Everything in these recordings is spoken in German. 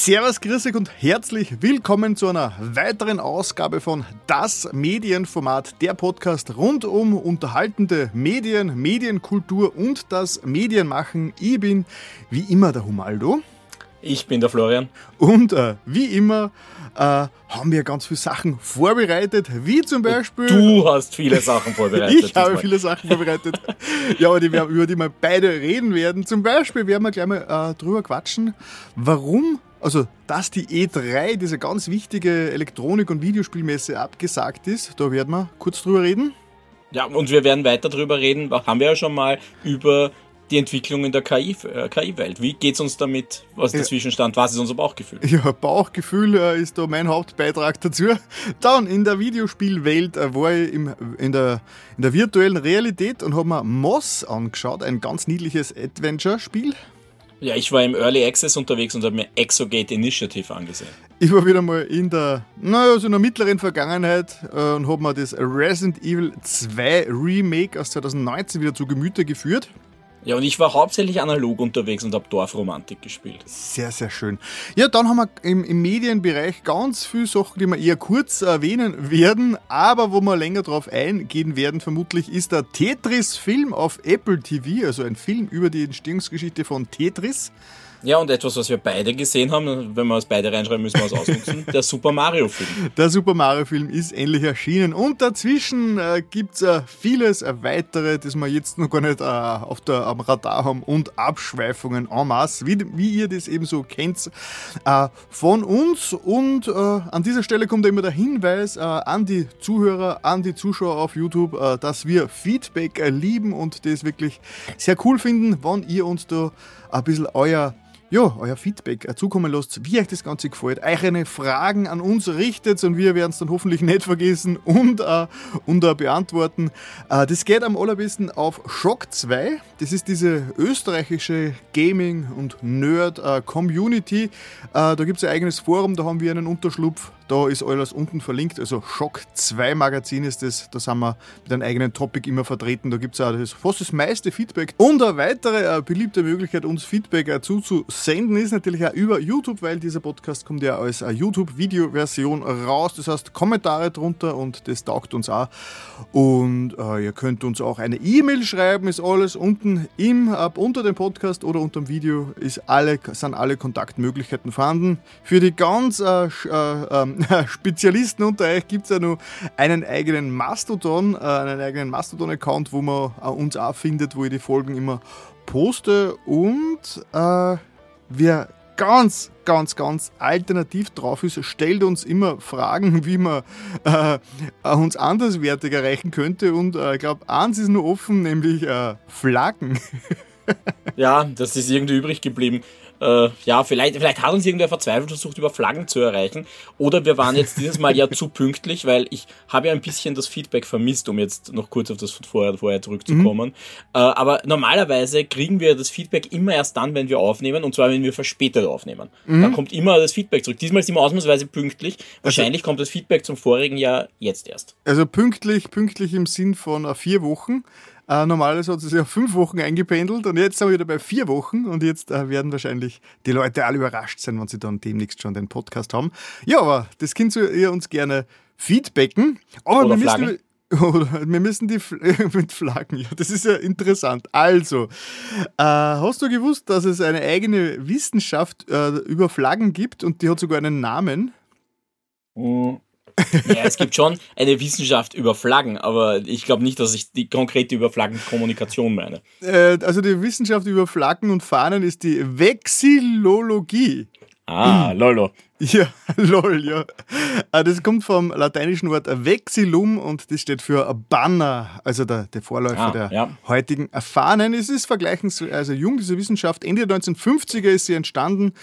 Servus, grüß euch und herzlich willkommen zu einer weiteren Ausgabe von Das Medienformat, der Podcast rund um unterhaltende Medien, Medienkultur und das Medienmachen. Ich bin wie immer der Humaldo. Ich bin der Florian. Und wie immer haben wir ganz viele Sachen vorbereitet, wie zum Beispiel... Du hast viele Sachen vorbereitet. Ich habe viele Sachen vorbereitet. Ja, aber über die wir beide reden werden. Zum Beispiel werden wir gleich mal drüber quatschen, warum... Also, dass die E3, diese ganz wichtige Elektronik- und Videospielmesse, abgesagt ist, da werden wir kurz drüber reden. Ja, und wir werden weiter drüber reden, haben wir ja schon mal, über die Entwicklung in der KI-Welt. Wie geht's uns damit? Was ist der Zwischenstand? Was ist unser Bauchgefühl? Ja, Bauchgefühl ist da mein Hauptbeitrag dazu. Dann in der Videospielwelt war ich in der virtuellen Realität und habe mir Moss angeschaut, ein ganz niedliches Adventure-Spiel. Ja, ich war im Early Access unterwegs und habe mir Exogate Initiative angesehen. Ich war wieder mal in der mittleren Vergangenheit und habe mir das Resident Evil 2 Remake aus 2019 wieder zu Gemüte geführt. Ja, und ich war hauptsächlich analog unterwegs und habe Dorfromantik gespielt. Sehr, sehr schön. Ja, dann haben wir im Medienbereich ganz viele Sachen, die wir eher kurz erwähnen werden, aber wo wir länger drauf eingehen werden, vermutlich ist der Tetris-Film auf Apple TV, also ein Film über die Entstehungsgeschichte von Tetris. Ja, und etwas, was wir beide gesehen haben, wenn wir es beide reinschreiben, müssen wir es ausnutzen, der Super Mario-Film. Der Super Mario-Film ist endlich erschienen und dazwischen gibt es vieles weitere, das wir jetzt noch gar nicht am Radar haben und Abschweifungen en masse, wie ihr das eben so kennt von uns. Und an dieser Stelle kommt immer der Hinweis an die Zuhörer, an die Zuschauer auf YouTube, dass wir Feedback lieben und das wirklich sehr cool finden, wenn ihr uns da ein bisschen euer Feedback zukommen lasst, wie euch das Ganze gefällt, euch eine Fragen an uns richtet und wir werden es dann hoffentlich nicht vergessen und beantworten. Das geht am allerbesten auf Shock 2. Das ist diese österreichische Gaming- und Nerd-Community. Da gibt es ein eigenes Forum, da haben wir einen Unterschlupf. Da ist alles unten verlinkt, also Shock 2 Magazin ist das, da sind wir mit einem eigenen Topic immer vertreten, da gibt es auch fast das meiste Feedback. Und eine weitere beliebte Möglichkeit, uns Feedback zuzusenden, ist natürlich auch über YouTube, weil dieser Podcast kommt ja als YouTube-Video-Version raus, das heißt Kommentare drunter und das taugt uns auch. Und ihr könnt uns auch eine E-Mail schreiben, ist alles unten unter dem Podcast oder unter dem Video, sind alle Kontaktmöglichkeiten vorhanden. Für die ganz Spezialisten unter euch gibt es ja noch einen eigenen Mastodon-Account, wo man uns auch findet, wo ich die Folgen immer poste. Und wer ganz alternativ drauf ist, stellt uns immer Fragen, wie man uns anderswertig erreichen könnte. Und ich glaube, eins ist nur offen, nämlich Flaggen. Ja, das ist irgendwie übrig geblieben. Vielleicht hat uns irgendwer verzweifelt versucht, über Flaggen zu erreichen. Oder wir waren jetzt dieses Mal ja zu pünktlich, weil ich habe ja ein bisschen das Feedback vermisst, um jetzt noch kurz auf das vorher zurückzukommen. Aber normalerweise kriegen wir das Feedback immer erst dann, wenn wir aufnehmen, und zwar, wenn wir verspätet aufnehmen. Da kommt immer das Feedback zurück. Diesmal sind wir ausnahmsweise pünktlich. Wahrscheinlich kommt das Feedback zum vorigen Jahr jetzt erst. Also pünktlich im Sinn von 4 Wochen. Normalerweise hat es ja 5 Wochen eingependelt und jetzt sind wir wieder bei 4 Wochen und jetzt werden wahrscheinlich die Leute alle überrascht sein, wenn sie dann demnächst schon den Podcast haben. Ja, aber das könnt ihr uns gerne feedbacken. Aber oder wir müssen die mit Flaggen, ja, das ist ja interessant. Also, hast du gewusst, dass es eine eigene Wissenschaft über Flaggen gibt und die hat sogar einen Namen? Ja, es gibt schon eine Wissenschaft über Flaggen, aber ich glaube nicht, dass ich die konkrete über Flaggenkommunikation meine. Also die Wissenschaft über Flaggen und Fahnen ist die Vexillologie. Lolo. Ja, lol, ja. Das kommt vom lateinischen Wort vexillum und das steht für Banner, also der Vorläufer der heutigen Fahnen. Es ist vergleichsweise jung, diese Wissenschaft. Ende der 1950er ist sie entstanden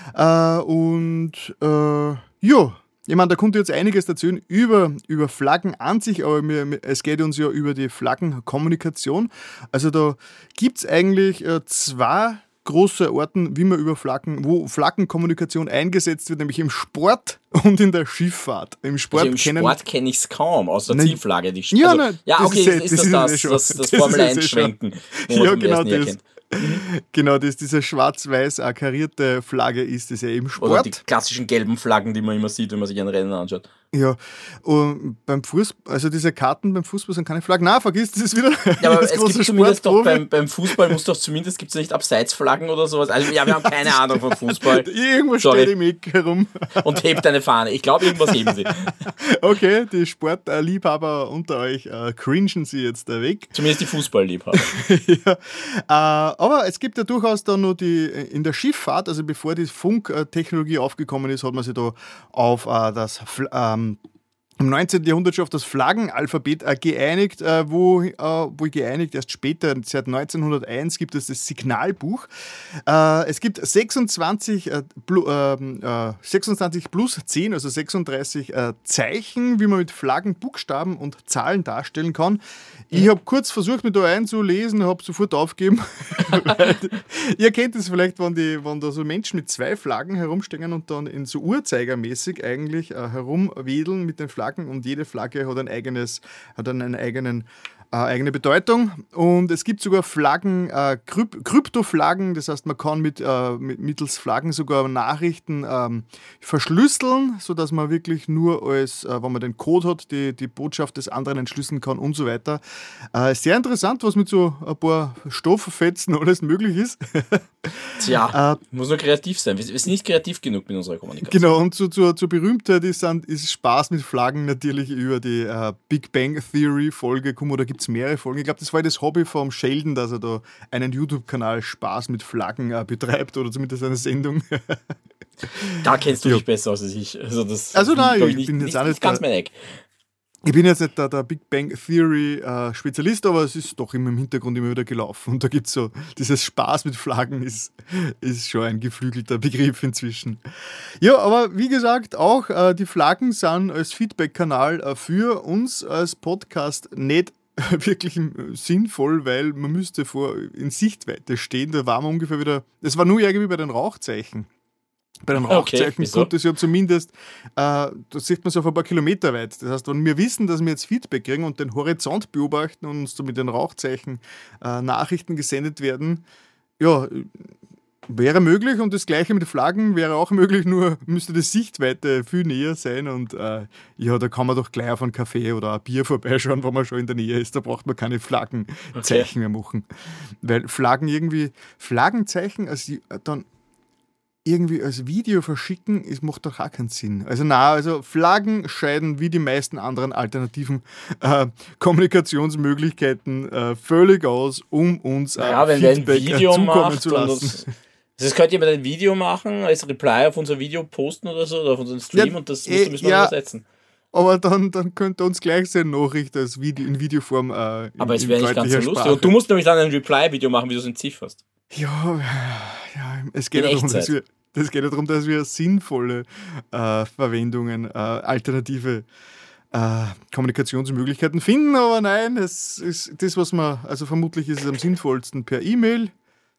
ich meine, da kommt jetzt einiges dazu über Flaggen an sich, aber es geht uns ja über die Flaggenkommunikation. Also da gibt es eigentlich 2 große Arten, wo Flaggenkommunikation eingesetzt wird, nämlich im Sport und in der Schifffahrt. Im Sport kenne ich es kaum, außer Zielflagge. Das Formel 1 Schwenken. Ja, genau das. Genau, dass diese schwarz-weiß karierte Flagge ist, das ja eben Sport. Oder die klassischen gelben Flaggen, die man immer sieht, wenn man sich ein Rennen anschaut. Ja, und beim Fußball, also diese Karten beim Fußball sind keine Flaggen. Nein, vergiss das ist wieder. Ja, aber es gibt zumindest doch beim Fußball muss doch zumindest, gibt es nicht Abseitsflaggen oder sowas. Also ja, wir haben keine Ahnung vom Fußball. Irgendwo steht im Eck herum. Und hebt eine Fahne. Ich glaube, irgendwas heben sie. Okay, die Sportliebhaber unter euch cringen sie jetzt weg. Zumindest die Fußballliebhaber. Ja, aber es gibt ja durchaus da noch in der Schifffahrt, also bevor die Funktechnologie aufgekommen ist, hat man sich da auf das im 19. Jahrhundert schon auf das Flaggenalphabet geeinigt, wo geeinigt erst später, seit 1901 gibt es das Signalbuch. Es gibt 26 plus 10, also 36 Zeichen, wie man mit Flaggen, Buchstaben und Zahlen darstellen kann. Ich habe kurz versucht, mich da einzulesen, habe sofort aufgegeben. Ihr kennt es vielleicht, wenn da so Menschen mit 2 Flaggen herumstehen und dann in so uhrzeigermäßig eigentlich herumwedeln mit den Flaggen. Und jede Flagge hat eine eigene Bedeutung. Und es gibt sogar Flaggen, Kryptoflaggen, das heißt, man kann mittels Flaggen sogar Nachrichten verschlüsseln, sodass man wirklich nur wenn man den Code hat, die Botschaft des anderen entschlüsseln kann und so weiter. Sehr interessant, was mit so ein paar Stofffetzen alles möglich ist. Tja, muss nur kreativ sein. Wir sind nicht kreativ genug mit unserer Kommunikation. Genau, und zur Berühmtheit ist Spaß mit Flaggen natürlich über die Big Bang Theory Folge gekommen, oder gibt es mehrere Folgen. Ich glaube, das war das Hobby vom Sheldon, dass er da einen YouTube-Kanal Spaß mit Flaggen betreibt, oder zumindest eine Sendung. Da kennst du dich besser aus als ich. Also nein, ich bin jetzt auch nicht ganz mein Eck. Ich bin jetzt nicht der Big Bang Theory Spezialist, aber es ist doch immer im Hintergrund immer wieder gelaufen. Und da gibt es so, dieses Spaß mit Flaggen ist schon ein geflügelter Begriff inzwischen. Ja, aber wie gesagt, auch die Flaggen sind als Feedback-Kanal für uns als Podcast nicht wirklich sinnvoll, weil man müsste in Sichtweite stehen. Da waren wir ungefähr wieder, das war nur irgendwie bei den Rauchzeichen. Bei den Rauchzeichen kommt es ja zumindest, da sieht man es auf ein paar Kilometer weit. Das heißt, wenn wir wissen, dass wir jetzt Feedback kriegen und den Horizont beobachten und uns da mit den Rauchzeichen Nachrichten gesendet werden, ja, wäre möglich, und das Gleiche mit Flaggen wäre auch möglich, nur müsste die Sichtweite viel näher sein, und ja, da kann man doch gleich auf einen Kaffee oder ein Bier vorbeischauen, wenn man schon in der Nähe ist, da braucht man keine Flaggenzeichen mehr machen. Weil Flaggenzeichen, also dann irgendwie als Video verschicken, macht doch auch keinen Sinn. Also Flaggen scheiden wie die meisten anderen alternativen Kommunikationsmöglichkeiten völlig aus, um uns wenn Feedback wir ein Video zukommen zu lassen. Das könnte jemand ein Video machen, als Reply auf unser Video posten oder so, oder auf unseren Stream, und das müssen wir übersetzen. Aber dann könnt ihr uns gleich seine Nachricht als in Videoform aber es wäre nicht ganz so lustig. Und du musst nämlich dann ein Reply-Video machen, wie du es entzifferst. Ja, es geht ja darum, dass wir sinnvolle Verwendungen, alternative Kommunikationsmöglichkeiten finden, aber nein, es ist das, was also vermutlich ist es am sinnvollsten per E-Mail,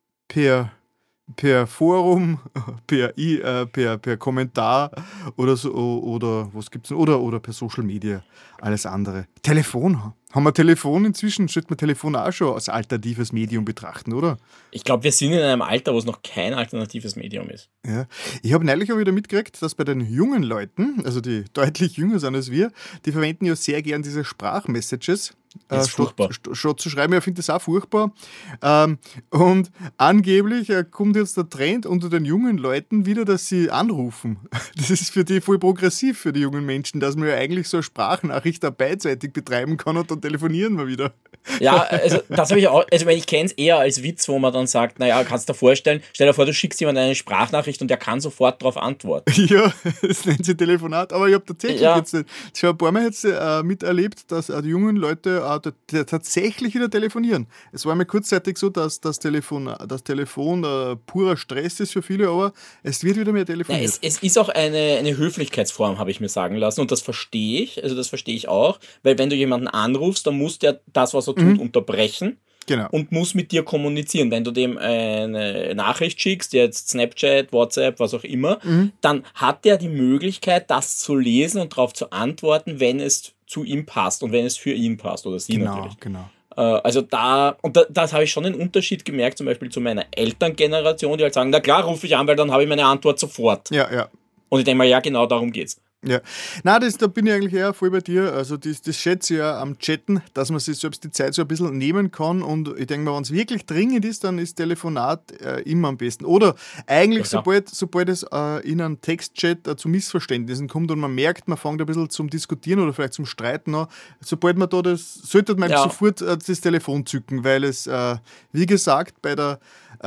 per Forum, per Kommentar oder so, oder was gibt's noch? Oder per Social Media, alles andere. Telefon. Haben wir Telefon inzwischen? Sollte man Telefon auch schon als alternatives Medium betrachten, oder? Ich glaube, wir sind in einem Alter, wo es noch kein alternatives Medium ist. Ja. Ich habe neulich auch wieder mitgekriegt, dass bei den jungen Leuten, also die deutlich jünger sind als wir, die verwenden ja sehr gern diese Sprachmessages. Statt zu schreiben, ich finde das auch furchtbar. Und angeblich kommt jetzt der Trend unter den jungen Leuten wieder, dass sie anrufen. Das ist für die voll progressiv, für die jungen Menschen, dass man ja eigentlich so eine Sprachnachricht auch beidseitig betreiben kann, und dann telefonieren wir wieder. Ja, also das habe ich auch, also ich kenne es eher als Witz, wo man dann sagt, naja, kannst du dir vorstellen, stell dir vor, du schickst jemandem eine Sprachnachricht und der kann sofort darauf antworten. Ja, das nennt sich Telefonat, aber ich habe tatsächlich jetzt schon ein paar Mal miterlebt, dass die jungen Leute tatsächlich wieder telefonieren. Es war mir kurzzeitig so, dass das Telefon purer Stress ist für viele, aber es wird wieder mehr telefoniert. Ja, es ist auch eine Höflichkeitsform, habe ich mir sagen lassen, und das verstehe ich, auch, weil wenn du jemanden anrufst, dann muss der das, was er tut, unterbrechen. Genau. Und muss mit dir kommunizieren. Wenn du dem eine Nachricht schickst, jetzt Snapchat, WhatsApp, was auch immer, dann hat der die Möglichkeit, das zu lesen und darauf zu antworten, wenn es zu ihm passt und wenn es für ihn passt oder sie natürlich. Genau. Also das habe ich schon einen Unterschied gemerkt, zum Beispiel zu meiner Elterngeneration, die halt sagen, na klar, rufe ich an, weil dann habe ich meine Antwort sofort. Ja. Und ich denke mal, ja, genau darum geht's. Ja, nein, da bin ich eigentlich eher voll bei dir. Also das schätze ich ja am Chatten, dass man sich selbst die Zeit so ein bisschen nehmen kann, und ich denke mal, wenn es wirklich dringend ist, dann ist Telefonat immer am besten. Oder eigentlich, sobald es in einem Textchat zu Missverständnissen kommt und man merkt, man fängt ein bisschen zum Diskutieren oder vielleicht zum Streiten an, sobald man da sollte man sofort das Telefon zücken, weil es, wie gesagt, bei der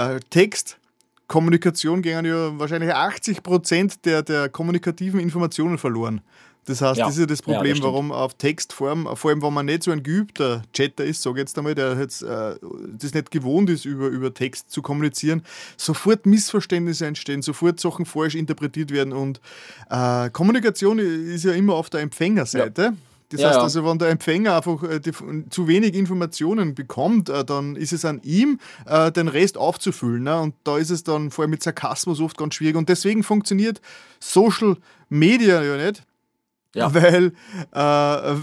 Kommunikation gehen ja wahrscheinlich 80% der kommunikativen Informationen verloren. Das heißt, das ist ja das Problem, warum auf Textform, vor allem wenn man nicht so ein geübter Chatter ist, sage ich jetzt einmal, der jetzt, das nicht gewohnt ist, über Text zu kommunizieren, sofort Missverständnisse entstehen, sofort Sachen falsch interpretiert werden, und Kommunikation ist ja immer auf der Empfängerseite. Ja. Das heißt also, wenn der Empfänger einfach zu wenig Informationen bekommt, dann ist es an ihm, den Rest aufzufüllen. Ne? Und da ist es dann vor allem mit Sarkasmus oft ganz schwierig. Und deswegen funktioniert Social Media ja nicht. Ja. Weil da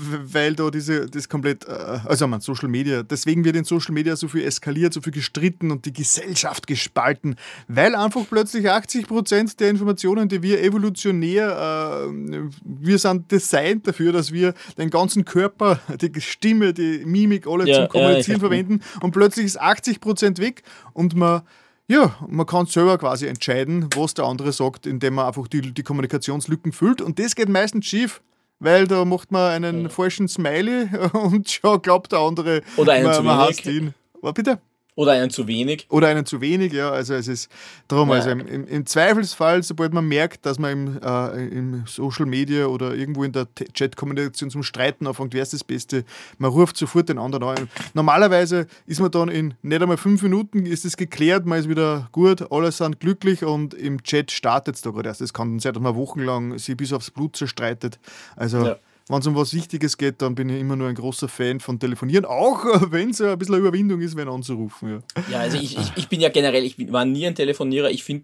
das komplett, Social Media, deswegen wird in Social Media so viel eskaliert, so viel gestritten und die Gesellschaft gespalten, weil einfach plötzlich 80% der Informationen, die wir evolutionär, wir sind designt dafür, dass wir den ganzen Körper, die Stimme, die Mimik, alle zum Kommunizieren verwenden, und plötzlich ist 80% weg und man kann selber quasi entscheiden, was der andere sagt, indem man einfach die Kommunikationslücken füllt. Und das geht meistens schief, weil da macht man einen falschen Smiley und schon glaubt der andere, oder einen zu wenig. Ihn. Was, bitte? Oder einen zu wenig. Ja. Also es ist darum, also im Zweifelsfall, sobald man merkt, dass man im Social Media oder irgendwo in der Chat-Kommunikation zum Streiten anfängt, wäre es das Beste. Man ruft sofort den anderen an. Normalerweise ist man dann in nicht einmal 5 Minuten ist es geklärt, man ist wieder gut, alle sind glücklich, und im Chat startet es da gerade erst. Es kann sein, dass man wochenlang sich bis aufs Blut zerstreitet. Also wenn es um was Wichtiges geht, dann bin ich immer nur ein großer Fan von Telefonieren, auch wenn es ein bisschen eine Überwindung ist, wenn anzurufen. Ja, also ich bin ja generell, war nie ein Telefonierer. Ich finde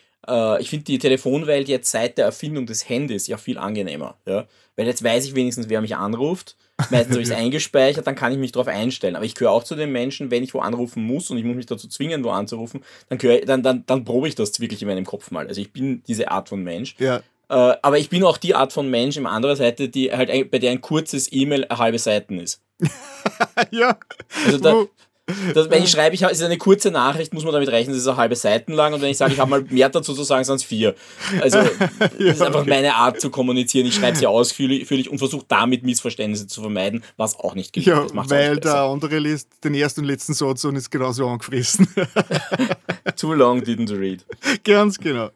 die Telefonwelt jetzt seit der Erfindung des Handys ja viel angenehmer. Ja? Weil jetzt weiß ich wenigstens, wer mich anruft. Meistens habe ich es eingespeichert, dann kann ich mich darauf einstellen. Aber ich gehöre auch zu den Menschen, wenn ich wo anrufen muss und ich muss mich dazu zwingen, wo anzurufen, dann probe ich das wirklich in meinem Kopf mal. Also ich bin diese Art von Mensch. Ja. Aber ich bin auch die Art von Mensch, im anderen Seite, die halt bei der ein kurzes E-Mail eine halbe Seiten ist. Ja. Also wenn ich schreibe, es ist eine kurze Nachricht, muss man damit rechnen, es ist eine halbe Seiten lang, und wenn ich sage, ich habe mal mehr dazu zu sagen, sind es 4. Also das ist einfach meine Art zu kommunizieren. Ich schreibe sie ausführlich und versuche damit Missverständnisse zu vermeiden, was auch nicht geht. Ja, weil der andere liest den ersten und letzten Satz und ist genauso angefressen. Too long didn't read. Ganz genau.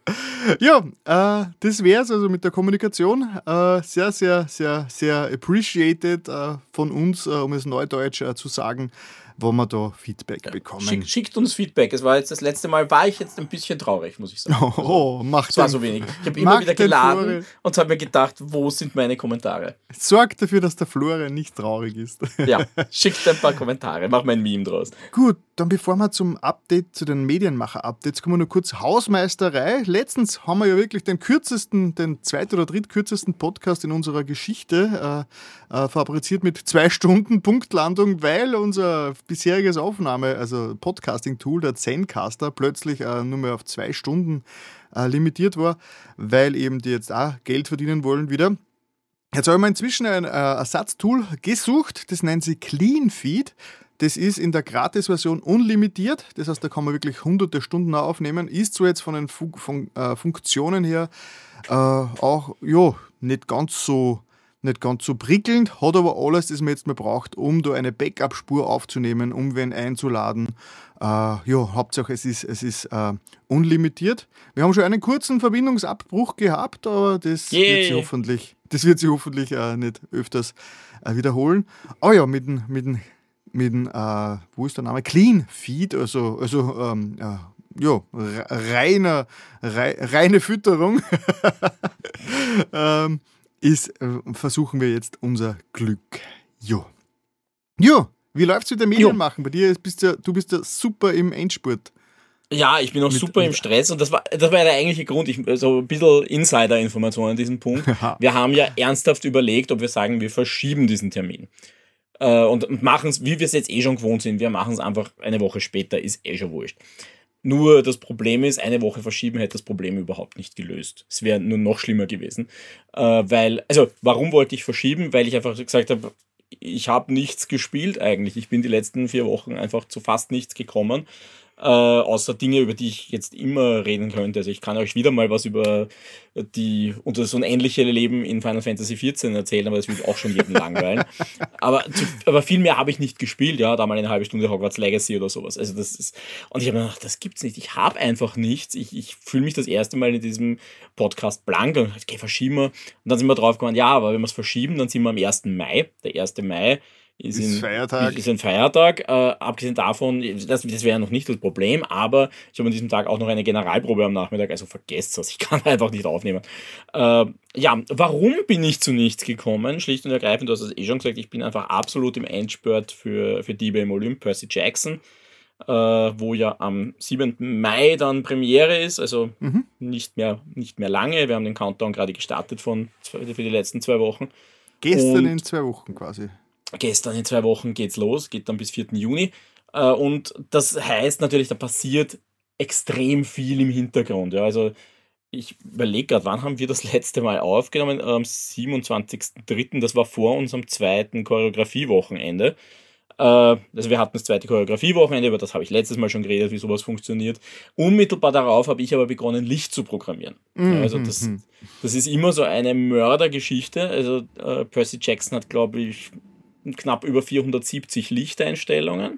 Ja, das wäre es also mit der Kommunikation. Sehr, sehr, sehr, sehr appreciated von uns, um es neudeutsch zu sagen, wo wir da Feedback bekommen. Schickt uns Feedback. Es war jetzt das letzte Mal, war ich jetzt ein bisschen traurig, muss ich sagen. Es war so wenig. Ich habe immer wieder geladen und habe mir gedacht, wo sind meine Kommentare? Sorgt dafür, dass der Florian nicht traurig ist. Ja, schickt ein paar Kommentare, mach mal ein Meme draus. Gut, dann bevor wir zum Update, zu den Medienmacher-Updates kommen, nur kurz Hausmeisterei. Letztens haben wir ja wirklich den zweit- oder drittkürzesten Podcast in unserer Geschichte fabriziert mit 2 Stunden Punktlandung, weil unser bisheriges Podcasting-Tool, der Zencaster, plötzlich nur mehr auf 2 Stunden limitiert war, weil eben die jetzt auch Geld verdienen wollen wieder. Jetzt habe ich mir inzwischen ein Ersatztool gesucht, das nennt sich CleanFeed. Das ist in der Gratis-Version unlimitiert, das heißt, da kann man wirklich hunderte Stunden aufnehmen, ist zwar jetzt von den Funktionen her auch nicht ganz so prickelnd, hat aber alles, das man jetzt mal braucht, um da eine Backup-Spur aufzunehmen, um wen einzuladen. Hauptsache es ist unlimitiert. Wir haben schon einen kurzen Verbindungsabbruch gehabt, aber das wird sich hoffentlich nicht öfters wiederholen. Aber ja, mit dem wo ist der Name? CleanFeed, reine Fütterung. Versuchen wir jetzt unser Glück. Jo, wie läuft's mit der Medienmachen? Bei dir du bist ja super im Endspurt. Ja, ich bin auch super im Stress, und das war ja der eigentliche Grund. So ein bisschen Insider-Information an diesem Punkt. Wir haben ja ernsthaft überlegt, ob wir sagen, wir verschieben diesen Termin. und machen es, wie wir es jetzt eh schon gewohnt sind, wir machen es einfach eine Woche später, ist eh schon wurscht. Nur das Problem ist, eine Woche verschieben hätte das Problem überhaupt nicht gelöst. Es wäre nur noch schlimmer gewesen. Warum wollte ich verschieben? Weil ich einfach gesagt habe, ich habe nichts gespielt eigentlich. Ich bin die letzten 4 Wochen einfach zu fast nichts gekommen. Außer Dinge, über die ich jetzt immer reden könnte. Also ich kann euch wieder mal was über das unendliche Leben in Final Fantasy XIV erzählen, aber das wird auch schon jeden langweilen. Aber viel mehr habe ich nicht gespielt, ja, da mal eine halbe Stunde Hogwarts Legacy oder sowas. Also das ist, und ich habe mir gedacht, das gibt's nicht. Ich habe einfach nichts. Ich fühle mich das erste Mal in diesem Podcast blank und okay, verschieben wir. Und dann sind wir drauf gekommen, ja, aber wenn wir es verschieben, dann sind wir am 1. Mai. Der 1. Mai ist ein Feiertag. Abgesehen davon, das wäre noch nicht das Problem, aber ich habe an diesem Tag auch noch eine Generalprobe am Nachmittag, also vergesst das, ich kann einfach nicht aufnehmen. Warum bin ich zu nichts gekommen? Schlicht und ergreifend, du hast es eh schon gesagt, ich bin einfach absolut im Endspurt für Diebe im Olymp, Percy Jackson, wo ja am 7. Mai dann Premiere ist, also nicht mehr lange. Wir haben den Countdown gerade gestartet für die letzten 2 Wochen. Gestern in 2 Wochen quasi. Gestern in 2 Wochen geht's los, geht dann bis 4. Juni. Und das heißt natürlich, da passiert extrem viel im Hintergrund. Ja. Also ich überlege gerade, wann haben wir das letzte Mal aufgenommen? Am 27.03., das war vor unserem 2. Choreografiewochenende. Also wir hatten das 2. Choreografiewochenende, über das habe ich letztes Mal schon geredet, wie sowas funktioniert. Unmittelbar darauf habe ich aber begonnen, Licht zu programmieren. Ja, also das ist immer so eine Mördergeschichte. Also Percy Jackson hat, glaube ich, knapp über 470 Lichteinstellungen.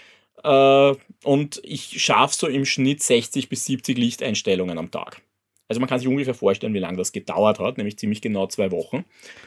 Und ich schaffe so im Schnitt 60 bis 70 Lichteinstellungen am Tag. Also man kann sich ungefähr vorstellen, wie lange das gedauert hat, nämlich ziemlich genau 2 Wochen.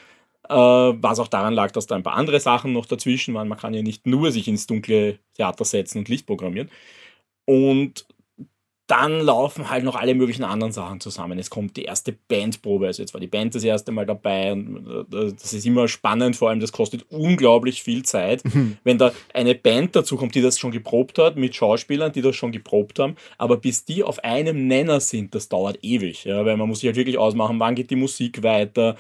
Was auch daran lag, dass da ein paar andere Sachen noch dazwischen waren. Man kann ja nicht nur sich ins dunkle Theater setzen und Licht programmieren. Und dann laufen halt noch alle möglichen anderen Sachen zusammen. Es kommt die erste Bandprobe, also jetzt war die Band das erste Mal dabei und das ist immer spannend, vor allem das kostet unglaublich viel Zeit, wenn da eine Band dazu kommt, die das schon geprobt hat, mit Schauspielern, die das schon geprobt haben, aber bis die auf einem Nenner sind, das dauert ewig, ja, weil man muss sich halt wirklich ausmachen, wann geht die Musik weiter,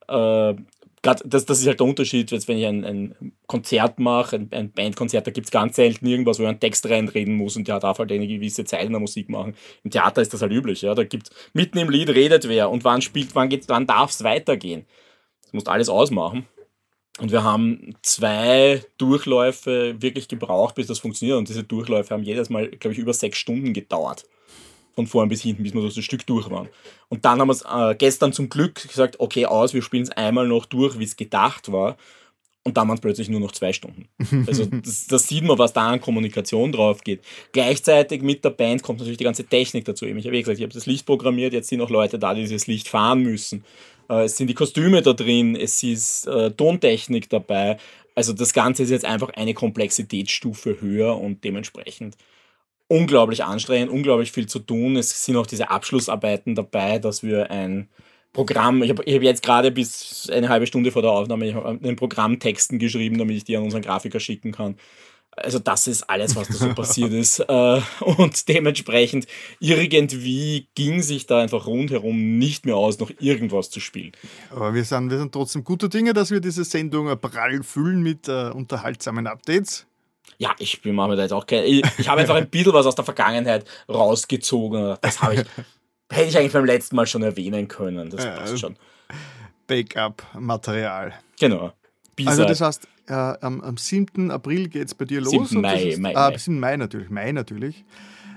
das ist halt der Unterschied, jetzt wenn ich ein Konzert mache, ein Bandkonzert, da gibt es ganz selten irgendwas, wo ich einen Text reinreden muss und der darf halt eine gewisse Zeit in der Musik machen. Im Theater ist das halt üblich, ja. Da gibt mitten im Lied redet wer und wann darf es weitergehen. Das musst alles ausmachen. Und wir haben 2 Durchläufe wirklich gebraucht, bis das funktioniert. Und diese Durchläufe haben jedes Mal, glaube ich, über 6 Stunden gedauert. Von vorn bis hinten, bis wir das Stück durch waren. Und dann haben wir es gestern zum Glück gesagt, okay, wir spielen es einmal noch durch, wie es gedacht war. Und dann waren es plötzlich nur noch 2 Stunden. Also das sieht man, was da an Kommunikation drauf geht. Gleichzeitig mit der Band kommt natürlich die ganze Technik dazu. Ich habe gesagt, ich habe das Licht programmiert, jetzt sind noch Leute da, die dieses Licht fahren müssen. Es sind die Kostüme da drin, es ist Tontechnik dabei. Also das Ganze ist jetzt einfach eine Komplexitätsstufe höher und dementsprechend unglaublich anstrengend, unglaublich viel zu tun. Es sind auch diese Abschlussarbeiten dabei, dass wir ein Programm, ich hab jetzt gerade bis eine halbe Stunde vor der Aufnahme einen Programmtexten geschrieben, damit ich die an unseren Grafiker schicken kann. Also das ist alles, was da so passiert ist. Und dementsprechend irgendwie ging sich da einfach rundherum nicht mehr aus, noch irgendwas zu spielen. Aber wir sind trotzdem guter Dinge, dass wir diese Sendung prall füllen mit unterhaltsamen Updates. Ja, ich mache mir da jetzt auch keine. Ich habe einfach ein bisschen was aus der Vergangenheit rausgezogen. Das hätte ich eigentlich beim letzten Mal schon erwähnen können. Das passt schon. Backup-Material. Genau. Also das heißt, am 7. April geht es bei dir los. 7. Mai. 7. Mai natürlich.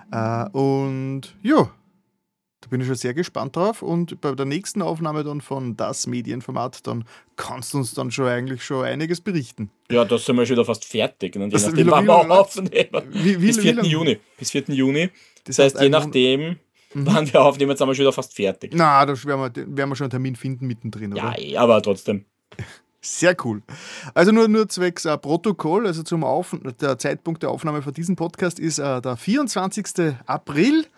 Und ja, da bin ich schon sehr gespannt drauf. Und bei der nächsten Aufnahme dann von das Medienformat, dann kannst du uns dann schon einiges berichten. Ja, da sind wir schon wieder fast fertig. Ne? Je nachdem, wann wir aufnehmen. Bis 4. Juni. Bis 4. Juni. Das heißt, je nachdem, wann wir aufnehmen, sind wir schon wieder fast fertig. Na, da werden wir schon einen Termin finden mittendrin, oder? Ja, aber trotzdem. Sehr cool. Also nur zwecks Protokoll, also der Zeitpunkt der Aufnahme von diesem Podcast ist der 24. April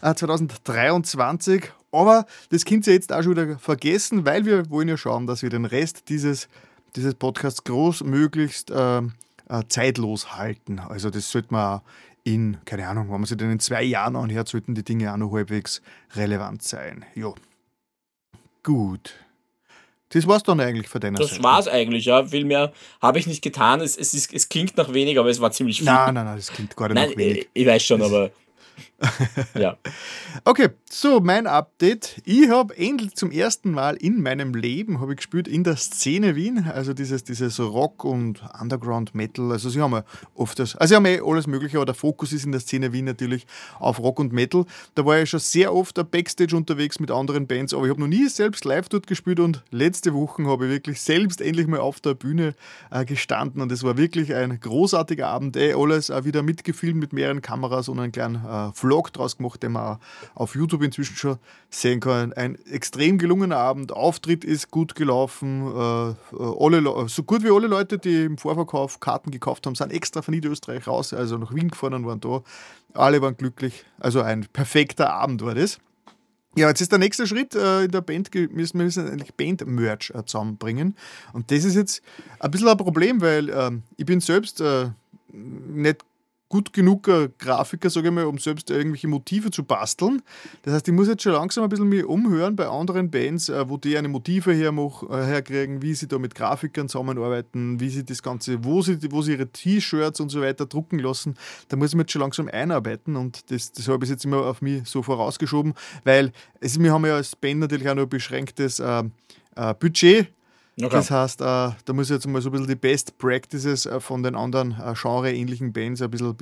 2023. Aber das könnt ihr jetzt auch schon wieder vergessen, weil wir wollen ja schauen, dass wir den Rest dieses Podcasts großmöglichst zeitlos halten. Also das sollte man auch keine Ahnung, wenn man sich denn in 2 Jahren anhört, sollten die Dinge auch noch halbwegs relevant sein. Jo. Gut. Das war's dann eigentlich für deine Seite. Das war's eigentlich, ja. Viel mehr habe ich nicht getan. Es klingt nach wenig, aber es war ziemlich viel. Nein, das klingt gar nicht nach wenig. Ich weiß schon, aber ja. Okay, so mein Update. Ich habe endlich zum ersten Mal in meinem Leben gespielt in der Szene Wien, also dieses Rock und Underground Metal. Also sie haben ja oft sie haben alles Mögliche, aber der Fokus ist in der Szene Wien natürlich auf Rock und Metal. Da war ich schon sehr oft Backstage unterwegs mit anderen Bands, aber ich habe noch nie selbst live dort gespielt und letzte Woche habe ich wirklich selbst endlich mal auf der Bühne gestanden und es war wirklich ein großartiger Abend. Alles wieder mitgefilmt mit mehreren Kameras und einen kleinen Vlog draus gemacht, den man auf YouTube inzwischen schon sehen kann. Ein extrem gelungener Abend. Auftritt ist gut gelaufen. So gut wie alle Leute, die im Vorverkauf Karten gekauft haben, sind extra von Niederösterreich raus, also nach Wien gefahren und waren da. Alle waren glücklich. Also ein perfekter Abend war das. Ja, jetzt ist der nächste Schritt in der Band, wir müssen eigentlich Band-Merch zusammenbringen. Und das ist jetzt ein bisschen ein Problem, weil ich bin selbst nicht gut genug Grafiker, sage ich mal, um selbst irgendwelche Motive zu basteln. Das heißt, ich muss jetzt schon langsam ein bisschen mich umhören bei anderen Bands, wo die eine Motive herkriegen, wie sie da mit Grafikern zusammenarbeiten, wie sie das Ganze, wo sie ihre T-Shirts und so weiter drucken lassen. Da muss ich mich jetzt schon langsam einarbeiten und das habe ich jetzt immer auf mich so vorausgeschoben, weil wir haben ja als Band natürlich auch nur ein beschränktes Budget. Okay. Das heißt, da muss ich jetzt mal so ein bisschen die Best Practices von den anderen Genre-ähnlichen Bands ein bisschen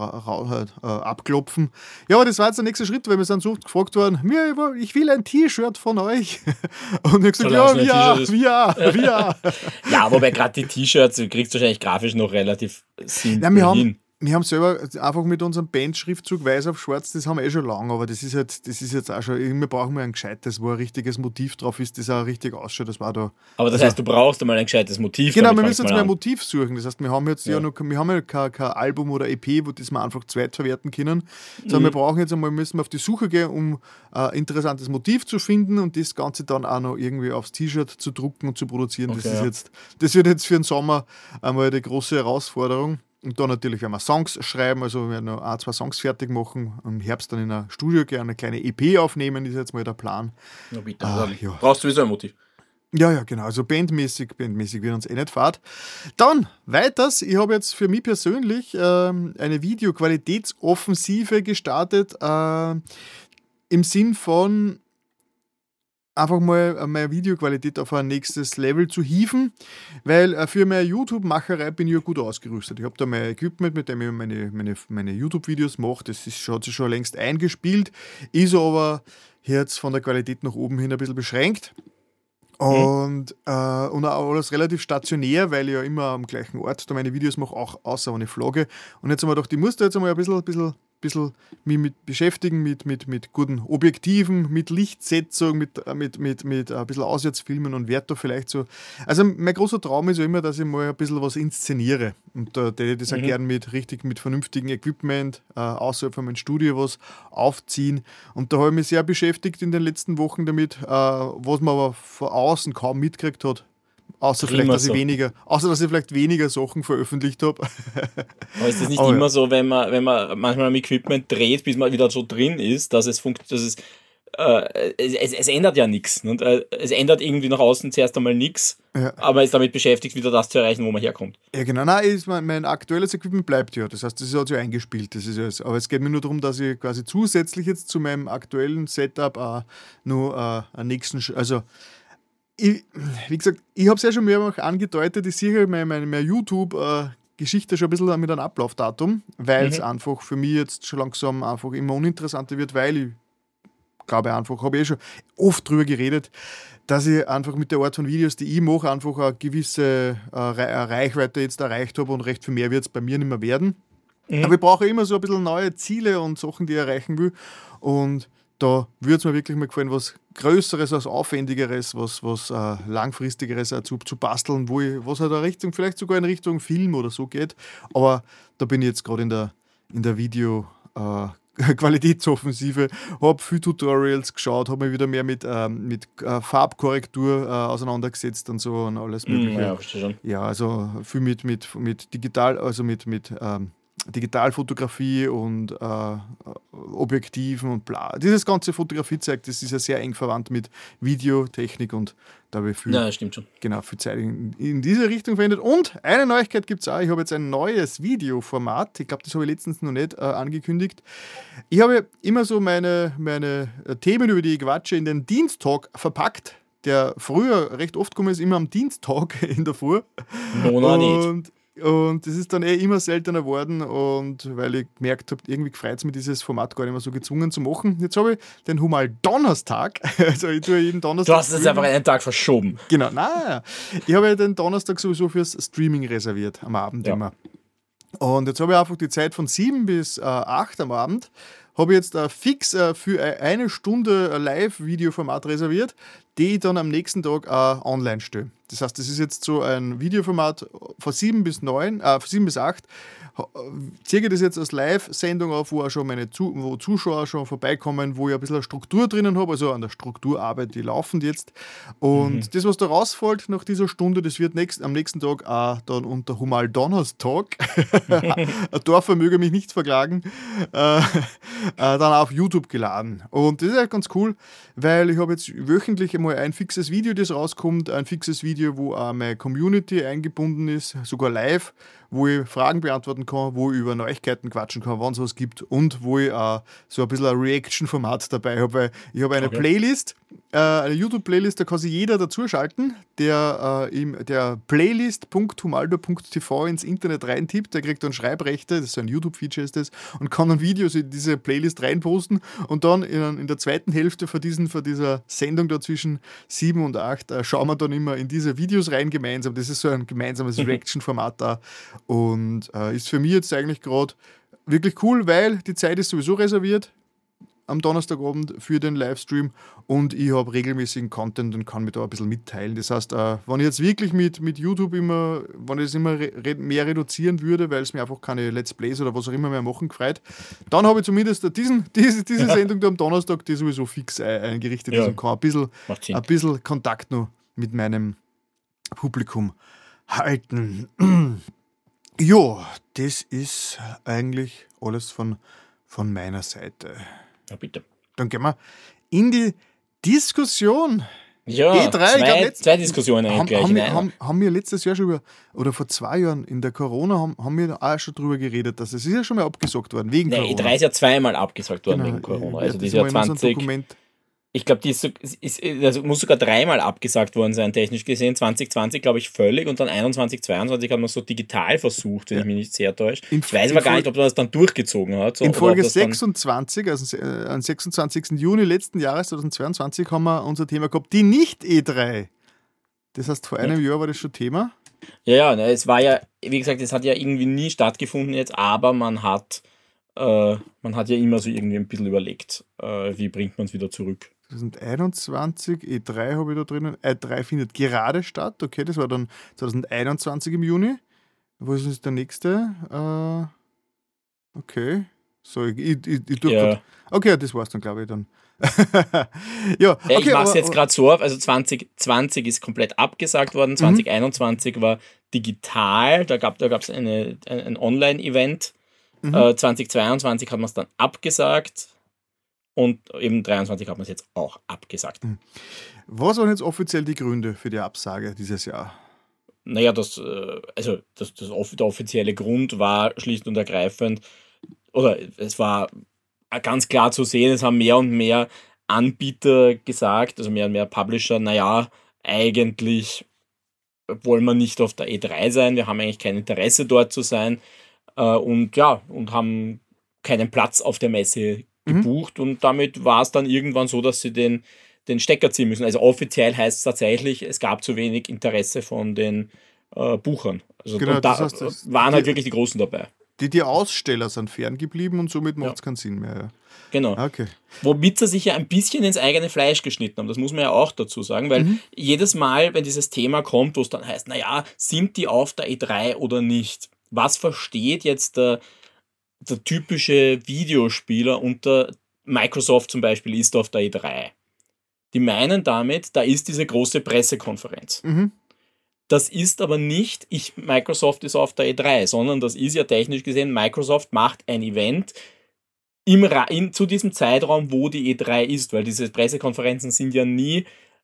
abklopfen. Ja, aber das war jetzt der nächste Schritt, weil wir sind so oft gefragt worden, ich will ein T-Shirt von euch. Und ich habe gesagt, ja. Ja, wobei gerade die T-Shirts, du kriegst wahrscheinlich grafisch noch relativ simpel hin. Wir haben selber einfach mit unserem Band-Schriftzug weiß auf schwarz, das haben wir schon lange, aber das ist jetzt auch schon, wir brauchen mal ein gescheites, wo ein richtiges Motiv drauf ist, das auch richtig ausschaut. Das war da. Aber das heißt, du brauchst einmal ein gescheites Motiv. Genau, wir müssen jetzt mal ein Motiv suchen. Das heißt, wir haben jetzt wir haben ja kein Album oder EP, wo das wir einfach zweitverwerten können, sondern wir brauchen jetzt einmal, müssen wir auf die Suche gehen, um ein interessantes Motiv zu finden und das Ganze dann auch noch irgendwie aufs T-Shirt zu drucken und zu produzieren. Okay, das wird jetzt für den Sommer einmal die große Herausforderung. Und dann natürlich werden wir Songs schreiben, also wir werden noch 2 Songs fertig machen, im Herbst dann in ein Studio gerne eine kleine EP aufnehmen, ist jetzt mal der Plan. Ja, bitte. Brauchst du sowieso ein Motiv? Ja, genau, also bandmäßig wird uns nicht fad. Dann weiters, ich habe jetzt für mich persönlich eine Videoqualitätsoffensive gestartet, im Sinn von einfach mal meine Videoqualität auf ein nächstes Level zu hieven, weil für meine YouTube-Macherei bin ich ja gut ausgerüstet. Ich habe da mein Equipment, mit dem ich meine YouTube-Videos mache, hat sich schon längst eingespielt, ist aber jetzt von der Qualität nach oben hin ein bisschen beschränkt. Und auch alles relativ stationär, weil ich ja immer am gleichen Ort da meine Videos mache, auch außer wenn ich vlogge. Und jetzt haben wir gedacht, ich muss da jetzt einmal ein bisschen mich mit beschäftigen, mit guten Objektiven, mit Lichtsetzung, mit ein bisschen Auswärtsfilmen und werde da vielleicht so. Also mein großer Traum ist ja immer, dass ich mal ein bisschen was inszeniere. Und da hätte ich das auch gern mit vernünftigem Equipment außerhalb von meinem Studio was aufziehen. Und da habe ich mich sehr beschäftigt in den letzten Wochen damit, was man aber von außen kaum mitgekriegt hat. Außer dass ich vielleicht weniger Sachen veröffentlicht habe. Aber ist das nicht immer so, wenn man manchmal am Equipment dreht, bis man wieder so drin ist, dass es ändert ja nichts. Es ändert irgendwie nach außen zuerst einmal nichts, aber ist damit beschäftigt, wieder das zu erreichen, wo man herkommt. Ja, genau. Nein, mein aktuelles Equipment bleibt ja. Das heißt, das hat sich eingespielt. Das ist alles. Aber es geht mir nur darum, dass ich quasi zusätzlich jetzt zu meinem aktuellen Setup auch nur einen nächsten, wie gesagt, ich habe es ja schon mehrfach angedeutet, ich sehe meine YouTube-Geschichte schon ein bisschen mit einem Ablaufdatum, weil es einfach für mich jetzt schon langsam einfach immer uninteressanter wird, weil ich glaube einfach, habe ich schon oft drüber geredet, dass ich einfach mit der Art von Videos, die ich mache, einfach eine gewisse Reichweite jetzt erreicht habe und recht viel mehr wird es bei mir nicht mehr werden. Aber ich brauche immer so ein bisschen neue Ziele und Sachen, die ich erreichen will, und da würde es mir wirklich mal gefallen, was Größeres, was Aufwendigeres, was Langfristigeres zu basteln, was halt vielleicht sogar in Richtung Film oder so geht. Aber da bin ich jetzt gerade in der Video Qualitätsoffensive, habe viele Tutorials geschaut, habe mich wieder mehr mit Farbkorrektur auseinandergesetzt und so und alles Mögliche. Ja, verstehe schon. Ja, also viel mit digital, also mit Digitalfotografie und Objektiven und bla. Dieses ganze Fotografiezeug, das ist ja sehr eng verwandt mit Videotechnik und da habe ich viel, stimmt schon. Genau, viel Zeit in diese Richtung verwendet. Und eine Neuigkeit gibt es auch, ich habe jetzt ein neues Videoformat, ich glaube, das habe ich letztens noch nicht angekündigt. Ich habe immer so meine Themen, über die ich quatsche, in den Diensttalk verpackt, der früher recht oft gekommen ist, immer am Dienstag in der Früh. Und das ist dann immer seltener geworden und weil ich gemerkt habe, irgendwie gefreut es mich, dieses Format gar nicht mehr so gezwungen zu machen. Jetzt habe ich den Humal-Donnerstag, also ich tue jeden Donnerstag... Du hast es einfach einen Tag verschoben. Genau, nein, ich habe den Donnerstag sowieso fürs Streaming reserviert, am Abend immer. Und jetzt habe ich einfach die Zeit von 7 bis 8 am Abend, habe ich jetzt fix für eine Stunde ein Live-Videoformat reserviert, die ich dann am nächsten Tag online stelle. Das heißt, das ist jetzt so ein Videoformat von 7 bis 8. Ziehe ich das jetzt als Live-Sendung auf, wo auch schon wo Zuschauer schon vorbeikommen, wo ich ein bisschen eine Struktur drinnen habe, also an der Strukturarbeit, die laufen jetzt. Und das, was da rausfällt nach dieser Stunde, das wird am nächsten Tag auch dann unter Humal-Donnerstag, ein Dorfer möge mich nicht verklagen, dann auf YouTube geladen. Und das ist halt ganz cool, weil ich habe jetzt wöchentlich einmal ein fixes Video, das rauskommt, ein fixes Video, wo auch meine Community eingebunden ist, sogar live, wo ich Fragen beantworten kann, wo ich über Neuigkeiten quatschen kann, wann es was gibt und wo ich auch so ein bisschen ein Reaction-Format dabei habe, weil ich habe eine Playlist, eine YouTube-Playlist, da kann sich jeder dazuschalten, der playlist.humaldo.tv ins Internet reintippt, der kriegt dann Schreibrechte, das ist so ein YouTube-Feature ist das, und kann dann Videos in diese Playlist reinposten und dann in der zweiten Hälfte von dieser Sendung da zwischen 7 und 8 schauen wir dann immer in diese Videos rein gemeinsam. Das ist so ein gemeinsames Reaction-Format da und ist für mich jetzt eigentlich gerade wirklich cool, weil die Zeit ist sowieso reserviert am Donnerstagabend für den Livestream und ich habe regelmäßigen Content und kann mich da ein bisschen mitteilen. Das heißt, wenn ich jetzt wirklich mit YouTube wenn ich das immer mehr reduzieren würde, weil es mir einfach keine Let's Plays oder was auch immer mehr machen gefreut, dann habe ich zumindest diese Sendung da am Donnerstag, die sowieso fix eingerichtet ist und kann ein bisschen Kontakt noch mit meinem Publikum halten. Ja, das ist eigentlich alles von meiner Seite. Ja, bitte. Dann gehen wir in die Diskussion. Ja, E3, zwei Diskussionen eigentlich gleich. Haben wir letztes Jahr schon oder vor 2 Jahren in der Corona haben wir auch schon drüber geredet, dass es ist ja schon mal abgesagt worden, wegen Corona. E3 ist ja zweimal abgesagt worden wegen Corona. Also dieses Jahr 20... Ich glaube, die muss sogar 3-mal abgesagt worden sein, technisch gesehen. 2020, glaube ich, völlig und dann 21, 22 hat man so digital versucht, wenn ich mich nicht sehr täusche. Ich weiß aber gar nicht, ob man das dann durchgezogen hat. So, in Folge 26, also am 26. Juni letzten Jahres, 2022, haben wir unser Thema gehabt, die Nicht-E3. Das heißt, vor einem Jahr war das schon Thema? Ja, es war ja, wie gesagt, es hat ja irgendwie nie stattgefunden jetzt, aber man hat ja immer so irgendwie ein bisschen überlegt, wie bringt man es wieder zurück. 2021, E3 habe ich da drinnen. E3 findet gerade statt. Okay, das war dann 2021 im Juni. Wo ist jetzt der nächste? Okay. So, ich okay, das war's dann, glaube ich, dann. Ja, okay, ich mache es jetzt gerade so auf. Also 2020 ist komplett abgesagt worden. 2021 war digital. Da gab es ein Online-Event. 2022 hat man es dann abgesagt. Und eben 23 hat man es jetzt auch abgesagt. Was waren jetzt offiziell die Gründe für die Absage dieses Jahr? Naja, der offizielle Grund war schlicht und ergreifend, oder es war ganz klar zu sehen, es haben mehr und mehr Anbieter gesagt, also mehr und mehr Publisher, naja, eigentlich wollen wir nicht auf der E3 sein, wir haben eigentlich kein Interesse dort zu sein und haben keinen Platz auf der Messe gebucht und damit war es dann irgendwann so, dass sie den Stecker ziehen müssen. Also offiziell heißt es tatsächlich, es gab zu wenig Interesse von den Buchern. Also genau, und da waren halt wirklich die Großen dabei. Die Aussteller sind ferngeblieben und somit macht es keinen Sinn mehr. Ja. Genau. Okay. Womit sie sich ja ein bisschen ins eigene Fleisch geschnitten haben, das muss man ja auch dazu sagen, weil jedes Mal, wenn dieses Thema kommt, wo es dann heißt, naja, sind die auf der E3 oder nicht? Was versteht jetzt der typische Videospieler unter Microsoft zum Beispiel ist auf der E3? Die meinen damit, da ist diese große Pressekonferenz. Das ist aber nicht, Microsoft ist auf der E3, sondern das ist ja technisch gesehen, Microsoft macht ein Event zu diesem Zeitraum, wo die E3 ist, weil diese Pressekonferenzen sind ja nie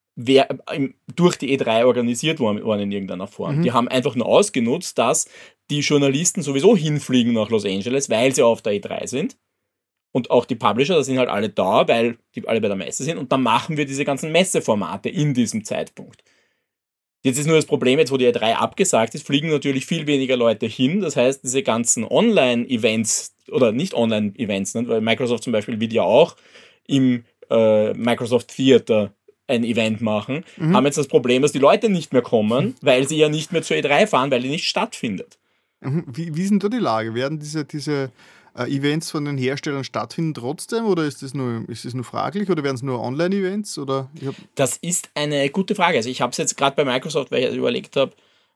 durch die E3 organisiert worden in irgendeiner Form. Die haben einfach nur ausgenutzt, dass die Journalisten sowieso hinfliegen nach Los Angeles, weil sie auf der E3 sind. Und auch die Publisher, da sind halt alle da, weil die alle bei der Messe sind. Und dann machen wir diese ganzen Messeformate in diesem Zeitpunkt. Jetzt ist nur das Problem, jetzt wo die E3 abgesagt ist, fliegen natürlich viel weniger Leute hin. Das heißt, diese ganzen Online-Events, oder nicht Online-Events, ne, weil Microsoft zum Beispiel wird ja auch im Microsoft Theater ein Event machen, haben jetzt das Problem, dass die Leute nicht mehr kommen, weil sie ja nicht mehr zur E3 fahren, weil die nicht stattfindet. Wie ist denn da die Lage? Werden diese Events von den Herstellern stattfinden trotzdem oder ist das nur fraglich oder werden es nur Online-Events? Das ist eine gute Frage. Also ich habe es jetzt gerade bei Microsoft, weil ich überlegt habe,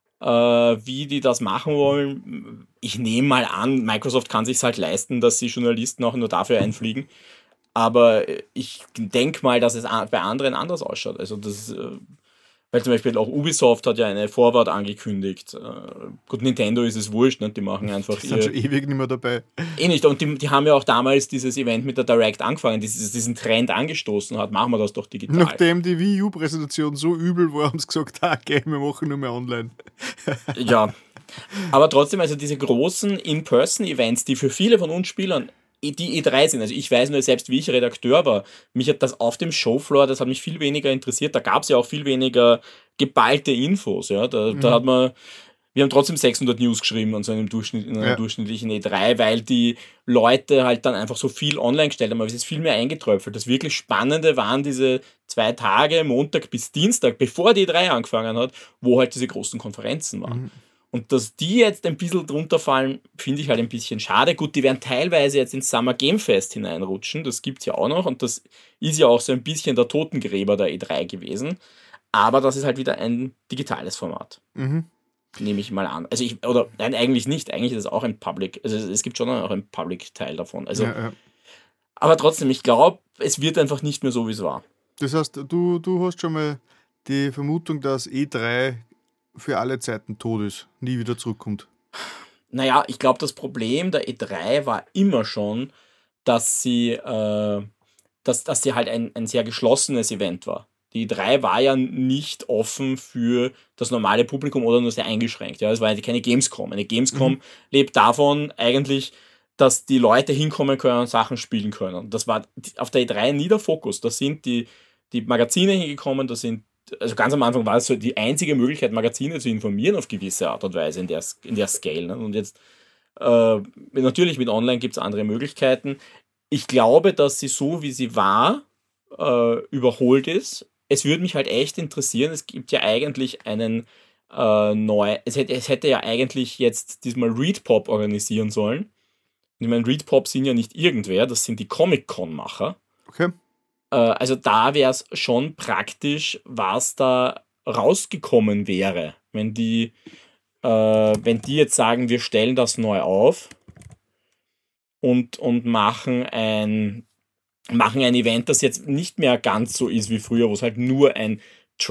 wie die das machen wollen. Ich nehme mal an, Microsoft kann sich halt leisten, dass sie Journalisten auch nur dafür einfliegen. Aber ich denke mal, dass es bei anderen anders ausschaut. Also das, weil zum Beispiel auch Ubisoft hat ja eine Vorwart angekündigt. Gut, Nintendo ist es wurscht, ne? Die machen einfach die sind schon ewig nicht mehr dabei. Nicht. Und die haben ja auch damals dieses Event mit der Direct angefangen, diesen Trend angestoßen hat. Machen wir das doch digital. Nachdem die Wii U-Präsentation so übel war, haben sie gesagt, okay, wir machen nur mehr online. Ja, aber trotzdem, also diese großen In-Person-Events, die für viele von uns Spielern die E3 sind. Also ich weiß nur selbst, wie ich Redakteur war, mich hat das auf dem Showfloor, das hat mich viel weniger interessiert. Da gab es ja auch viel weniger geballte Infos. Ja? Da hat wir haben trotzdem 600 News geschrieben an so einem durchschnittlichen E3, weil die Leute halt dann einfach so viel online gestellt haben. Aber es ist viel mehr eingetröpfelt. Das wirklich Spannende waren diese 2 Tage, Montag bis Dienstag, bevor die E3 angefangen hat, wo halt diese großen Konferenzen waren. Und dass die jetzt ein bisschen drunter fallen, finde ich halt ein bisschen schade. Gut, die werden teilweise jetzt ins Summer Game Fest hineinrutschen, das gibt es ja auch noch und das ist ja auch so ein bisschen der Totengräber der E3 gewesen. Aber das ist halt wieder ein digitales Format. Nehme ich mal an. Also nein, eigentlich nicht. Eigentlich ist es auch ein Public, also es gibt schon auch einen Public-Teil davon. Also, aber trotzdem, ich glaube, es wird einfach nicht mehr so, wie es war. Das heißt, du hast schon mal die Vermutung, dass E3 für alle Zeiten tot ist, nie wieder zurückkommt. Naja, ich glaube, das Problem der E3 war immer schon, dass sie halt ein sehr geschlossenes Event war. Die E3 war ja nicht offen für das normale Publikum oder nur sehr eingeschränkt. Ja, es war keine Gamescom. Eine Gamescom lebt davon eigentlich, dass die Leute hinkommen können und Sachen spielen können. Das war auf der E3 nie der Fokus. Da sind die Magazine hingekommen, also ganz am Anfang war es so die einzige Möglichkeit, Magazine zu informieren auf gewisse Art und Weise in der Scale. Ne? Und jetzt, natürlich mit Online gibt es andere Möglichkeiten. Ich glaube, dass sie so, wie sie war, überholt ist. Es würde mich halt echt interessieren, es gibt ja eigentlich es hätte ja eigentlich jetzt diesmal ReadPop organisieren sollen. Und ich meine, ReadPop sind ja nicht irgendwer, das sind die Comic-Con-Macher. Okay. Also da wäre es schon praktisch, was da rausgekommen wäre, wenn die jetzt sagen, wir stellen das neu auf und machen ein Event, das jetzt nicht mehr ganz so ist wie früher, wo es halt nur ein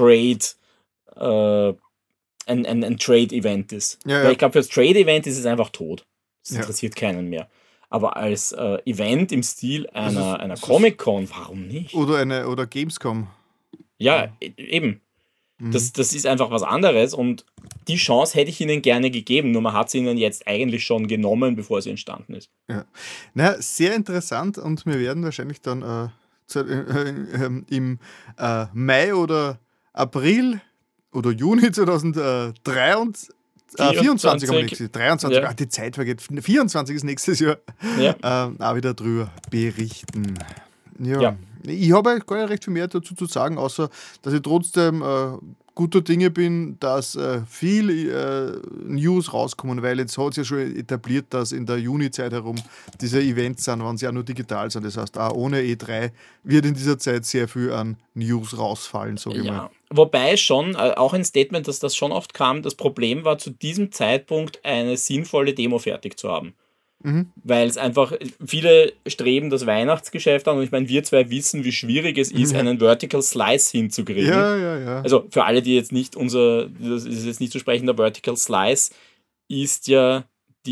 ein Trade-Event ist. Ja. Weil ich glaube, für das Trade-Event ist es einfach tot. Das interessiert keinen mehr. Aber als Event im Stil einer Comic-Con, warum nicht? Oder Gamescom. Ja, eben. Das ist einfach was anderes und die Chance hätte ich ihnen gerne gegeben, nur man hat sie ihnen jetzt eigentlich schon genommen, bevor sie entstanden ist. Ja. Na, sehr interessant und wir werden wahrscheinlich dann im Mai oder April oder Juni 2023 24 haben wir nächstes Jahr. 23, die Zeit vergeht. 24 ist nächstes Jahr. Ja. Auch wieder drüber berichten. Ja. Ich habe gar nicht recht viel mehr dazu zu sagen, außer dass ich trotzdem guter Dinge bin, dass viel News rauskommen, weil jetzt hat es ja schon etabliert, dass in der Juni-Zeit herum diese Events sind, wenn sie ja nur digital sind. Das heißt, auch ohne E3 wird in dieser Zeit sehr viel an News rausfallen, sage ich mal. Wobei schon, auch ein Statement, dass das schon oft kam, das Problem war, zu diesem Zeitpunkt eine sinnvolle Demo fertig zu haben. Weil es einfach, viele streben das Weihnachtsgeschäft an und ich meine, wir zwei wissen, wie schwierig es ist, einen Vertical Slice hinzukriegen. Ja. Also für alle, die jetzt nicht das ist jetzt nicht zu sprechen, der Vertical Slice ist ja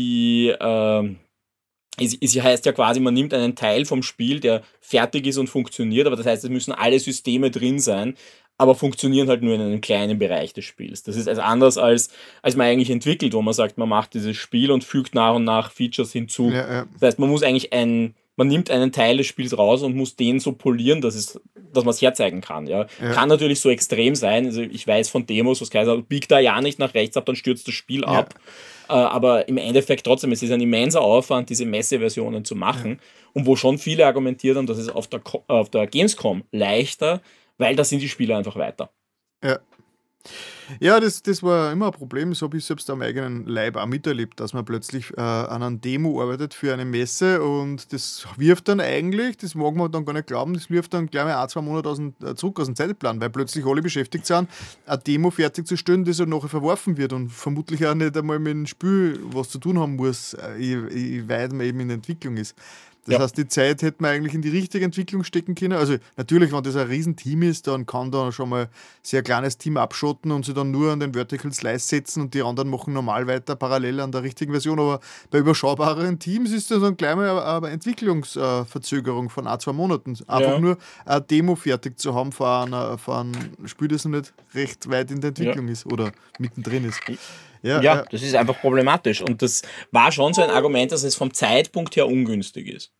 heißt ja quasi, man nimmt einen Teil vom Spiel, der fertig ist und funktioniert, aber das heißt, es müssen alle Systeme drin sein, aber funktionieren halt nur in einem kleinen Bereich des Spiels. Das ist also anders als man eigentlich entwickelt, wo man sagt, man macht dieses Spiel und fügt nach und nach Features hinzu. Ja. Das heißt, man muss eigentlich man nimmt einen Teil des Spiels raus und muss den so polieren, dass man es herzeigen kann. Ja. Kann natürlich so extrem sein. Also ich weiß von Demos, was heißt, biegt da ja nicht nach rechts ab, dann stürzt das Spiel ab. Aber im Endeffekt trotzdem, es ist ein immenser Aufwand, diese Messeversionen zu machen. Und wo schon viele argumentiert haben, das ist auf der Gamescom leichter, weil da sind die Spieler einfach weiter. Ja, das war immer ein Problem. Das habe ich selbst am eigenen Leib auch miterlebt, dass man plötzlich an einer Demo arbeitet für eine Messe und das wirft dann eigentlich, das mag man dann gar nicht glauben, das wirft dann gleich mal 1-2 Monate zurück aus dem Zeitplan, weil plötzlich alle beschäftigt sind, eine Demo fertigzustellen, das ja nachher verworfen wird und vermutlich auch nicht einmal mit dem Spiel was zu tun haben muss, wie weit man eben in der Entwicklung ist. Das heißt, die Zeit hätte man eigentlich in die richtige Entwicklung stecken können. Also natürlich, wenn das ein Riesenteam ist, dann kann da schon mal ein sehr kleines Team abschotten und sie dann nur an den Vertical Slice setzen und die anderen machen normal weiter, parallel an der richtigen Version. Aber bei überschaubaren Teams ist das dann gleich mal eine Entwicklungsverzögerung von 1-2 Monaten. Einfach nur eine Demo fertig zu haben von einem Spiel, das noch nicht recht weit in der Entwicklung ist oder mittendrin ist. Ja, das ist einfach problematisch. Und das war schon so ein Argument, dass es vom Zeitpunkt her ungünstig ist.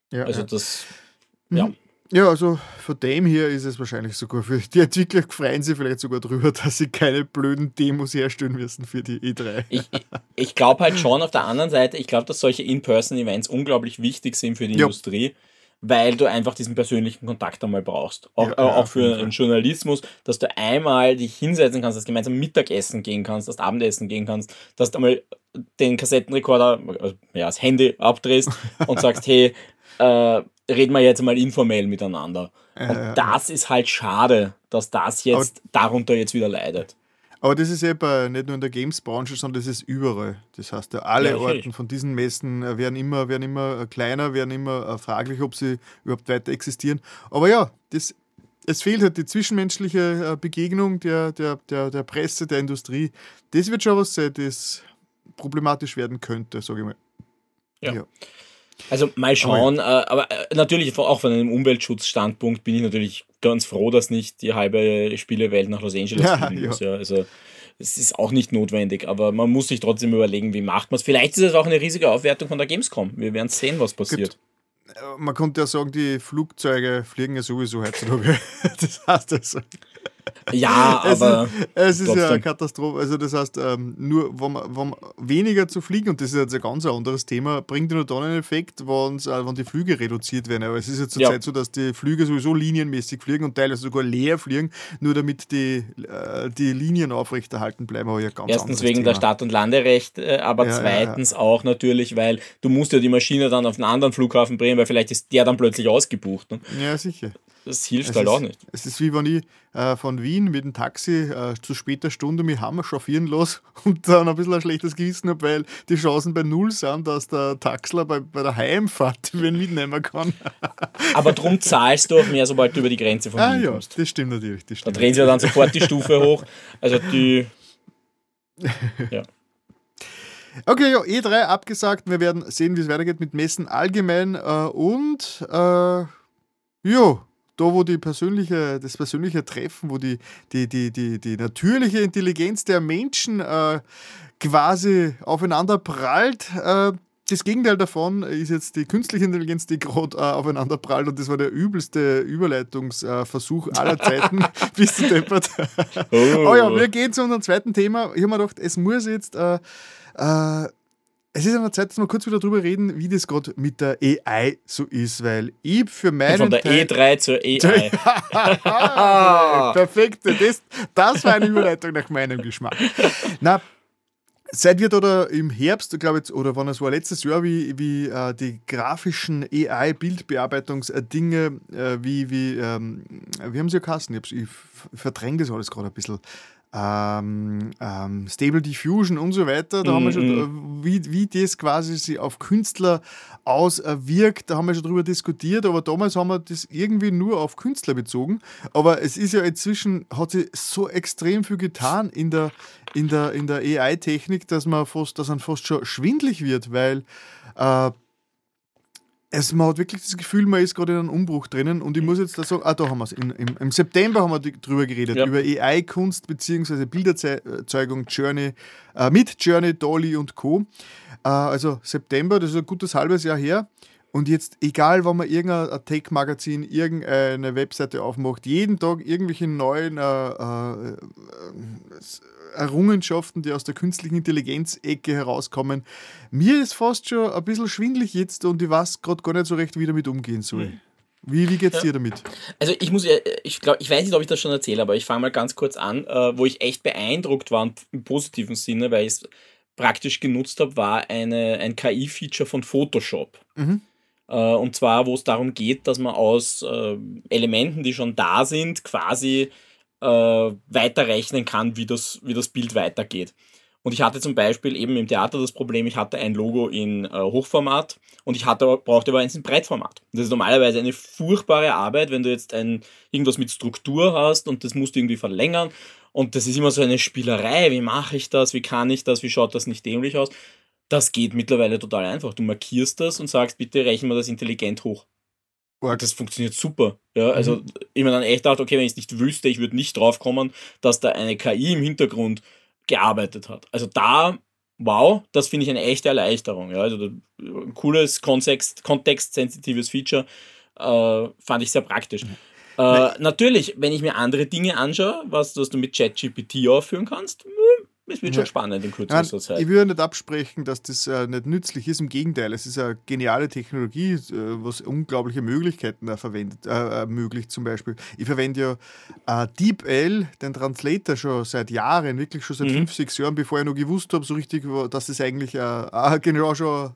Ja, also von dem her ist es wahrscheinlich sogar für die Entwickler, freuen sie vielleicht sogar drüber, dass sie keine blöden Demos herstellen müssen für die E3. Ich glaube halt schon auf der anderen Seite, ich glaube, dass solche In-Person-Events unglaublich wichtig sind für die Industrie, weil du einfach diesen persönlichen Kontakt einmal brauchst. Auch für den Journalismus, dass du einmal dich hinsetzen kannst, dass du gemeinsam Mittagessen gehen kannst, dass du Abendessen gehen kannst, dass du einmal den Kassettenrekorder, das Handy abdrehst und sagst, hey, reden wir jetzt mal informell miteinander. Und das ist halt schade, dass das jetzt darunter jetzt wieder leidet. Aber das ist nicht nur in der Games-Branche, sondern das ist überall. Das heißt, alle Orten von diesen Messen werden immer kleiner, werden immer fraglich, ob sie überhaupt weiter existieren. Aber ja, es fehlt halt die zwischenmenschliche Begegnung der Presse, der Industrie. Das wird schon was sein, das problematisch werden könnte, sage ich mal. Ja. Also mal schauen, aber natürlich auch von einem Umweltschutzstandpunkt bin ich natürlich ganz froh, dass nicht die halbe Spielewelt nach Los Angeles fliegen muss. Ja. Also es ist auch nicht notwendig, aber man muss sich trotzdem überlegen, wie macht man es. Vielleicht ist es auch eine riesige Aufwertung von der Gamescom. Wir werden sehen, was passiert. Man könnte ja sagen, die Flugzeuge fliegen ja sowieso heutzutage. Das heißt also. Ja, aber es ist ja eine Katastrophe. Also das heißt, nur wenn man weniger zu fliegen, und das ist jetzt ein ganz anderes Thema, bringt nur dann einen Effekt, wenn die Flüge reduziert werden. Aber es ist ja zurzeit so, dass die Flüge sowieso linienmäßig fliegen und teilweise sogar leer fliegen, nur damit die Linien aufrechterhalten bleiben. Aber erstens wegen der Start- und Landerecht, aber zweitens auch natürlich, weil du musst ja die Maschine dann auf einen anderen Flughafen bringen, weil vielleicht ist der dann plötzlich ausgebucht. Ne? Ja, sicher. Das hilft halt auch nicht. Es ist wie wenn ich von Wien mit dem Taxi zu später Stunde mich Hammer chauffieren lasse und dann ein bisschen ein schlechtes Gewissen habe, weil die Chancen bei null sind, dass der Taxler bei der Heimfahrt wen mitnehmen kann. Aber drum zahlst du auch mehr, sobald du über die Grenze von Wien kommst. Das stimmt natürlich. Da drehen sie ja dann sofort die Stufe hoch. Also die... Ja. Okay, E3 abgesagt. Wir werden sehen, wie es weitergeht mit Messen allgemein und da, wo das persönliche Treffen, wo die natürliche Intelligenz der Menschen quasi aufeinander prallt, das Gegenteil davon ist jetzt die künstliche Intelligenz, die gerade aufeinander prallt, und das war der übelste Überleitungsversuch aller Zeiten. Bist du deppert? Oh ja, wir gehen zu unserem zweiten Thema. Ich habe mir gedacht, es muss jetzt es ist an der Zeit, dass wir kurz wieder drüber reden, wie das gerade mit der AI so ist, weil ich für meinen Von der Teil E3 zur AI. Perfekt, das war eine Überleitung nach meinem Geschmack. Na, seit wir da im Herbst, glaube ich, oder wann es war, letztes Jahr, wie die grafischen AI-Bildbearbeitungsdinge, wie haben sie ja geheißen? Ich verdränge das alles gerade ein bisschen. Stable Diffusion und so weiter. Da haben wir schon, wie das quasi sich auf Künstler auswirkt, da haben wir schon drüber diskutiert, aber damals haben wir das irgendwie nur auf Künstler bezogen. Aber es ist ja inzwischen, hat sich so extrem viel getan in der AI-Technik, dass einem fast schon schwindelig wird, weil man hat wirklich das Gefühl, man ist gerade in einem Umbruch drinnen und ich muss jetzt da sagen, da haben wir es. Im September haben wir drüber geredet, über AI-Kunst bzw. Bilderzeugung mit Journey, DALL-E und Co. Also September, das ist ein gutes halbes Jahr her. Und jetzt, egal, wenn man irgendein Tech-Magazin, irgendeine Webseite aufmacht, jeden Tag irgendwelche neuen Errungenschaften, die aus der künstlichen Intelligenz-Ecke herauskommen. Mir ist fast schon ein bisschen schwindelig jetzt und ich weiß gerade gar nicht so recht, wie ich damit umgehen soll. Wie geht's dir damit? Also ich weiß nicht, ob ich das schon erzähle, aber ich fange mal ganz kurz an, wo ich echt beeindruckt war im positiven Sinne, weil ich es praktisch genutzt habe, war ein KI-Feature von Photoshop. Und zwar, wo es darum geht, dass man aus Elementen, die schon da sind, quasi weiterrechnen kann, wie das Bild weitergeht. Und ich hatte zum Beispiel eben im Theater das Problem, ich hatte ein Logo in Hochformat und brauchte aber eins in Breitformat. Das ist normalerweise eine furchtbare Arbeit, wenn du jetzt irgendwas mit Struktur hast und das musst du irgendwie verlängern. Und das ist immer so eine Spielerei. Wie mache ich das? Wie kann ich das? Wie schaut das nicht dämlich aus? Das geht mittlerweile total einfach. Du markierst das und sagst, bitte rechnen wir das intelligent hoch. Und das funktioniert super. Ja, also ich mir dann echt dachte, okay, wenn ich es nicht wüsste, ich würde nicht drauf kommen, dass da eine KI im Hintergrund gearbeitet hat. Also das finde ich eine echte Erleichterung. Ja, also ein cooles, kontextsensitives Feature fand ich sehr praktisch. Natürlich, wenn ich mir andere Dinge anschaue, was du mit ChatGPT aufführen kannst, es wird schon spannend in kürzester Zeit. Ich würde nicht absprechen, dass das nicht nützlich ist. Im Gegenteil, es ist eine geniale Technologie, was unglaubliche Möglichkeiten ermöglicht. Zum Beispiel, ich verwende ja DeepL, den Translator, schon seit Jahren, wirklich schon seit 5-6 Jahren, bevor ich noch gewusst habe, so richtig, dass das eigentlich genau schon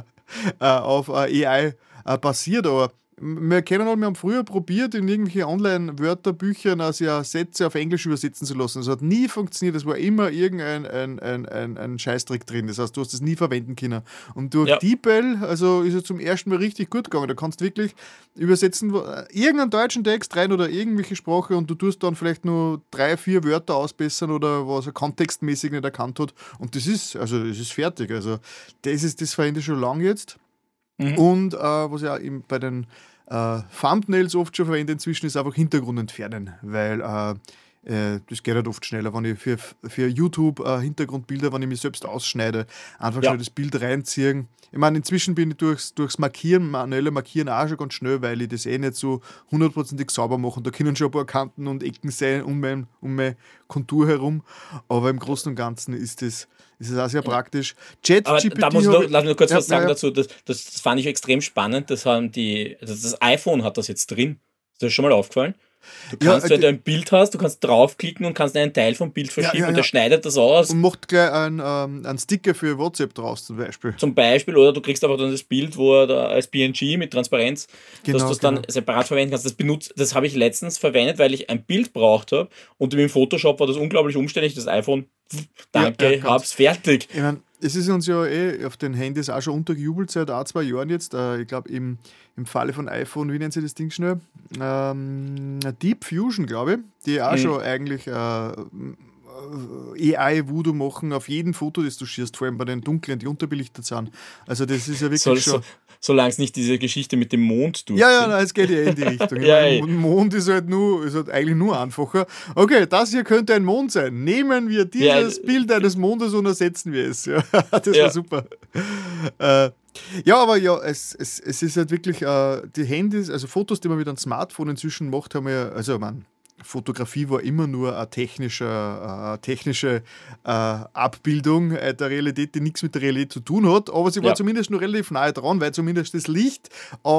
auf AI basiert. Aber wir haben früher probiert, in irgendwelche Online-Wörterbüchern also Sätze auf Englisch übersetzen zu lassen. Das hat nie funktioniert, es war immer irgendein ein Scheißtrick drin. Das heißt, du hast es nie verwenden können. Und durch DeepL ist es zum ersten Mal richtig gut gegangen. Da kannst du wirklich übersetzen, irgendeinen deutschen Text rein oder irgendwelche Sprache und du tust dann vielleicht nur 3-4 Wörter ausbessern oder was er kontextmäßig nicht erkannt hat. Und das ist fertig. Also das verwende ich schon lange jetzt. Und was ich auch bei den Thumbnails oft schon verwende inzwischen, ist einfach Hintergrund entfernen, weil das geht halt oft schneller, wenn ich für YouTube Hintergrundbilder, wenn ich mich selbst ausschneide, einfach schnell das Bild reinziehen. Ich meine, inzwischen bin ich durchs manuelle Markieren auch schon ganz schnell, weil ich das nicht so 100% sauber mache. Und da können schon ein paar Kanten und Ecken sein um meine Kontur herum, aber im Großen und Ganzen ist es auch sehr praktisch. ChatGPT. Lass mich nur kurz was sagen dazu. Das fand ich extrem spannend. Das iPhone hat das jetzt drin. Ist das schon mal aufgefallen? Du kannst, wenn du ein Bild hast, du kannst draufklicken und kannst einen Teil vom Bild verschieben und der schneidet das aus. Und macht gleich einen Sticker für WhatsApp draus zum Beispiel. Oder du kriegst einfach dann das Bild, wo er da als PNG mit Transparenz, dass du es dann separat verwenden kannst. Das habe ich letztens verwendet, weil ich ein Bild braucht habe und im Photoshop war das unglaublich umständlich. Das iPhone, danke, hab's fertig. Ich meine, es ist uns ja auf den Handys auch schon untergejubelt seit 2 Jahren jetzt. Ich glaube, im Falle von iPhone, wie nennen sie das Ding schnell? Deep Fusion, glaube ich, die auch schon eigentlich AI-Voodoo machen auf jedem Foto, das du schießt, vor allem bei den dunklen, die unterbelichtet sind. Also das ist ja wirklich schon... Solange es nicht diese Geschichte mit dem Mond tut. Ja, es geht ja in die Richtung. Mond ist halt eigentlich nur einfacher. Okay, das hier könnte ein Mond sein. Nehmen wir dieses Bild eines Mondes und ersetzen wir es. Ja, das war super. Es ist halt wirklich die Handys, also Fotos, die man mit einem Smartphone inzwischen macht, haben wir Fotografie war immer nur eine technische Abbildung der Realität, die nichts mit der Realität zu tun hat, aber sie war zumindest nur relativ nahe dran, weil zumindest das Licht,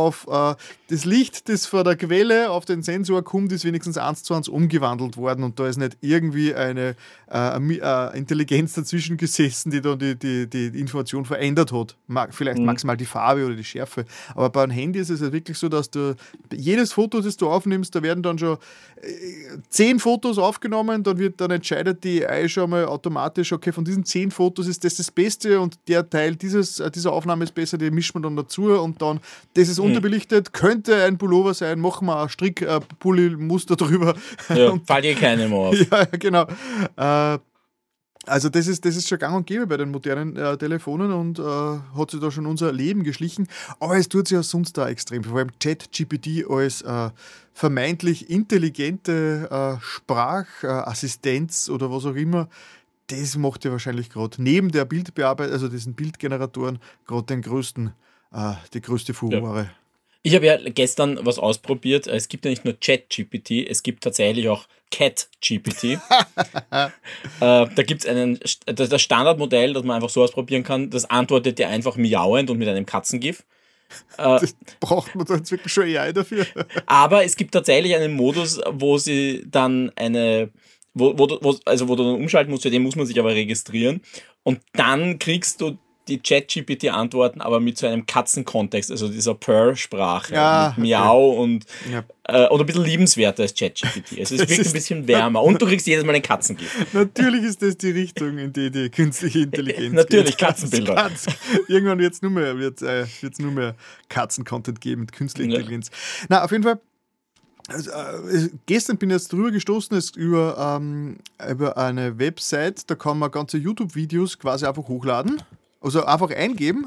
das von der Quelle auf den Sensor kommt, ist wenigstens 1:1 umgewandelt worden und da ist nicht irgendwie eine Intelligenz dazwischen gesessen, die dann die Information verändert hat. Vielleicht maximal die Farbe oder die Schärfe. Aber bei einem Handy ist es halt wirklich so, dass du jedes Foto, das du aufnimmst, da werden dann schon 10 Fotos aufgenommen, dann entscheidet die AI schon mal automatisch, okay, von diesen 10 Fotos ist das Beste und der Teil dieser Aufnahme ist besser, die mischt man dann dazu und dann, das ist unterbelichtet, könnte ein Pullover sein, machen wir ein Strick-Pulli-Muster drüber. Ja, fällt dir keine mehr auf. Ja, genau. Also das ist schon gang und gäbe bei den modernen Telefonen und hat sich da schon unser Leben geschlichen. Aber es tut sich ja sonst da extrem. Vor allem ChatGPT als vermeintlich intelligente Sprachassistenz oder was auch immer, das macht ja wahrscheinlich gerade neben der Bildbearbeitung, also diesen Bildgeneratoren, gerade die größte Furore. Ja. Ich habe ja gestern was ausprobiert. Es gibt ja nicht nur ChatGPT, es gibt tatsächlich auch CatGPT. Da gibt es das Standardmodell, das man einfach so ausprobieren kann, das antwortet dir einfach miauend und mit einem Katzengif. Das braucht man da jetzt wirklich schon AI dafür. Aber es gibt tatsächlich einen Modus, wo sie dann wo du dann umschalten musst, für den muss man sich aber registrieren. Und dann kriegst du die ChatGPT-Antworten, aber mit so einem Katzenkontext, also dieser Purr-Sprache, mit Miau und oder ein bisschen liebenswerter als ChatGPT. Also es wirkt ein bisschen wärmer und du kriegst jedes Mal einen Katzengif. Natürlich ist das die Richtung, in die künstliche Intelligenz natürlich, geht. Katzenbilder. Irgendwann wird es nur mehr Katzen-Content geben mit künstlicher Intelligenz. Na, auf jeden Fall, gestern bin ich jetzt drüber gestoßen, über eine Website, da kann man ganze YouTube-Videos quasi einfach hochladen. Also einfach eingeben,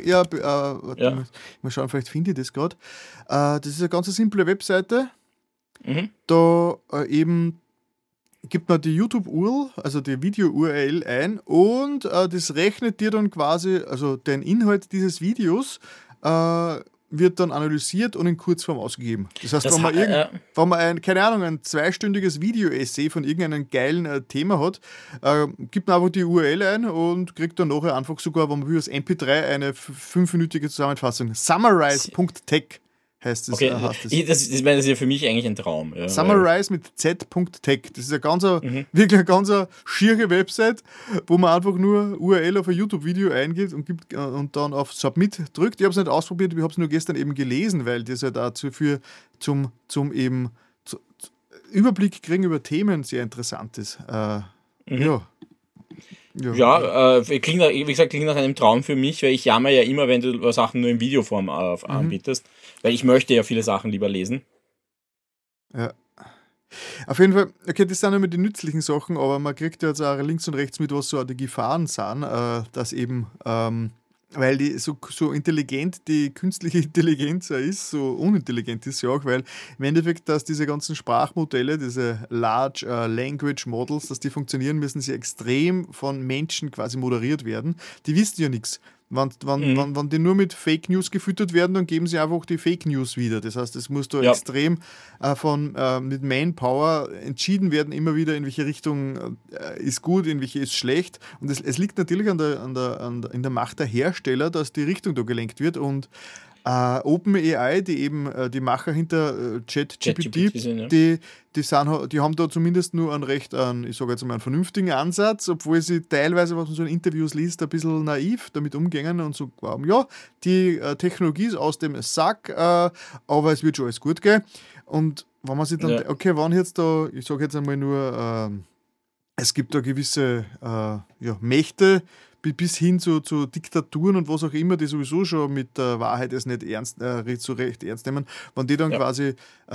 mal schauen, vielleicht finde ich das gerade. Das ist eine ganz simple Webseite. Da eben gibt man die YouTube-URL, also die Video-URL ein und das rechnet dir dann quasi, also den Inhalt dieses Videos wird dann analysiert und in Kurzform ausgegeben. Das heißt, wenn man ein 2-stündiges Video-Essay von irgendeinem geilen Thema hat, gibt man einfach die URL ein und kriegt dann nachher einfach sogar, wenn man will, als MP3 eine 5-minütige Zusammenfassung. Summarize.tech heißt es. Okay, das ist ja für mich eigentlich ein Traum. Ja, Summarize mit z.tech. Das ist wirklich eine ganz schiere Website, wo man einfach nur URL auf ein YouTube-Video eingibt und dann auf Submit drückt. Ich habe es nicht ausprobiert, ich habe es nur gestern eben gelesen, weil das ja dazu zum Überblick kriegen über Themen sehr interessant ist. Klingt nach einem Traum für mich, weil ich jammer ja immer, wenn du Sachen nur in Videoform anbietest, weil ich möchte ja viele Sachen lieber lesen. Ja. Auf jeden Fall, okay, das sind immer die nützlichen Sachen, aber man kriegt ja jetzt auch links und rechts mit, was so die Gefahren sind, dass eben, weil die so intelligent die künstliche Intelligenz ist, so unintelligent ist sie auch, weil im Endeffekt, dass diese ganzen Sprachmodelle, diese Large Language Models, dass die funktionieren, müssen sie extrem von Menschen quasi moderiert werden. Die wissen ja nichts. Wenn die nur mit Fake News gefüttert werden, dann geben sie einfach die Fake News wieder. Das heißt, es muss da extrem mit Manpower entschieden werden, immer wieder, in welche Richtung ist gut, in welche ist schlecht. Und es liegt natürlich in der Macht der Hersteller, dass die Richtung da gelenkt wird. Und OpenAI, die eben die Macher hinter ChatGPT, die haben da zumindest nur einen vernünftigen Ansatz, obwohl sie teilweise, was man so in Interviews liest, ein bisschen naiv damit umgehen und so glauben, ja, die Technologie ist aus dem Sack, aber es wird schon alles gut gehen. Und wenn man sich dann, wenn jetzt da, ich sage jetzt einmal nur, es gibt da gewisse Mächte, bis hin zu Diktaturen und was auch immer, die sowieso schon mit der Wahrheit es nicht so recht ernst nehmen, wenn die dann quasi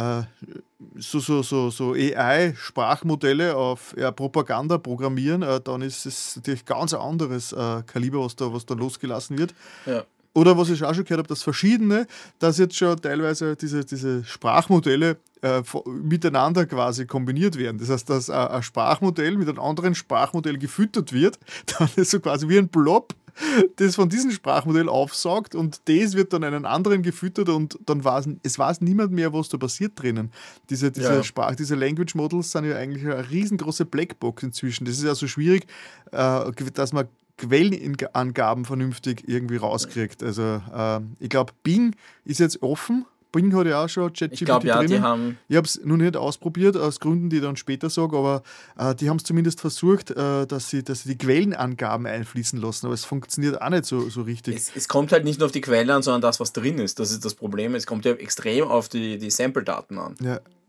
so AI-Sprachmodelle auf Propaganda programmieren, dann ist es natürlich ganz ein anderes Kaliber, was da losgelassen wird. Ja. Oder was ich auch schon gehört habe, dass jetzt schon teilweise diese Sprachmodelle miteinander quasi kombiniert werden. Das heißt, dass ein Sprachmodell mit einem anderen Sprachmodell gefüttert wird, dann ist so quasi wie ein Blob, das von diesem Sprachmodell aufsaugt und das wird dann einen anderen gefüttert und dann weiß niemand mehr, was da passiert drinnen. Diese Language Models sind ja eigentlich eine riesengroße Blackbox inzwischen. Das ist ja so schwierig, dass man Quellenangaben vernünftig irgendwie rauskriegt. Also ich glaube, Bing ist jetzt offen. Bing hat ja auch schon ChatGPT drinnen. Ich habe es noch nicht ausprobiert, aus Gründen, die ich dann später sage, aber die haben es zumindest versucht, dass sie die Quellenangaben einfließen lassen, aber es funktioniert auch nicht so richtig. Es kommt halt nicht nur auf die Quelle an, sondern das, was drin ist. Das ist das Problem. Es kommt ja extrem auf die Sample-Daten an. Ja.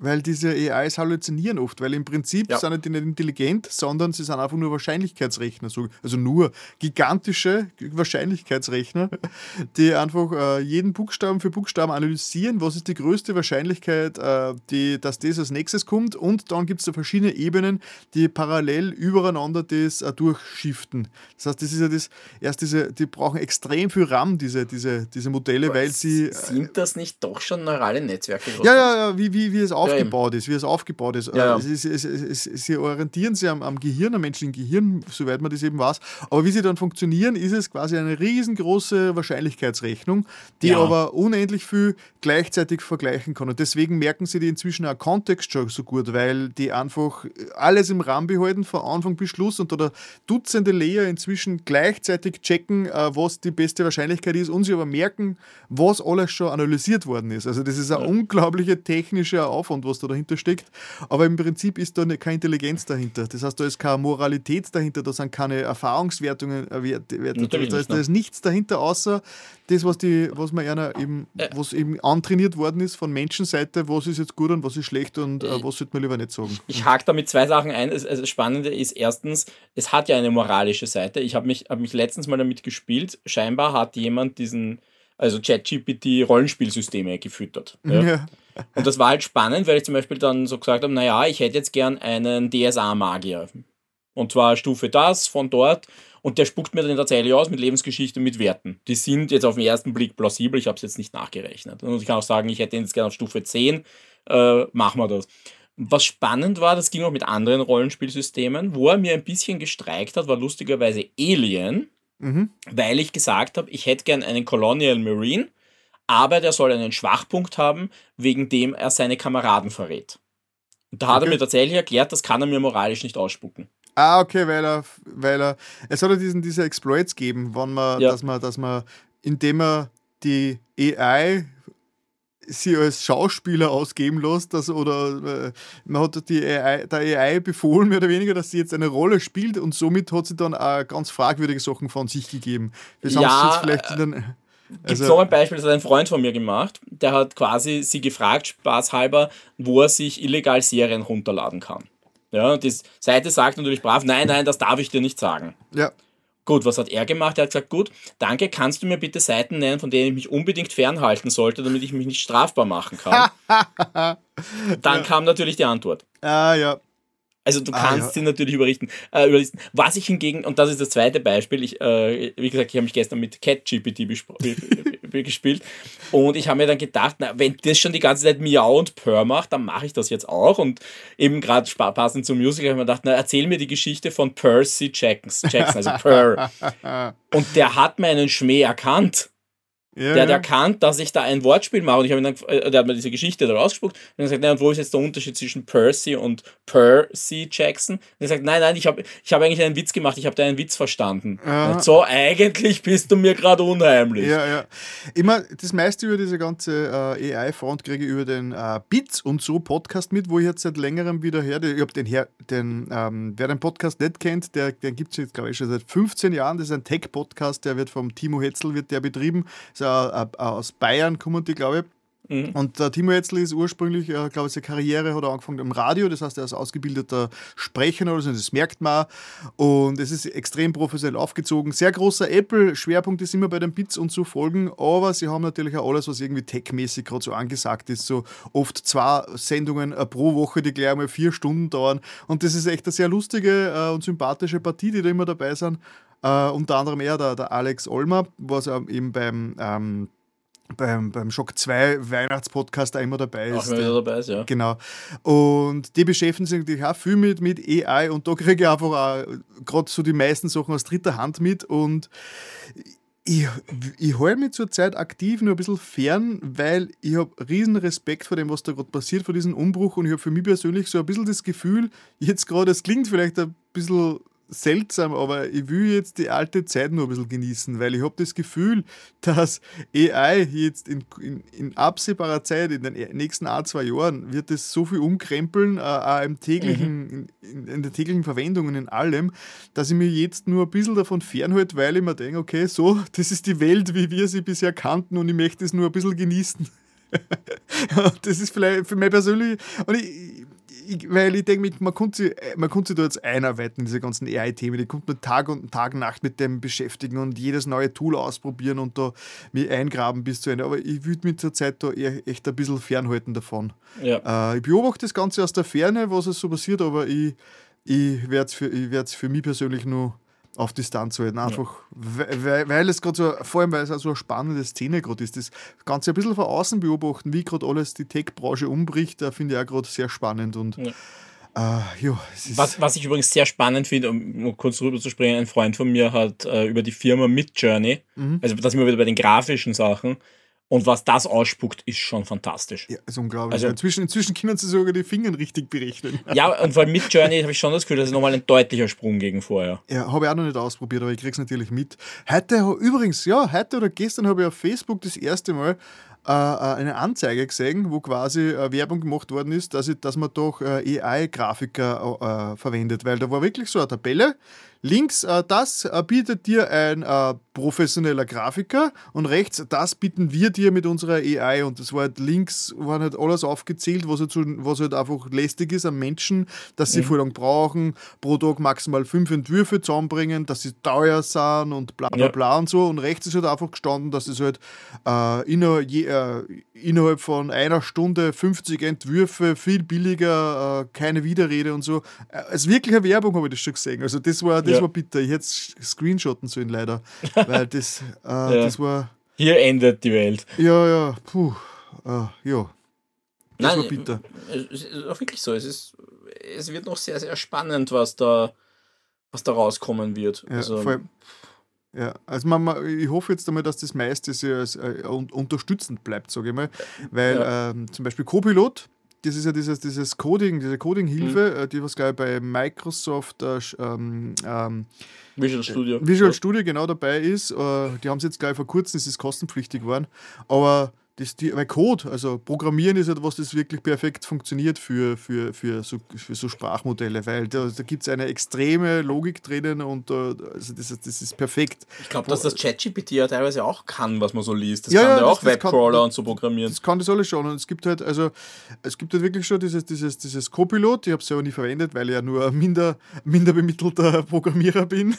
weil diese AIs halluzinieren oft, weil im Prinzip sind die nicht intelligent, sondern sie sind einfach nur Wahrscheinlichkeitsrechner, also nur gigantische Wahrscheinlichkeitsrechner, die einfach jeden Buchstaben für Buchstaben analysieren, was ist die größte Wahrscheinlichkeit, dass das als nächstes kommt, und dann gibt es da verschiedene Ebenen, die parallel übereinander das durchschiften. Das heißt, das ist ja die brauchen extrem viel RAM, diese Modelle, weil sie... Sind das nicht doch schon neurale Netzwerke? Ja, wie es aufgebaut ist. Ja. Sie orientieren sich am Gehirn, am menschlichen Gehirn, soweit man das eben weiß. Aber wie sie dann funktionieren, ist es quasi eine riesengroße Wahrscheinlichkeitsrechnung, die aber unendlich viel gleichzeitig vergleichen kann. Und deswegen merken sie die inzwischen auch Kontext schon so gut, weil die einfach alles im RAM behalten, von Anfang bis Schluss, und da Dutzende Layer inzwischen gleichzeitig checken, was die beste Wahrscheinlichkeit ist, und sie aber merken, was alles schon analysiert worden ist. Also das ist ein unglaublicher technischer Aufwand, was da dahinter steckt, aber im Prinzip ist da keine Intelligenz dahinter. Das heißt, da ist keine Moralität dahinter, da sind keine Erfahrungswertungen, da ist nichts dahinter, außer das, was eben antrainiert worden ist von Menschenseite, was ist jetzt gut und was ist schlecht und was sollte man lieber nicht sagen. Ich hake damit zwei Sachen ein. Das Spannende ist erstens, es hat ja eine moralische Seite. Ich habe mich letztens mal damit gespielt. Scheinbar hat jemand ChatGPT Rollenspielsysteme gefüttert. Ja. Und das war halt spannend, weil ich zum Beispiel dann so gesagt habe, naja, ich hätte jetzt gern einen DSA-Magier. Und zwar Stufe das, von dort. Und der spuckt mir dann tatsächlich aus mit Lebensgeschichte, mit Werten. Die sind jetzt auf den ersten Blick plausibel, ich habe es jetzt nicht nachgerechnet. Und ich kann auch sagen, ich hätte ihn jetzt gerne auf Stufe 10, machen wir das. Was spannend war, das ging auch mit anderen Rollenspielsystemen, wo er mir ein bisschen gestreikt hat, war lustigerweise Alien, weil ich gesagt habe, ich hätte gern einen Colonial Marine, aber der soll einen Schwachpunkt haben, wegen dem er seine Kameraden verrät. Und da hat er mir tatsächlich erklärt, das kann er mir moralisch nicht ausspucken. Okay, weil er es soll ja diese Exploits geben, dass man, indem er die AI sie als Schauspieler ausgeben lässt, man hat der AI befohlen, mehr oder weniger, dass sie jetzt eine Rolle spielt, und somit hat sie dann auch ganz fragwürdige Sachen von sich gegeben. Das haben sie vielleicht gibt es noch ein Beispiel, das hat ein Freund von mir gemacht, der hat quasi sie gefragt, spaßhalber, wo er sich illegal Serien runterladen kann. Ja, die Seite sagt natürlich brav, nein, das darf ich dir nicht sagen. Ja. Gut, was hat er gemacht? Er hat gesagt, gut, danke, kannst du mir bitte Seiten nennen, von denen ich mich unbedingt fernhalten sollte, damit ich mich nicht strafbar machen kann? Dann kam natürlich die Antwort. Ja. Also du kannst sie natürlich überlisten. Was ich hingegen, und das ist das zweite Beispiel, wie gesagt, ich habe mich gestern mit ChatGPT gespielt, und ich habe mir dann gedacht, wenn das schon die ganze Zeit Miau und Purr macht, dann mache ich das jetzt auch. Und eben gerade passend zum Musical habe ich mir gedacht, erzähl mir die Geschichte von Percy Jackson, also Purr. Und der hat meinen Schmäh erkannt. Ja, der hat erkannt, dass ich da ein Wortspiel mache, und ich habe ihn dann, der hat mir diese Geschichte da rausgespuckt und dann gesagt, und wo ist jetzt der Unterschied zwischen Percy und Percy Jackson? Und er sagt, nein, ich habe eigentlich einen Witz gemacht, ich habe da einen Witz verstanden. Und so, eigentlich bist du mir gerade unheimlich. Ja. Immer das meiste über diese ganze AI-Front kriege ich über den Bits und so Podcast mit, wo ich jetzt seit längerem wieder her, ich habe wer den Podcast nicht kennt, den gibt es jetzt, glaube ich, schon seit 15 Jahren, das ist ein Tech-Podcast, der wird vom Timo Hetzel betrieben, aus Bayern kommen die, glaube ich. Und der Timo Hetzel ist ursprünglich, glaube ich, seine Karriere hat er angefangen im Radio, das heißt, er ist ausgebildeter Sprecher oder so, das merkt man. Und es ist extrem professionell aufgezogen. Sehr großer Apple-Schwerpunkt ist immer bei den Bits und so Folgen, aber sie haben natürlich auch alles, was irgendwie tech-mäßig gerade so angesagt ist, so oft 2 Sendungen pro Woche, die gleich einmal 4 Stunden dauern. Und das ist echt eine sehr lustige und sympathische Partie, die da immer dabei sind. Unter anderem der Alex Ollmer, was eben beim Schock 2 Weihnachtspodcast auch immer dabei ist. Auch immer wieder dabei ist, ja. Genau. Und die beschäftigen sich natürlich auch viel mit AI, und da kriege ich einfach auch gerade so die meisten Sachen aus dritter Hand mit, und ich halte mich zurzeit aktiv nur ein bisschen fern, weil ich habe riesen Respekt vor dem, was da gerade passiert, vor diesem Umbruch, und ich habe für mich persönlich so ein bisschen das Gefühl, jetzt gerade, es klingt vielleicht ein bisschen seltsam, aber ich will jetzt die alte Zeit nur ein bisschen genießen, weil ich habe das Gefühl, dass AI jetzt in absehbarer Zeit, in den nächsten 1-2 Jahren, wird es so viel umkrempeln, auch in der täglichen Verwendung und in allem, dass ich mir jetzt nur ein bisschen davon fernhalte, weil ich mir denke, okay, so, das ist die Welt, wie wir sie bisher kannten, und ich möchte es nur ein bisschen genießen. Das ist vielleicht für mich persönlich, und weil ich denke, man konnte sich da jetzt einarbeiten, diese ganzen AI-Themen, die konnte man Tag und Nacht mit dem beschäftigen und jedes neue Tool ausprobieren und da mich eingraben bis zu Ende. Aber ich würde mich zur Zeit da echt ein bisschen fernhalten davon. Ja. Ich beobachte das Ganze aus der Ferne, was es so passiert, aber ich werde es für mich persönlich nur auf Distanz halten. Einfach, weil es gerade so, vor allem weil es auch so eine spannende Szene gerade ist. Das Ganze ein bisschen von außen beobachten, wie gerade alles die Tech-Branche umbricht, finde ich auch gerade sehr spannend. Und was ich übrigens sehr spannend finde, um kurz rüber zu springen, ein Freund von mir hat über die Firma Midjourney, also da sind wir wieder bei den grafischen Sachen, und was das ausspuckt, ist schon fantastisch. Ja, ist unglaublich. Also, inzwischen können sie sogar die Finger richtig berechnen. Ja, und vor allem mit Journey habe ich schon das Gefühl, das ist nochmal ein deutlicher Sprung gegen vorher. Ja, habe ich auch noch nicht ausprobiert, aber ich kriege es natürlich mit. Heute oder gestern habe ich auf Facebook das erste Mal eine Anzeige gesehen, wo quasi Werbung gemacht worden ist, dass man doch AI-Grafiker verwendet, weil da war wirklich so eine Tabelle. Links, das bietet dir ein professioneller Grafiker, und rechts, das bieten wir dir mit unserer AI. Und das war halt links, waren halt alles aufgezählt, was halt einfach lästig ist am Menschen, dass sie voll lang brauchen, pro Tag maximal 5 Entwürfe zusammenbringen, dass sie teuer sind und bla bla bla und so. Und rechts ist halt einfach gestanden, dass es halt innerhalb von einer Stunde 50 Entwürfe, viel billiger, keine Widerrede und so. Als wirkliche Werbung habe ich das schon gesehen. Also das war bitter. Ich hätte es screenshotten sollen, leider. Weil das war... Hier endet die Welt. Ja. Das Nein, war bitter. Es ist auch wirklich so. Es wird noch sehr, sehr spannend, was da rauskommen wird. Ja, also ich hoffe jetzt einmal, dass das meiste unterstützend bleibt, sage ich mal. Weil zum Beispiel Copilot, das ist ja diese Coding-Hilfe, die was glaube ich bei Microsoft Visual Studio genau dabei ist. Die haben es jetzt gleich vor kurzem, es ist kostenpflichtig geworden. Aber weil Code, also Programmieren ist etwas, das wirklich perfekt funktioniert für so Sprachmodelle, weil da gibt es eine extreme Logik drinnen und also das ist perfekt. Ich glaube, dass das ChatGPT ja teilweise auch kann, was man so liest. Das kann ja auch Webcrawler und so programmieren. Das kann das alles schon, und es gibt halt wirklich schon dieses Copilot, ich habe es selber nie verwendet, weil ich ja nur ein minder bemittelter Programmierer bin.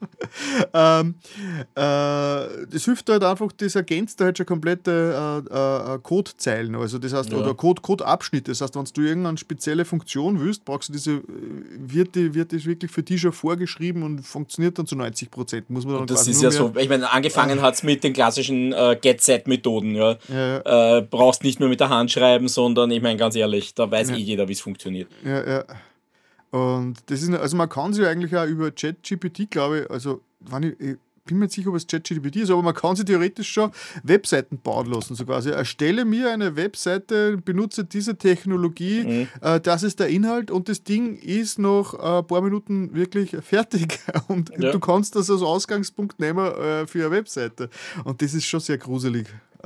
Das hilft halt einfach, das ergänzt halt schon komplette Codezeilen, also das heißt, oder Codeabschnitte. Das heißt, wenn du irgendeine spezielle Funktion willst, brauchst du wird das wirklich für dich schon vorgeschrieben und funktioniert dann zu 90%. Muss man dann das ist ja so, ich meine, angefangen hat es mit den klassischen Get-Set-Methoden. Brauchst nicht mehr mit der Hand schreiben, sondern, ich meine, ganz ehrlich, da weiß jeder, wie es funktioniert. Ja. Und das ist, also man kann sich eigentlich auch über ChatGPT, glaube ich, also ich bin mir nicht sicher, ob es ChatGPT ist, aber man kann sich theoretisch schon Webseiten bauen lassen. So quasi, erstelle mir eine Webseite, benutze diese Technologie, das ist der Inhalt, und das Ding ist nach ein paar Minuten wirklich fertig. Und du kannst das als Ausgangspunkt nehmen für eine Webseite. Und das ist schon sehr gruselig.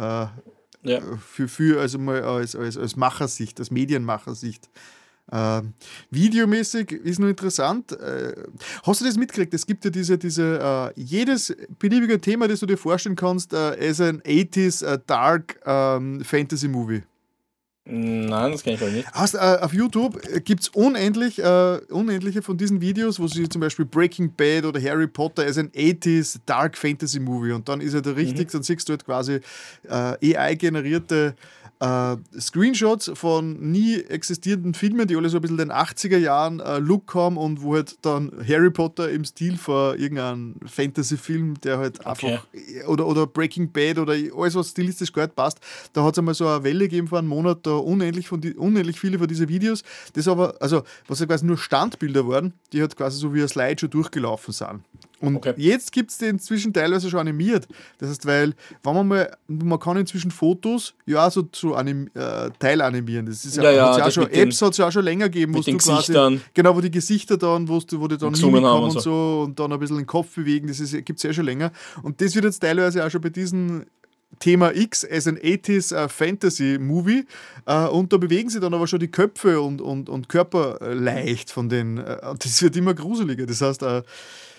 Für also mal als Machersicht, als Medienmachersicht. Videomäßig ist nur interessant. Hast du das mitgekriegt? Es gibt ja diese jedes beliebige Thema, das du dir vorstellen kannst, als ein 80s Dark Fantasy Movie. Nein, das kann ich auch nicht. Auf YouTube gibt es unendliche von diesen Videos, wo sie zum Beispiel Breaking Bad oder Harry Potter als ein 80s Dark Fantasy Movie, und dann ist er da richtig, dann siehst du halt quasi AI-generierte Screenshots von nie existierenden Filmen, die alle so ein bisschen den 80er Jahren Look haben, und wo halt dann Harry Potter im Stil von irgendeinem Fantasy-Film, der halt einfach, oder Breaking Bad oder alles, was stilistisch gut passt, da hat es einmal so eine Welle gegeben vor einem Monat, da unendlich viele von diesen Videos, das aber, also was ja quasi nur Standbilder waren, die halt quasi so wie ein Slideshow durchgelaufen sind. Und jetzt gibt es die inzwischen teilweise schon animiert. Das heißt, weil, man kann inzwischen Fotos so teilanimieren. Das ist Apps hat es ja auch schon länger gegeben, wo du quasi, genau, wo die Gesichter dann, wo die dann Mimik haben und so und dann ein bisschen den Kopf bewegen, das gibt es ja schon länger. Und das wird jetzt teilweise auch schon bei diesen Thema X als ein 80s Fantasy-Movie, und da bewegen sie dann aber schon die Köpfe und Körper leicht von den, das wird immer gruseliger. Das heißt,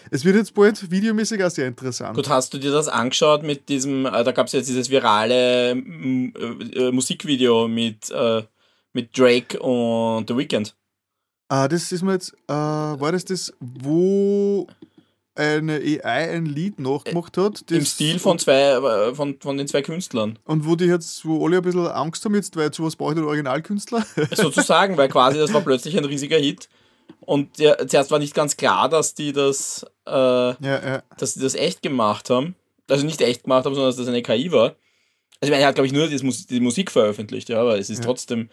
Es wird jetzt bald videomäßig auch sehr interessant. Gut, hast du dir das angeschaut mit diesem, da gab es jetzt dieses virale Musikvideo mit Drake und The Weeknd? Das ist mir jetzt, war das, wo eine AI ein Lied nachgemacht hat? Im Stil von den zwei Künstlern. Und wo alle ein bisschen Angst haben jetzt, weil sowas braucht der Originalkünstler? Sozusagen, weil quasi das war plötzlich ein riesiger Hit. Und zuerst war nicht ganz klar, dass die das dass die das echt gemacht haben. Also nicht echt gemacht haben, sondern dass das eine KI war. Also ich meine, er hat, glaube ich, nur die Musik veröffentlicht, ja, aber es ist trotzdem...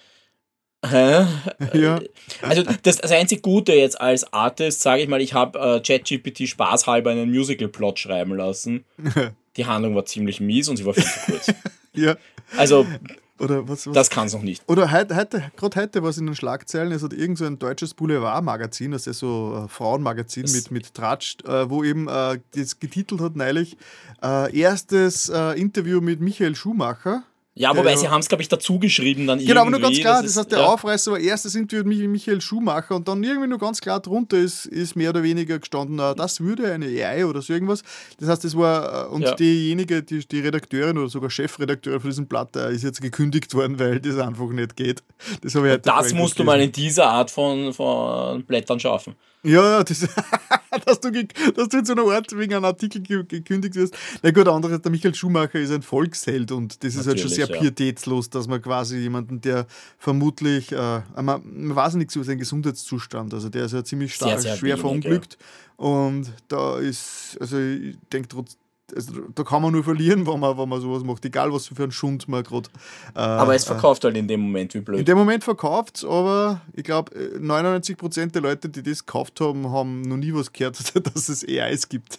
Ja. Also das einzig Gute jetzt als Artist, sage ich mal, ich habe ChatGPT spaßhalber einen Musical-Plot schreiben lassen. Die Handlung war ziemlich mies und sie war viel zu kurz. Ja. Also... Oder was? Das kann es noch nicht. Oder gerade heute war es in den Schlagzeilen, es hat irgend so ein deutsches Boulevardmagazin, das ist so ein Frauenmagazin mit Tratsch, wo eben das getitelt hat neulich, erstes Interview mit Michael Schumacher. Ja, wobei sie haben es, glaube ich, dazu geschrieben dann genau, aber nur ganz klar, das heißt, der Aufreißer war erstes Interview mit Michael Schumacher und dann irgendwie nur ganz klar drunter ist mehr oder weniger gestanden, das würde eine AI oder so irgendwas. Das heißt, das war, und diejenige, die Redakteurin oder sogar Chefredakteurin von diesem Blatt, ist jetzt gekündigt worden, weil das einfach nicht geht. Das habe ich heute das musst du mal in dieser Art von Blättern schaffen. Ja, dass du in so einer Art wegen einem Artikel gekündigt wirst. Na gut, anderes, der Michael Schumacher ist ein Volksheld und das ist halt schon sehr pietätslos, dass man quasi jemanden, der vermutlich, man weiß nichts über seinen Gesundheitszustand, also der ist ja ziemlich stark, sehr schwer verunglückt und da ist, also ich denke trotzdem, also da kann man nur verlieren, wenn man sowas macht, egal was für einen Schund man gerade. Aber es verkauft halt in dem Moment, wie blöd. In dem Moment verkauft es, aber ich glaube, 99% der Leute, die das gekauft haben, haben noch nie was gehört, dass es AIs gibt.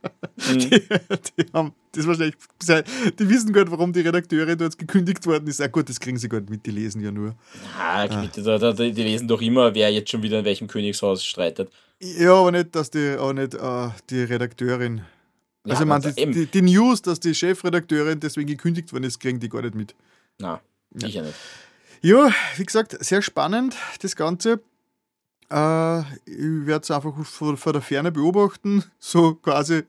Die haben das wahrscheinlich, die wissen gar nicht, warum die Redakteurin da jetzt gekündigt worden ist. Gut, das kriegen sie gar nicht mit, die lesen ja nur. Die lesen doch immer, wer jetzt schon wieder in welchem Königshaus streitet. Ja, aber nicht, dass die Redakteurin. Also die News, dass die Chefredakteurin deswegen gekündigt worden ist, kriegen die gar nicht mit. Nein, sicher nicht. Ja, wie gesagt, sehr spannend, das Ganze. Ich werde es einfach von der Ferne beobachten, so quasi,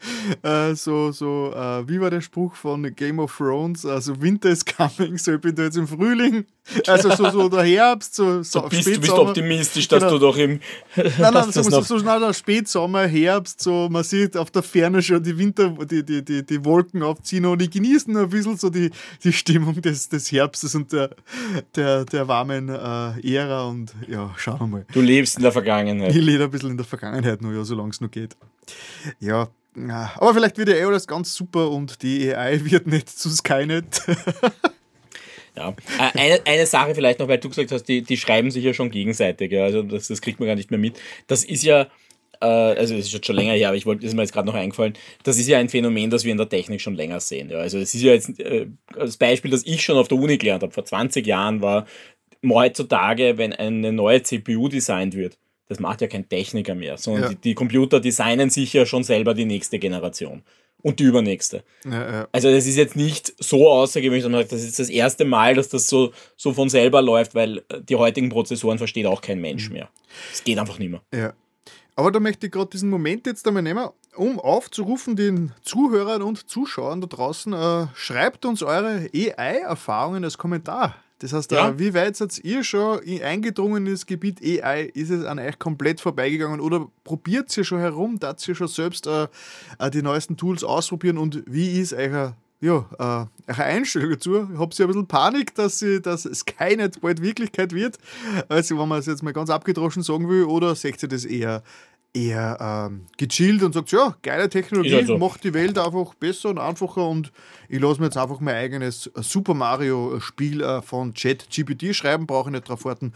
wie war der Spruch von Game of Thrones, also Winter is coming, so ich bin da jetzt im Frühling, also so der Herbst, so du bist optimistisch, dass du doch im... Nein, so schnell Spätsommer, Herbst, so man sieht auf der Ferne schon die die Wolken aufziehen und ich genieße noch ein bisschen so die Stimmung des Herbstes und der warmen Ära und ja, schauen wir mal. Du lebst in der Vergangenheit. Ich lebe ein bisschen in der Vergangenheit noch, ja, solange es noch geht. Ja, aber vielleicht wird ja alles ganz super und die AI wird nicht zu Skynet. Ja, eine Sache vielleicht noch, weil du gesagt hast, die schreiben sich ja schon gegenseitig, ja, also das kriegt man gar nicht mehr mit. Das ist ja, also das ist jetzt schon länger her, aber das ist mir jetzt gerade noch eingefallen, das ist ja ein Phänomen, das wir in der Technik schon länger sehen. Ja. Also es ist ja jetzt das Beispiel, das ich schon auf der Uni gelernt habe, vor 20 Jahren war, heutzutage, wenn eine neue CPU designt wird, das macht ja kein Techniker mehr, sondern die Computer designen sich ja schon selber die nächste Generation und die übernächste. Ja. Also das ist jetzt nicht so außergewöhnlich, sondern das ist das erste Mal, dass das so von selber läuft, weil die heutigen Prozessoren versteht auch kein Mensch mehr. Es geht einfach nicht mehr. Ja. Aber da möchte ich gerade diesen Moment jetzt einmal nehmen, um aufzurufen den Zuhörern und Zuschauern da draußen, schreibt uns eure AI-Erfahrungen als Kommentar. Das heißt, wie weit seid ihr schon eingedrungen in das Gebiet AI? Ist es an euch komplett vorbeigegangen oder probiert ihr schon herum, dass ihr schon selbst die neuesten Tools ausprobieren und wie ist eure Einstellung dazu? Habt ihr ein bisschen Panik, dass Skynet bald Wirklichkeit wird? Also wenn man es jetzt mal ganz abgedroschen sagen will, oder seht ihr das eher gechillt und sagt, ja, geile Technologie, also macht die Welt einfach besser und einfacher und ich lasse mir jetzt einfach mein eigenes Super Mario Spiel von ChatGPT schreiben, brauche ich nicht drauf warten.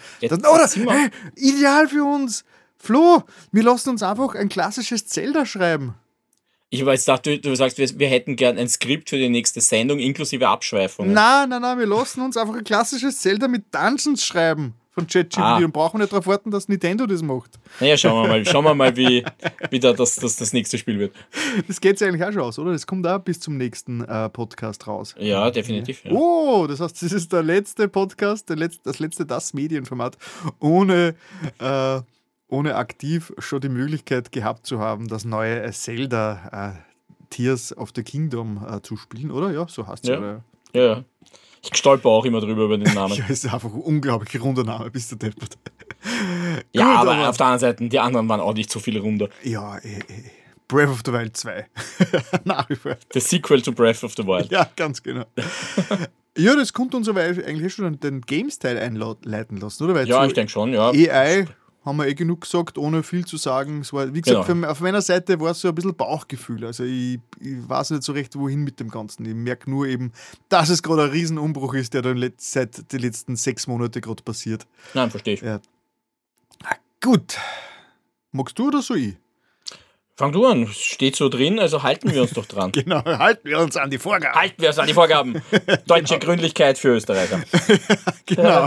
Ideal für uns! Flo, wir lassen uns einfach ein klassisches Zelda schreiben. Ich habe jetzt gedacht, du sagst, wir hätten gern ein Skript für die nächste Sendung inklusive Abschweifungen. Nein, wir lassen uns einfach ein klassisches Zelda mit Dungeons schreiben von ChatGPT und brauchen nicht darauf warten, dass Nintendo das macht. Naja, schauen wir mal, wie da das nächste Spiel wird. Das geht eigentlich auch schon aus, oder? Das kommt auch bis zum nächsten Podcast raus. Ja, definitiv. Ja. Oh, das heißt, das ist der letzte Podcast, das letzte Medienformat ohne ohne aktiv schon die Möglichkeit gehabt zu haben, das neue Zelda Tears of the Kingdom zu spielen, oder? Ja, so heißt es. Ja. Ja. Ich stolper auch immer drüber über den Namen. Ja, es ist einfach ein unglaublich runder Name, bist du deppert. Ja, gut, aber auf der anderen Seite, die anderen waren auch nicht so viel runder. Ja, Breath of the Wild 2. Nach wie vor. Das Sequel zu Breath of the Wild. Ja, ganz genau. Ja, das kommt uns aber eigentlich schon den Games-Teil einleiten lassen, oder? Weil ja, ich denke schon, ja. AI haben wir genug gesagt, ohne viel zu sagen. Es war, wie gesagt, auf meiner Seite war es so ein bisschen Bauchgefühl. Also ich weiß nicht so recht, wohin mit dem Ganzen. Ich merke nur eben, dass es gerade ein Riesenumbruch ist, der dann seit den letzten 6 Monaten gerade passiert. Nein, verstehe ich. Ja. Gut. Magst du oder so ich? Fang du an, steht so drin, also halten wir uns doch dran. Genau, halten wir uns an die Vorgaben. Halten wir uns an die Vorgaben. Deutsche Gründlichkeit für Österreicher. Genau.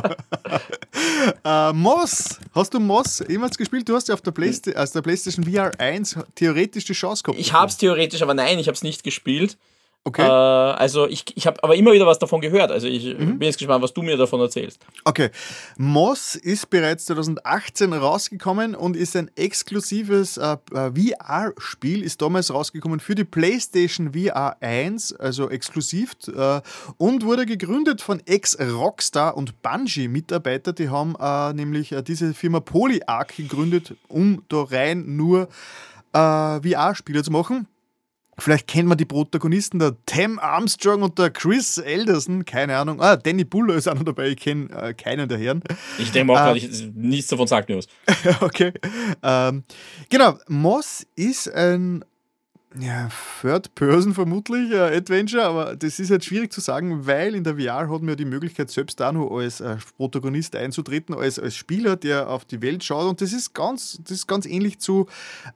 Moss, hast du Moss jemals gespielt? Du hast ja auf der PlayStation VR 1 theoretisch die Chance gehabt. Ich habe es theoretisch, aber nein, ich habe es nicht gespielt. Okay. Also ich habe aber immer wieder was davon gehört. Also ich bin jetzt gespannt, was du mir davon erzählst. Okay. Moss ist bereits 2018 rausgekommen und ist ein exklusives VR-Spiel, ist damals rausgekommen für die PlayStation VR 1, also exklusiv, und wurde gegründet von Ex-Rockstar und Bungie-Mitarbeiter. Die haben nämlich diese Firma PolyArc gegründet, um da rein nur VR-Spiele zu machen. Vielleicht kennt man die Protagonisten, der Tam Armstrong und der Chris Elderson, keine Ahnung. Danny Buller ist auch noch dabei, ich kenne keinen der Herren. Ich denke auch nichts davon sagt mir was. Okay. Genau, Moss ist ein Third Person vermutlich, Adventure, aber das ist halt schwierig zu sagen, weil in der VR hat man ja die Möglichkeit, selbst da noch als Protagonist einzutreten, als Spieler, der auf die Welt schaut, und das ist ganz ähnlich zu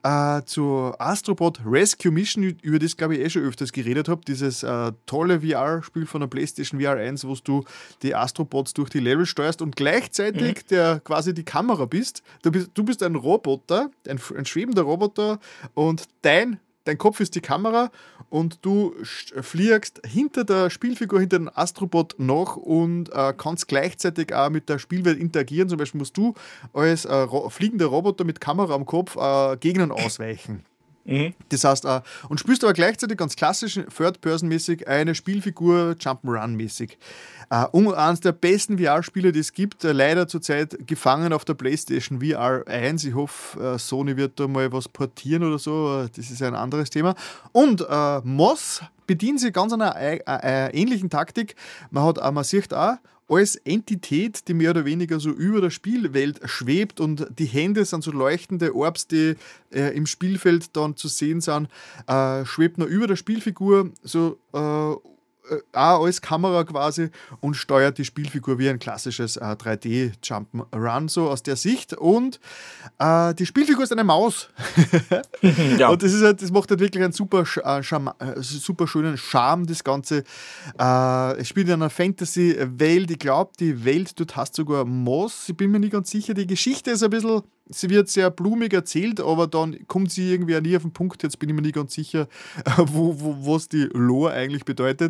Astrobot Rescue Mission, über das, glaube ich, schon öfters geredet habe, dieses tolle VR-Spiel von der PlayStation VR 1, wo du die Astrobots durch die Level steuerst und gleichzeitig der quasi die Kamera bist. Du bist ein Roboter, ein schwebender Roboter, und dein Kopf ist die Kamera und du fliegst hinter der Spielfigur, hinter dem Astrobot nach und kannst gleichzeitig auch mit der Spielwelt interagieren. Zum Beispiel musst du als fliegender Roboter mit Kamera am Kopf Gegnern ausweichen. Das heißt, und spielst aber gleichzeitig ganz klassisch Third-Person-mäßig eine Spielfigur Jump'n'Run-mäßig. Eines der besten VR-Spiele, die es gibt, leider zurzeit gefangen auf der PlayStation VR 1. Ich hoffe, Sony wird da mal was portieren oder so. Das ist ein anderes Thema. Und Moss bedient sich ganz einer ähnlichen Taktik. Man sieht auch, als Entität, die mehr oder weniger so über der Spielwelt schwebt, und die Hände sind so leuchtende Orbs, die im Spielfeld dann zu sehen sind, schwebt noch über der Spielfigur so auch als Kamera quasi und steuert die Spielfigur wie ein klassisches 3D-Jump'n'Run, so aus der Sicht. Und die Spielfigur ist eine Maus. Ja. Und das macht halt wirklich einen super schönen Charme, das Ganze. Es spielt in einer Fantasy-Welt. Ich glaube, die Welt dort heißt sogar Moss. Ich bin mir nicht ganz sicher. Die Geschichte ist ein bisschen, sie wird sehr blumig erzählt, aber dann kommt sie irgendwie nie auf den Punkt. Jetzt bin ich mir nicht ganz sicher, was die Lore eigentlich bedeutet.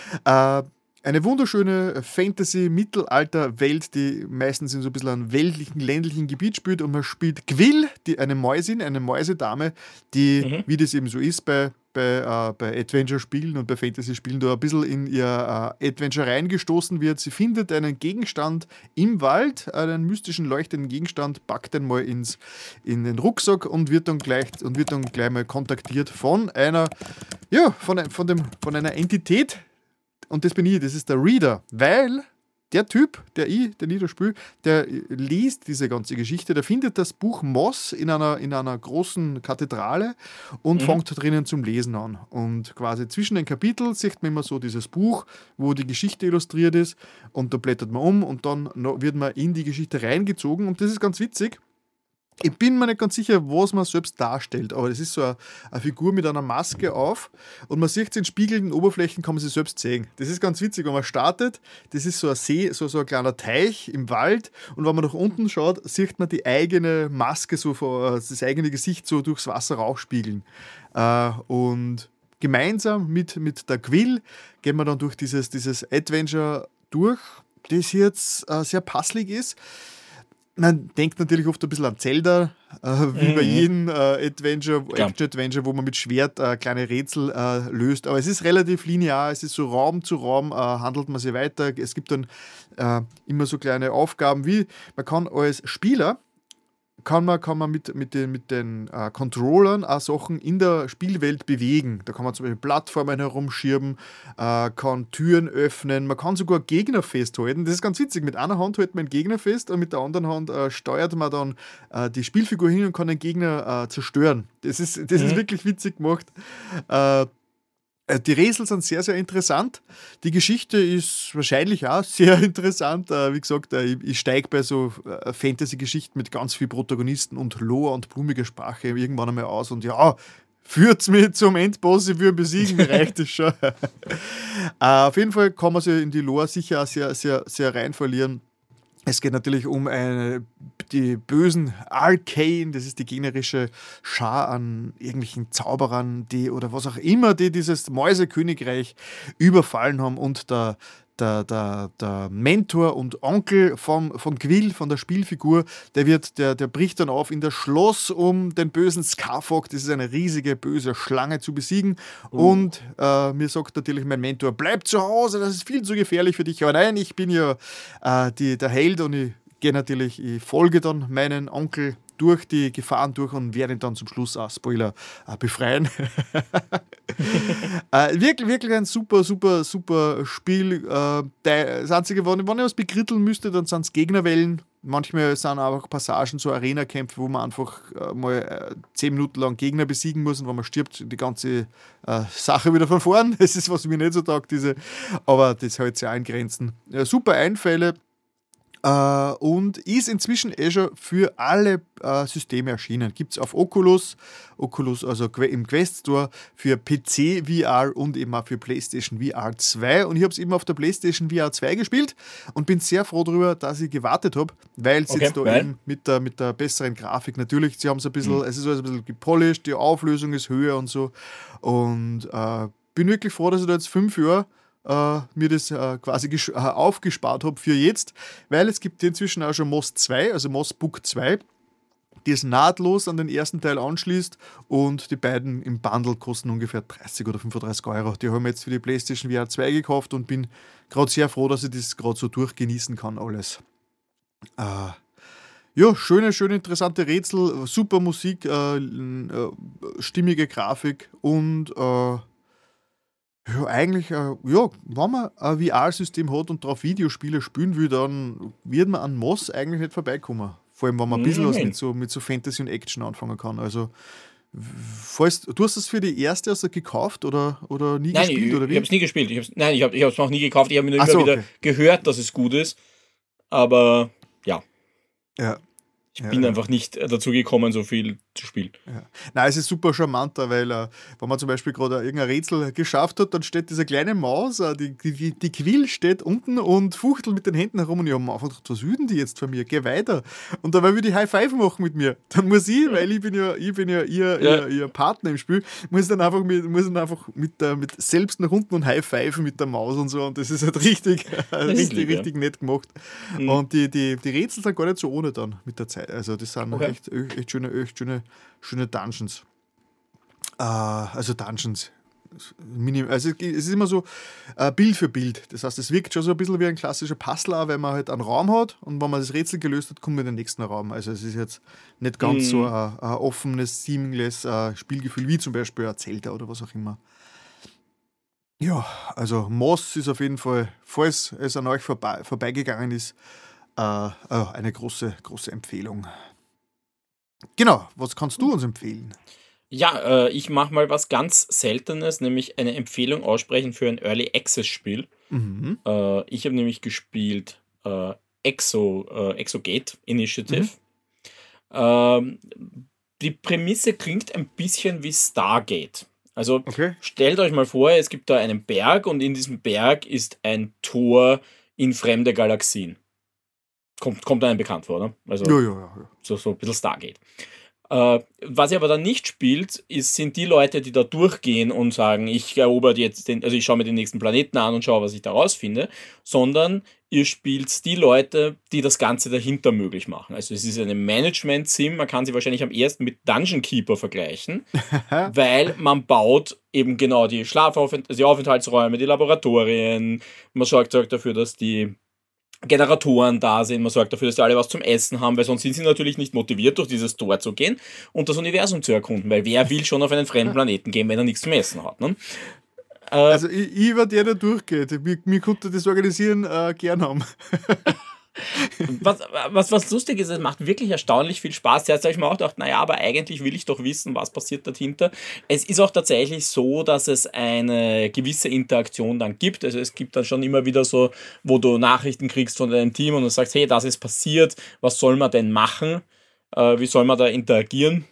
Eine wunderschöne Fantasy-Mittelalter-Welt, die meistens in so ein bisschen einem weltlichen, ländlichen Gebiet spielt, und man spielt Quill, eine Mäusin, eine Mäusedame, die, wie das eben so ist bei Adventure-Spielen und bei Fantasy-Spielen, da ein bisschen in ihr Adventure reingestoßen wird. Sie findet einen Gegenstand im Wald, einen mystischen leuchtenden Gegenstand, packt den mal in den Rucksack und wird dann gleich mal kontaktiert von einer Entität. Und das bin ich, das ist der Reader, weil der Typ, den ich da spiele, der liest diese ganze Geschichte, der findet das Buch Moss in einer großen Kathedrale und fängt drinnen zum Lesen an. Und quasi zwischen den Kapiteln sieht man immer so dieses Buch, wo die Geschichte illustriert ist, und da blättert man um und dann wird man in die Geschichte reingezogen, und das ist ganz witzig. Ich bin mir nicht ganz sicher, was man selbst darstellt, aber das ist so eine Figur mit einer Maske auf, und man sieht es in spiegelnden Oberflächen, kann man sich selbst sehen. Das ist ganz witzig, wenn man startet, das ist so ein See, so ein kleiner Teich im Wald, und wenn man nach unten schaut, sieht man die eigene Maske, das eigene Gesicht so durchs Wasser rausspiegeln. Und gemeinsam mit der Quill gehen wir dann durch dieses Adventure durch, das jetzt sehr passlig ist. Man denkt natürlich oft ein bisschen an Zelda, wie bei jedem Action-Adventure, wo man mit Schwert kleine Rätsel löst. Aber es ist relativ linear, es ist so Raum zu Raum, handelt man sich weiter. Es gibt dann immer so kleine Aufgaben, wie man kann als Spieler kann man mit den Controllern auch Sachen in der Spielwelt bewegen. Da kann man zum Beispiel Plattformen herumschieben, kann Türen öffnen, man kann sogar Gegner festhalten. Das ist ganz witzig. Mit einer Hand hält man den Gegner fest und mit der anderen Hand steuert man dann die Spielfigur hin und kann den Gegner zerstören. Das ist wirklich witzig gemacht. Die Rätsel sind sehr, sehr interessant. Die Geschichte ist wahrscheinlich auch sehr interessant. Wie gesagt, ich steige bei so Fantasy-Geschichten mit ganz vielen Protagonisten und Lore und blumiger Sprache irgendwann einmal aus und ja, führt's mich zum Endboss, ich würde besiegen, mir reicht es schon. Auf jeden Fall kann man sich in die Lore sicher auch sehr, sehr, sehr rein verlieren. Es geht natürlich um die bösen Arcane, das ist die gegnerische Schar an irgendwelchen Zauberern, die oder was auch immer, die dieses Mäusekönigreich überfallen haben und der Mentor und Onkel von Quill, von der Spielfigur, der bricht dann auf in das Schloss, um den bösen Scarfog, das ist eine riesige, böse Schlange, zu besiegen. Und mir sagt natürlich mein Mentor, bleib zu Hause, das ist viel zu gefährlich für dich. Aber nein, ich bin ja der Held und ich folge dann meinen Onkel durch die Gefahren durch und werde ihn dann zum Schluss, Spoiler, befreien. Wirklich ein super, super, super Spiel. Das Einzige, wenn ich was bekritteln müsste, dann sind es Gegnerwellen. Manchmal sind auch Passagen, so Arena-Kämpfe, wo man einfach mal 10 Minuten lang Gegner besiegen muss und wenn man stirbt, die ganze Sache wieder von vorn. Das ist, was mir nicht so taugt, aber das hält sich auch in Grenzen. Super Einfälle. Und ist inzwischen schon für alle Systeme erschienen. Gibt es auf Oculus, also im Quest Store, für PC VR und eben auch für PlayStation VR 2. Und ich habe es eben auf der PlayStation VR 2 gespielt und bin sehr froh darüber, dass ich gewartet habe, weil es jetzt da eben mit der besseren Grafik natürlich, sie haben es ein bisschen, es ist alles ein bisschen gepolished, die Auflösung ist höher und so. Und bin wirklich froh, dass ich da jetzt 5 Jahre mir das quasi aufgespart habe für jetzt, weil es gibt inzwischen auch schon Moss 2, also Moss Book 2, die es nahtlos an den ersten Teil anschließt und die beiden im Bundle kosten ungefähr 30 oder 35 Euro. Die haben wir jetzt für die PlayStation VR 2 gekauft und bin gerade sehr froh, dass ich das gerade so durchgenießen kann alles. Ja, schöne, interessante Rätsel, super Musik, stimmige Grafik und ja, eigentlich, wenn man ein VR-System hat und darauf Videospiele spielen will, dann wird man an Moss eigentlich nicht vorbeikommen. Vor allem, wenn man ein bisschen was mit so Fantasy und Action anfangen kann. Also, du hast das für die erste also gekauft oder nie gespielt? Nein, ich habe es nie gespielt. Ich habe es noch nie gekauft. Ich habe mir nur immer wieder gehört, dass es gut ist. Aber ja. Ich bin einfach nicht dazu gekommen, so viel zu spielen. Ja. Nein, es ist super charmanter, weil wenn man zum Beispiel gerade irgendein Rätsel geschafft hat, dann steht diese kleine Maus, die Quill steht unten und fuchtelt mit den Händen herum und ich habe mir einfach gedacht, was will denn die jetzt von mir? Geh weiter. Und dabei würde ich High Five machen mit mir. Dann muss ich, weil ich bin ja ihr Partner im Spiel, muss dann einfach mit selbst nach unten und High Five mit der Maus und so und das ist halt richtig nett gemacht. Und die Rätsel sind gar nicht so ohne dann mit der Zeit. Also das sind echt schöne Dungeons. Also Dungeons. Also es ist immer so Bild für Bild. Das heißt, es wirkt schon so ein bisschen wie ein klassischer Puzzler, weil man halt einen Raum hat und wenn man das Rätsel gelöst hat, kommt man in den nächsten Raum. Also es ist jetzt nicht ganz so ein offenes, seamless Spielgefühl wie zum Beispiel ein Zelda oder was auch immer. Ja, also Moss ist auf jeden Fall, falls es an euch vorbeigegangen ist, eine große Empfehlung. Genau, was kannst du uns empfehlen? Ja, ich mache mal was ganz Seltenes, nämlich eine Empfehlung aussprechen für ein Early Access Spiel. Ich habe nämlich gespielt Exogate Initiative. Die Prämisse klingt ein bisschen wie Stargate. Also stellt euch mal vor, es gibt da einen Berg und in diesem Berg ist ein Tor in fremde Galaxien. Kommt einem bekannt vor, oder? Also, ja. So ein bisschen Stargate. Was ihr aber dann nicht spielt, sind die Leute, die da durchgehen und sagen, ich erober jetzt ich schaue mir den nächsten Planeten an und schaue, was ich da rausfinde, sondern ihr spielt die Leute, die das Ganze dahinter möglich machen. Also es ist eine Management-Sim, man kann sie wahrscheinlich am ersten mit Dungeon Keeper vergleichen, weil man baut eben genau die die Aufenthaltsräume, die Laboratorien, man sorgt dafür, dass die Generatoren da sind, man sorgt dafür, dass die alle was zum Essen haben, weil sonst sind sie natürlich nicht motiviert, durch dieses Tor zu gehen und das Universum zu erkunden, weil wer will schon auf einen fremden Planeten gehen, wenn er nichts zum Essen hat, ne? Also ich war der durchgeht. Mir konnte das Organisieren gern haben. Was lustig ist, es macht wirklich erstaunlich viel Spaß. Zuerst habe ich mir auch gedacht, naja, aber eigentlich will ich doch wissen, was passiert dahinter. Es ist auch tatsächlich so, dass es eine gewisse Interaktion dann gibt. Also es gibt dann schon immer wieder so, wo du Nachrichten kriegst von deinem Team und du sagst, hey, das ist passiert, was soll man denn machen? Wie soll man da interagieren?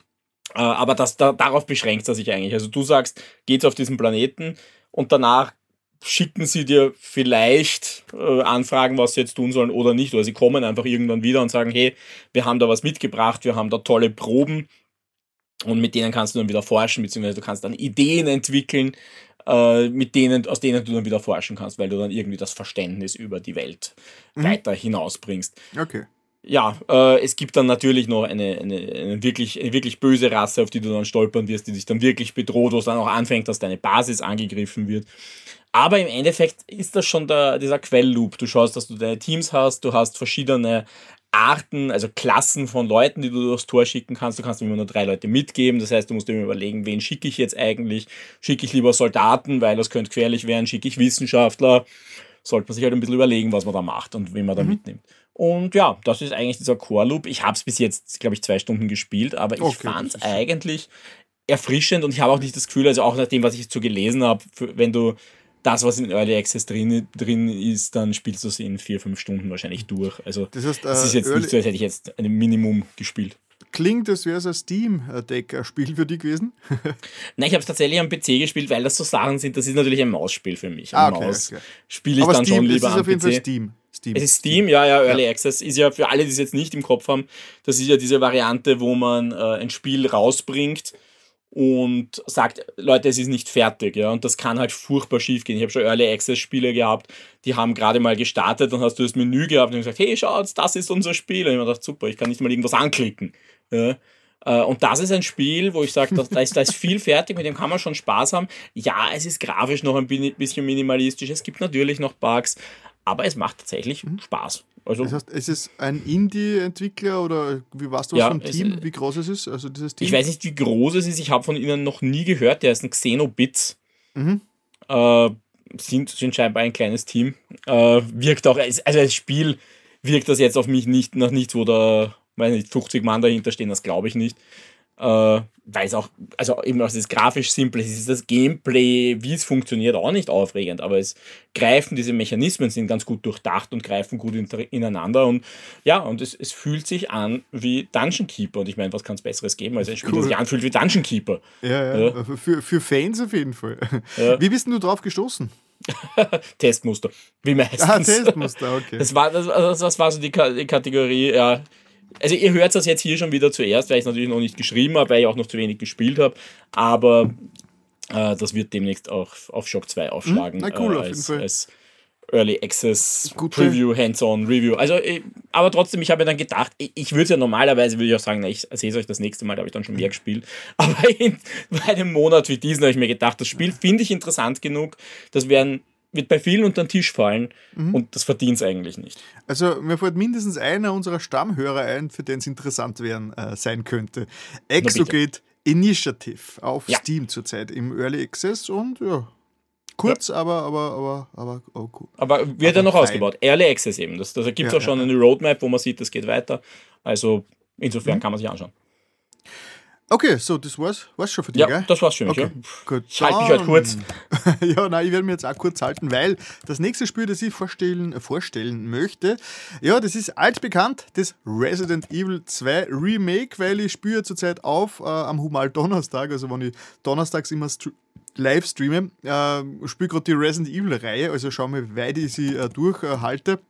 Aber darauf beschränkt er sich eigentlich. Also du sagst, geht's auf diesen Planeten und danach schicken sie dir vielleicht Anfragen, was sie jetzt tun sollen oder nicht. Oder sie kommen einfach irgendwann wieder und sagen, hey, wir haben da was mitgebracht, wir haben da tolle Proben und mit denen kannst du dann wieder forschen, beziehungsweise du kannst dann Ideen entwickeln, aus denen du dann wieder forschen kannst, weil du dann irgendwie das Verständnis über die Welt weiter hinausbringst. Okay. Ja, es gibt dann natürlich noch eine wirklich böse Rasse, auf die du dann stolpern wirst, die dich dann wirklich bedroht, wo es dann auch anfängt, dass deine Basis angegriffen wird. Aber im Endeffekt ist das schon dieser Quellloop. Du schaust, dass du deine Teams hast, du hast verschiedene Arten, also Klassen von Leuten, die du durchs Tor schicken kannst. Du kannst immer nur 3 Leute mitgeben. Das heißt, du musst dir überlegen, wen schicke ich jetzt eigentlich? Schicke ich lieber Soldaten, weil das könnte gefährlich werden? Schicke ich Wissenschaftler? Sollte man sich halt ein bisschen überlegen, was man da macht und wen man da mitnimmt. Und ja, das ist eigentlich dieser Core-Loop. Ich habe es bis jetzt, glaube ich, 2 Stunden gespielt, aber ich fand es eigentlich erfrischend und ich habe auch nicht das Gefühl, also auch nach dem, was ich jetzt so gelesen habe, wenn du das, was in Early Access drin ist, dann spielst du es in 4-5 Stunden wahrscheinlich durch. Also das heißt, es ist jetzt nicht so, als hätte ich jetzt ein Minimum gespielt. Klingt, als wäre es ein Steam-Deck-Spiel für dich gewesen? Nein, ich habe es tatsächlich am PC gespielt, weil das so Sachen sind, das ist natürlich ein Mausspiel für mich. Maus spiele ich aber dann Steam, schon lieber am PC. Es ist auf jeden Fall Steam. Es ist Steam, ja, Early Access ist ja für alle, die es jetzt nicht im Kopf haben, das ist ja diese Variante, wo man ein Spiel rausbringt und sagt, Leute, es ist nicht fertig, ja, und das kann halt furchtbar schief gehen. Ich habe schon Early Access Spiele gehabt, die haben gerade mal gestartet, dann hast du das Menü gehabt und gesagt, hey, schaut, das ist unser Spiel. Und ich habe mir gedacht, super, ich kann nicht mal irgendwas anklicken. Ja. Und das ist ein Spiel, wo ich sage, da ist viel fertig, mit dem kann man schon Spaß haben. Ja, es ist grafisch noch ein bisschen minimalistisch, es gibt natürlich noch Bugs, aber es macht tatsächlich Spaß. Also, das heißt, es ist ein Indie-Entwickler oder wie weißt du was vom Team, wie groß es ist? Also dieses Team? Ich weiß nicht, wie groß es ist, ich habe von ihnen noch nie gehört, der ist ein Xenobits. Sind scheinbar ein kleines Team. Wirkt auch, also als Spiel wirkt das jetzt auf mich nach nichts, wo da 50 Mann dahinter stehen, das glaube ich nicht. Weil es auch, also eben auch das grafisch simpel ist, das Gameplay, wie es funktioniert, auch nicht aufregend, aber diese Mechanismen sind ganz gut durchdacht und greifen gut ineinander und ja, und es fühlt sich an wie Dungeon Keeper und ich meine, was kann es Besseres geben, als ein Spiel, das sich anfühlt wie Dungeon Keeper. Ja. Für Fans auf jeden Fall. Ja. Wie bist denn du drauf gestoßen? Testmuster, wie meistens. Testmuster, okay. Das war so die Kategorie, ja. Also ihr hört das jetzt hier schon wieder zuerst, weil ich es natürlich noch nicht geschrieben habe, weil ich auch noch zu wenig gespielt habe, aber das wird demnächst auch auf Shock 2 aufschlagen. Na cool, auf jeden Fall. Als Early Access Preview, Hands-on Review. Also, aber trotzdem, ich habe mir dann gedacht, ich würde es ja normalerweise, würde ich auch sagen, ich sehe es euch das nächste Mal, da habe ich dann schon mehr gespielt, aber bei einem Monat wie diesen habe ich mir gedacht, das Spiel finde ich interessant genug, wird bei vielen unter den Tisch fallen und das verdient es eigentlich nicht. Also mir fällt mindestens einer unserer Stammhörer ein, für den es interessant sein könnte. Exogate Initiative auf Steam zurzeit im Early Access und ja, kurz, aber cool. Aber wird ja noch ausgebaut. Early Access eben. Da gibt es auch schon eine Roadmap, wo man sieht, das geht weiter. Also insofern kann man sich anschauen. Okay, so, das war's schon für dich, gell? Ja, das war's für mich, okay. Gut. Ich halte mich halt kurz. Ja, nein, ich werde mich jetzt auch kurz halten, weil das nächste Spiel, das ich vorstellen möchte, ja, das ist altbekannt, das Resident Evil 2 Remake, weil ich spiele zurzeit am Humal-Donnerstag, also wenn ich donnerstags immer live streame, spiele gerade die Resident Evil-Reihe, also schau mal, wie weit ich sie durchhalte.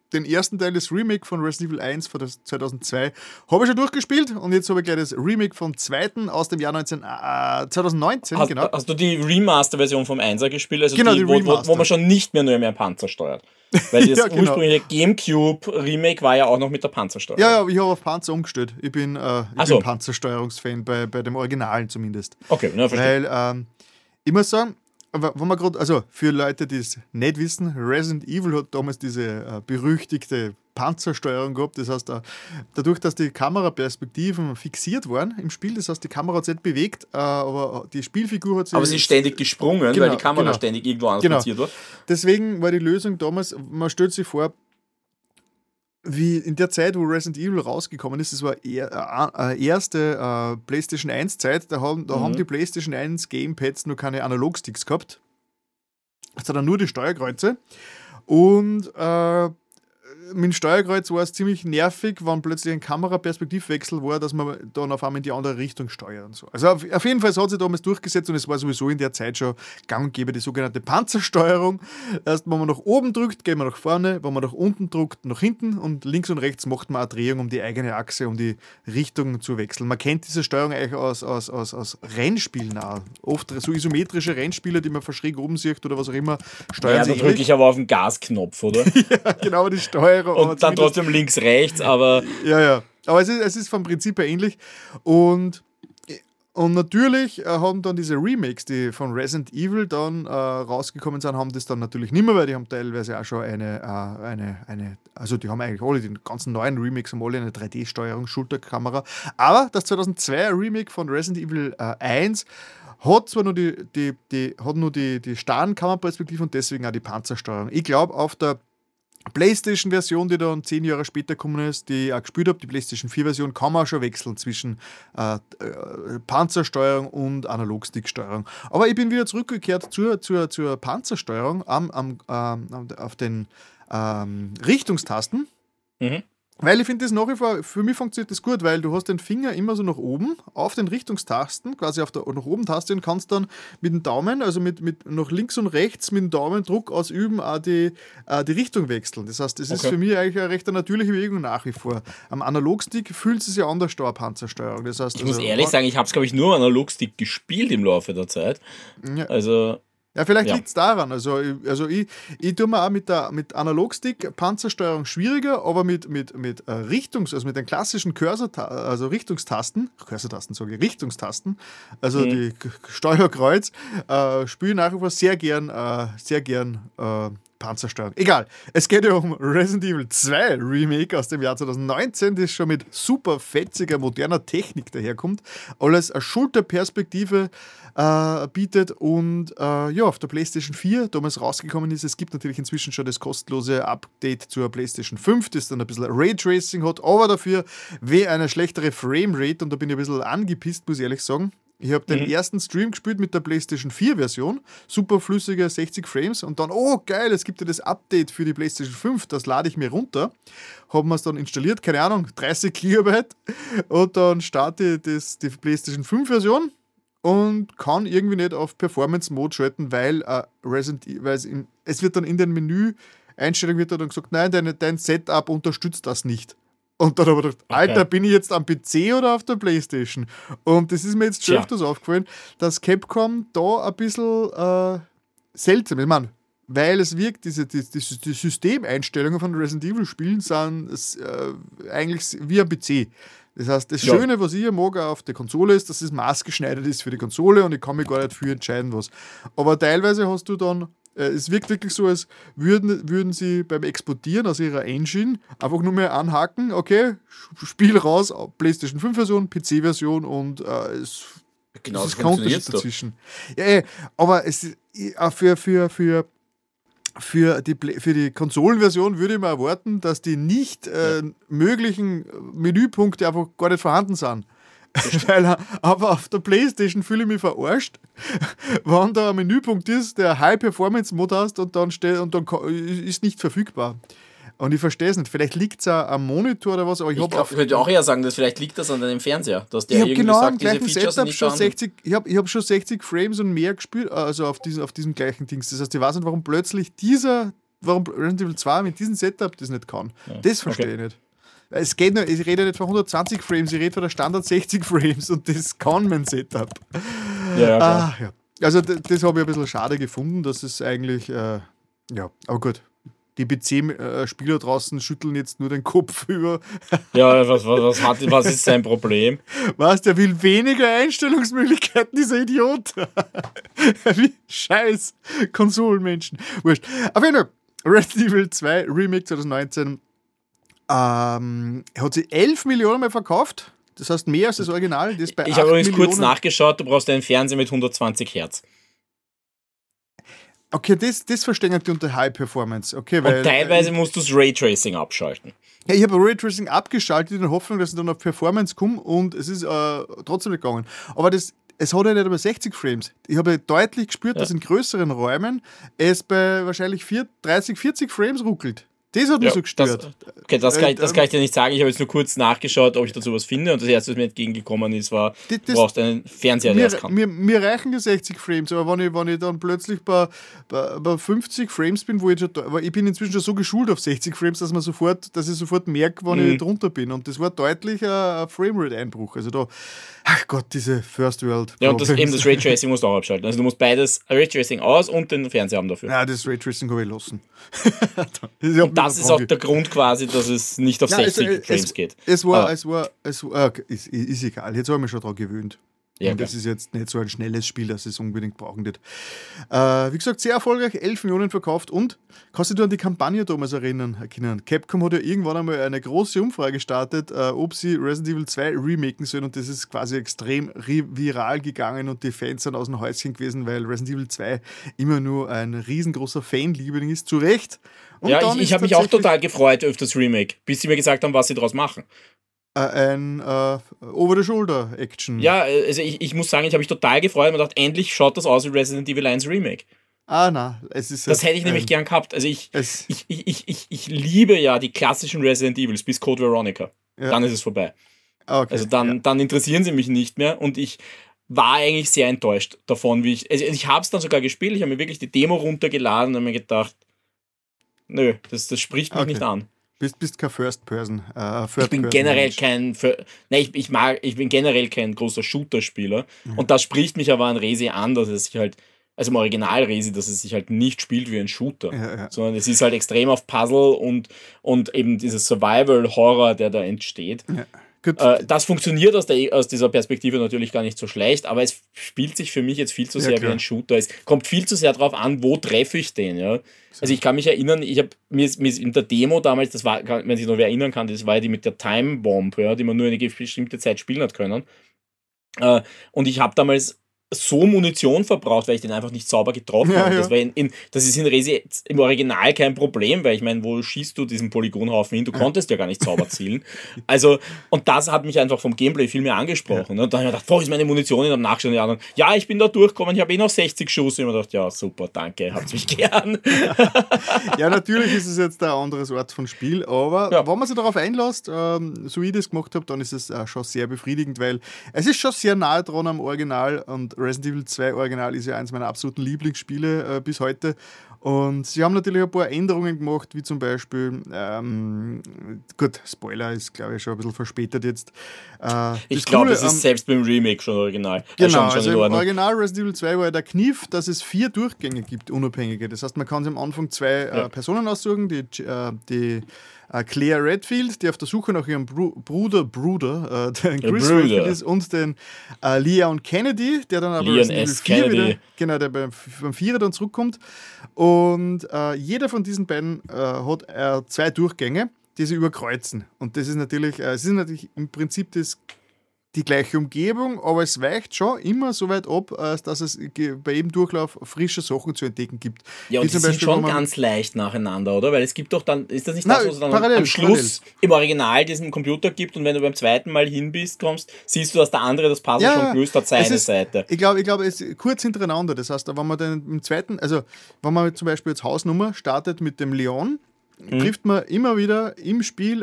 den ersten Teil des Remake von Resident Evil 1 von 2002 habe ich schon durchgespielt und jetzt habe ich gleich das Remake vom zweiten aus dem Jahr 2019. Hast du die Remaster-Version vom 1er gespielt? Also genau, die wo man schon nicht mehr nur mehr Panzer steuert. Weil das ursprüngliche GameCube-Remake war ja auch noch mit der Panzersteuerung. Ja, ich habe auf Panzer umgestellt. Ich bin Panzersteuerungsfan, bei dem Originalen zumindest. Okay, verstehe. Weil, ich muss sagen, wenn man gerade, also für Leute, die es nicht wissen, Resident Evil hat damals diese berüchtigte Panzersteuerung gehabt. Das heißt, dadurch, dass die Kameraperspektiven fixiert waren im Spiel, das heißt, die Kamera hat sich nicht bewegt, aber die Spielfigur hat sich... Aber sie ist ständig gesprungen, weil die Kamera ständig irgendwo anders platziert war. Deswegen war die Lösung damals, man stellt sich vor, wie in der Zeit, wo Resident Evil rausgekommen ist, das war erste PlayStation 1 Zeit, da haben die PlayStation 1 Gamepads noch keine Analogsticks gehabt, sondern nur die Steuerkreuze. Und mit dem Steuerkreuz war es ziemlich nervig, wenn plötzlich ein Kameraperspektivwechsel war, dass man dann auf einmal in die andere Richtung steuert und so. Also auf jeden Fall hat sich damals durchgesetzt und es war sowieso in der Zeit schon gang und gäbe die sogenannte Panzersteuerung. Erst wenn man nach oben drückt, geht man nach vorne, wenn man nach unten drückt, nach hinten und links und rechts macht man eine Drehung um die eigene Achse, um die Richtung zu wechseln. Man kennt diese Steuerung eigentlich aus Rennspielen auch. Oft so isometrische Rennspiele, die man verschräg oben sieht oder was auch immer, steuern sich. Ja, da drücke ich aber auf den Gasknopf, oder? Ja, genau, die Steuerung. Und dann trotzdem links, rechts, aber... Ja. Aber es ist vom Prinzip her ähnlich. Und natürlich haben dann diese Remakes, die von Resident Evil dann rausgekommen sind, haben das dann natürlich nicht mehr, weil die haben teilweise auch schon also die haben eigentlich alle, die ganzen neuen Remakes haben alle eine 3D-Steuerung, Schulterkamera. Aber das 2002 Remake von Resident Evil 1 hat zwar nur die starren Kameraperspektive und deswegen auch die Panzersteuerung. Ich glaube, auf der PlayStation-Version, die dann 10 Jahre später gekommen ist, die ich auch gespielt habe, die PlayStation 4-Version, kann man auch schon wechseln zwischen Panzersteuerung und Analogstick-Steuerung. Aber ich bin wieder zurückgekehrt zur Panzersteuerung auf den Richtungstasten. Mhm. Weil ich finde das nach wie vor, für mich funktioniert das gut, weil du hast den Finger immer so nach oben auf den Richtungstasten, quasi auf der nach oben Taste und kannst dann mit dem Daumen, also mit nach links und rechts mit dem Daumen Druck ausüben, auch die Richtung wechseln. Das heißt, das ist für mich eigentlich eine recht natürliche Bewegung nach wie vor. Am Analogstick fühlt es sich ja anders an, Panzersteuerung. Das heißt, ich muss ehrlich sagen, ich habe es, glaube ich, nur am Analogstick gespielt im Laufe der Zeit. Ja. Also... Ja, vielleicht liegt es daran. Also ich tue mir auch mit Analogstick Panzersteuerung schwieriger, aber mit den klassischen Richtungstasten, also die Steuerkreuz, spiele ich nach wie vor sehr gern Panzersteuerung. Egal, es geht ja um Resident Evil 2 Remake aus dem Jahr 2019, das schon mit super fetziger, moderner Technik daherkommt, alles eine Schulterperspektive bietet und auf der PlayStation 4 damals rausgekommen ist. Es gibt natürlich inzwischen schon das kostenlose Update zur PlayStation 5, das dann ein bisschen Raytracing hat, aber dafür eine schlechtere Framerate und da bin ich ein bisschen angepisst, muss ich ehrlich sagen. Ich habe den ersten Stream gespielt mit der PlayStation 4-Version, super flüssige 60 Frames und dann, oh geil, es gibt ja das Update für die PlayStation 5, das lade ich mir runter. Haben wir es dann installiert, keine Ahnung, 30 GB und dann starte ich die PlayStation 5-Version und kann irgendwie nicht auf Performance-Mode schalten, weil es wird dann in den Menü-Einstellungen wird dann gesagt, nein, dein Setup unterstützt das nicht. Und dann habe ich gedacht, Alter, bin ich jetzt am PC oder auf der Playstation? Und das ist mir jetzt schon öfters aufgefallen, dass Capcom da ein bisschen seltsam ist. Ich meine, weil es wirkt, die Systemeinstellungen von Resident Evil Spielen sind eigentlich wie am PC. Das heißt, das Schöne, was ich mag auf der Konsole ist, dass es maßgeschneidert ist für die Konsole und ich kann mich gar nicht für entscheiden, was. Aber teilweise hast du dann, es wirkt wirklich so, als würden sie beim Exportieren aus ihrer Engine einfach nur mehr anhaken, okay, Spiel raus, PlayStation 5 Version, PC Version und es ist kein Unterschied dazwischen. Ja, aber es für die Konsolenversion würde ich mir erwarten, dass die nicht möglichen Menüpunkte einfach gar nicht vorhanden sind. Aber auf der Playstation fühle ich mich verarscht, wenn da ein Menüpunkt ist, der High-Performance-Mode hast und dann ist nicht verfügbar. Und ich verstehe es nicht. Vielleicht liegt es am Monitor oder was, aber ich würde auch eher sagen, dass vielleicht liegt das an deinem Fernseher, dass der irgendwie sagt, diese Features sind nicht schon 60, ich hab schon 60 Frames und mehr gespielt, also auf diesem gleichen Dings. Das heißt, ich weiß nicht, warum plötzlich dieser warum Resident Evil 2 mit diesem Setup das nicht kann. Ja. Das verstehe ich nicht. Es geht nur, ich rede nicht von 120 Frames, ich rede von der Standard 60 Frames und das kann mein Setup. Ja. Also das habe ich ein bisschen schade gefunden, dass es eigentlich, aber gut. Die PC-Spieler draußen schütteln jetzt nur den Kopf über. Ja, was ist sein Problem? Was, der will weniger Einstellungsmöglichkeiten, dieser Idiot. Wie scheiß Konsolenmenschen. Wurscht. Auf jeden Fall, Resident Evil 2 Remake 2019 hat sie 11 Millionen Mal verkauft. Das heißt mehr als das Original. Das bei ich habe übrigens kurz nachgeschaut, du brauchst einen Fernseher mit 120 Hertz. Okay, das verstehen die unter High Performance. Okay, weil, und teilweise musst du das Raytracing abschalten. Ja, ich habe Raytracing abgeschaltet in der Hoffnung, dass ich dann auf Performance komme und es ist trotzdem nicht gegangen. Aber es hat ja nicht über 60 Frames. Ich habe deutlich gespürt, dass in größeren Räumen es bei wahrscheinlich 30, 40 Frames ruckelt. Das hat mich so gestört. Das kann ich dir nicht sagen. Ich habe jetzt nur kurz nachgeschaut, ob ich dazu was finde. Und das erste, was mir entgegengekommen ist, war, du brauchst einen Fernseher, der das kann. Mir reichen die 60 Frames, aber wenn ich dann plötzlich bei 50 Frames bin, weil ich bin inzwischen schon so geschult auf 60 Frames, dass ich sofort merke, wenn ich drunter bin. Und das war deutlich ein Framerate-Einbruch. Also da, ach Gott, diese First World. Ja, und das Raytracing musst du auch abschalten. Also du musst beides Raytracing aus und den Fernseher haben dafür. Ja, das Raytracing habe ich lassen. Das ist auch der Grund quasi, dass es nicht auf 60 Frames geht. Ist egal. Jetzt habe ich mich schon daran gewöhnt. Ja, das ist jetzt nicht so ein schnelles Spiel, dass es unbedingt brauchen wird. Wie gesagt, sehr erfolgreich, 11 Millionen verkauft und kannst du dich an die Kampagne damals erinnern? Capcom hat ja irgendwann einmal eine große Umfrage gestartet, ob sie Resident Evil 2 remaken sollen und das ist quasi extrem viral gegangen und die Fans sind aus dem Häuschen gewesen, weil Resident Evil 2 immer nur ein riesengroßer Fanliebling ist, zu Recht. Und ja, ich habe mich auch total gefreut auf das Remake, bis sie mir gesagt haben, was sie daraus machen. Ein Over-the-Shoulder-Action. Ja, also ich muss sagen, ich habe mich total gefreut und mir gedacht, endlich schaut das aus wie Resident Evil 1 Remake. Es ist das hätte ich nämlich gern gehabt. Also ich liebe ja die klassischen Resident Evils bis Code Veronica. Ja. Dann ist es vorbei. Okay, also dann interessieren sie mich nicht mehr und ich war eigentlich sehr enttäuscht davon, wie ich habe es dann sogar gespielt, ich habe mir wirklich die Demo runtergeladen und mir gedacht, nö, das spricht mich nicht an. Bist kein First-Person. Ich bin generell ich bin generell kein großer Shooter-Spieler. Mhm. Und das spricht mich aber an Resi an, dass es sich halt, also im Original Resi, dass es sich halt nicht spielt wie ein Shooter. Sondern es ist halt extrem auf Puzzle und eben dieses Survival-Horror, der da entsteht. Ja. Das funktioniert aus dieser Perspektive natürlich gar nicht so schlecht, aber es spielt sich für mich jetzt viel zu sehr wie ein Shooter. Es kommt viel zu sehr darauf an, wo treffe ich den. Ja? Also ich kann mich erinnern, mir in der Demo damals, das war, wenn sich noch wer erinnern kann, das war ja die mit der Time Bomb, ja, die man nur eine bestimmte Zeit spielen hat können. Und ich habe damals so Munition verbraucht, weil ich den einfach nicht sauber getroffen habe. Das ist in Resi im Original kein Problem, weil ich meine, wo schießt du diesen Polygonhaufen hin? Du konntest ja gar nicht sauber zielen. Also, und das hat mich einfach vom Gameplay viel mehr angesprochen. Und dann habe ich mir gedacht, wo ist meine Munition? Und am Nachschauen die anderen, ja, ich bin da durchgekommen, ich habe noch 60 Schuss. Und ich habe gedacht, ja, super, danke, habt's mich gern. Ja, natürlich ist es jetzt ein anderes Art von Spiel, aber wenn man sich darauf einlässt, so wie ich das gemacht habe, dann ist es schon sehr befriedigend, weil es ist schon sehr nahe dran am Original und Resident Evil 2 Original ist ja eines meiner absoluten Lieblingsspiele bis heute. Und sie haben natürlich ein paar Änderungen gemacht, wie zum Beispiel, gut, Spoiler ist, glaube ich, schon ein bisschen verspätet jetzt. Ich glaube, es ist selbst beim Remake schon original. Genau, also im Original Resident Evil 2 war ja der Kniff, dass es 4 Durchgänge gibt, unabhängige. Das heißt, man kann sich am Anfang 2 Personen aussuchen, die Claire Redfield, die auf der Suche nach ihrem Bruder, der Chris Redfield ist, und den Leon Kennedy, der dann aber Leon S. Kennedy. Genau, der beim 4 dann zurückkommt. Und jeder von diesen beiden hat 2 Durchgänge, die sie überkreuzen. Und das ist natürlich, im Prinzip die gleiche Umgebung, aber es weicht schon immer so weit ab, dass es bei jedem Durchlauf frische Sachen zu entdecken gibt. Ja, und die sind schon ganz leicht nacheinander, oder? Weil es gibt doch dann, ist das nicht das, was es dann am Schluss im Original diesen Computer gibt und wenn du beim zweiten Mal kommst, siehst du, dass der andere das Puzzle schon gelöst hat, seine Seite. Ich glaube, es ist kurz hintereinander. Das heißt, wenn man dann im zweiten, also wenn man zum Beispiel jetzt Hausnummer startet mit dem Leon, trifft man immer wieder im Spiel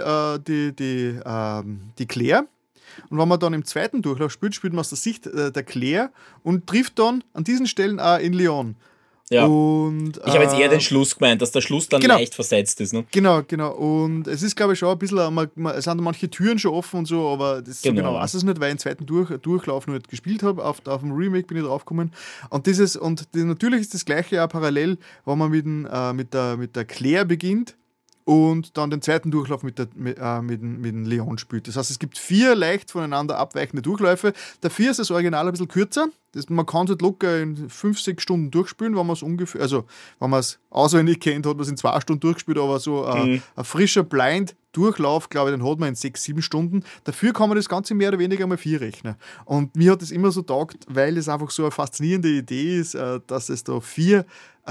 die Claire. Und wenn man dann im zweiten Durchlauf spielt man aus der Sicht der Claire und trifft dann an diesen Stellen auch in Leon. Ja. Und, ich habe jetzt eher den Schluss gemeint, dass der Schluss dann leicht versetzt ist. Ne? Genau. Und es ist, glaube ich, schon ein bisschen, es sind manche Türen schon offen und so, aber das so genau weiß ich es nicht, weil ich den zweiten Durchlauf noch nicht gespielt habe. Auf dem Remake bin ich drauf gekommen. Und natürlich ist das gleiche auch parallel, wenn man mit der Claire beginnt und dann den zweiten Durchlauf mit dem Leon spielt. Das heißt, es gibt 4 leicht voneinander abweichende Durchläufe. Dafür ist das Original ein bisschen kürzer. Man kann es halt locker in 5-6 Stunden durchspielen, wenn man es ungefähr, also wenn man es auswendig kennt, hat man es in 2 Stunden durchgespielt, aber so ein frischer Blind-Durchlauf, glaube ich, den hat man in 6-7 Stunden. Dafür kann man das Ganze mehr oder weniger mal 4 rechnen. Und mir hat das immer so taugt, weil es einfach so eine faszinierende Idee ist, dass es da 4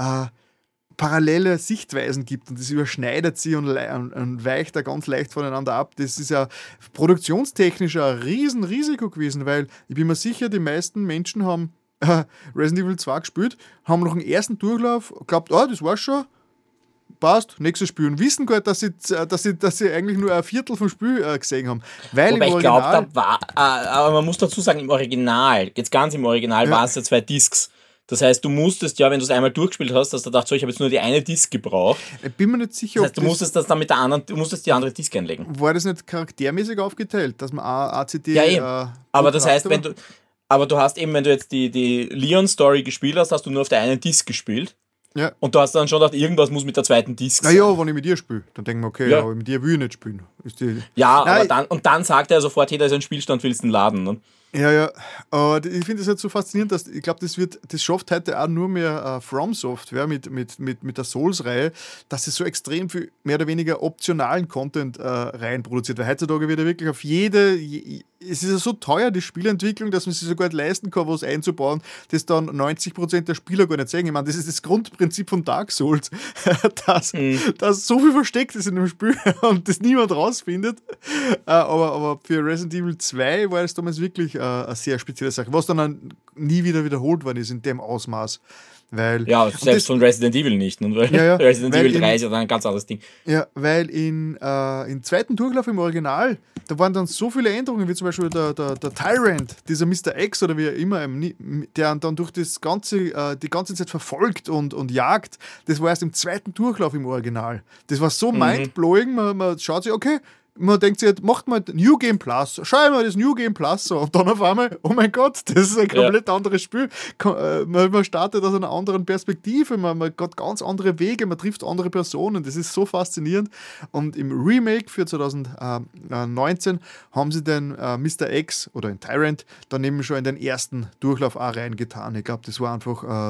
parallele Sichtweisen gibt und das überschneidet sie und weicht da ganz leicht voneinander ab. Das ist ja produktionstechnisch ein Riesenrisiko gewesen, weil ich bin mir sicher, die meisten Menschen haben Resident Evil 2 gespielt, haben nach dem ersten Durchlauf geglaubt, das war's schon, passt, nächstes Spiel und wissen gar nicht, dass sie eigentlich nur ein Viertel vom Spiel gesehen haben. Wobei ich glaube, da war, aber man muss dazu sagen, im Original, jetzt ganz im Original, waren es ja 2 Discs. Das heißt, du musstest ja, wenn du es einmal durchgespielt hast, dass du dachtest, ich habe jetzt nur die eine Disc gebraucht. Ich bin mir nicht sicher, das heißt, du musstest das dann du musstest die andere Disc einlegen. War das nicht charaktermäßig aufgeteilt, dass man ACD... Ja, eben. Aber das heißt, wenn du hast eben, wenn du jetzt die Leon-Story gespielt hast du nur auf der einen Disc gespielt. Ja. Und du hast dann schon gedacht, irgendwas muss mit der zweiten Disc sein. Naja, wenn ich mit dir spiele, dann denke ich mir, okay, aber mit dir will ich nicht spielen. Aber dann sagt er sofort, hey, da ist ein Spielstand, willst du den laden, ne? Ja, aber ich finde es halt so faszinierend, dass ich glaube, das schafft heute auch nur mehr From Software mit der Souls-Reihe, dass sie so extrem viel mehr oder weniger optionalen Content rein produziert. Weil heutzutage wird ja wirklich auf es ist ja so teuer, die Spielentwicklung, dass man sich sogar nicht leisten kann, was einzubauen, das dann 90% der Spieler gar nicht sehen. Ich meine, das ist das Grundprinzip von Dark Souls, dass so viel versteckt ist in dem Spiel und das niemand rausfindet. Aber für Resident Evil 2 war es damals wirklich eine sehr spezielle Sache, was dann nie wieder wiederholt worden ist in dem Ausmaß. Selbst von Resident Evil nicht. Ne? Resident Evil 3 ist ja dann ein ganz anderes Ding. Ja, weil im zweiten Durchlauf im Original, da waren dann so viele Änderungen, wie zum Beispiel der Tyrant, dieser Mr. X oder wie er immer, der dann durch die ganze Zeit verfolgt und jagt. Das war erst im zweiten Durchlauf im Original. Das war so mindblowing, man schaut sich, okay, man denkt sich, macht mal New Game Plus, schau mal das New Game Plus so und dann auf einmal, oh mein Gott, das ist ein komplett anderes Spiel. Man startet aus einer anderen Perspektive, man hat ganz andere Wege, man trifft andere Personen, das ist so faszinierend. Und im Remake für 2019 haben sie den Mr. X oder den Tyrant dann eben schon in den ersten Durchlauf auch reingetan. Ich glaube, das war einfach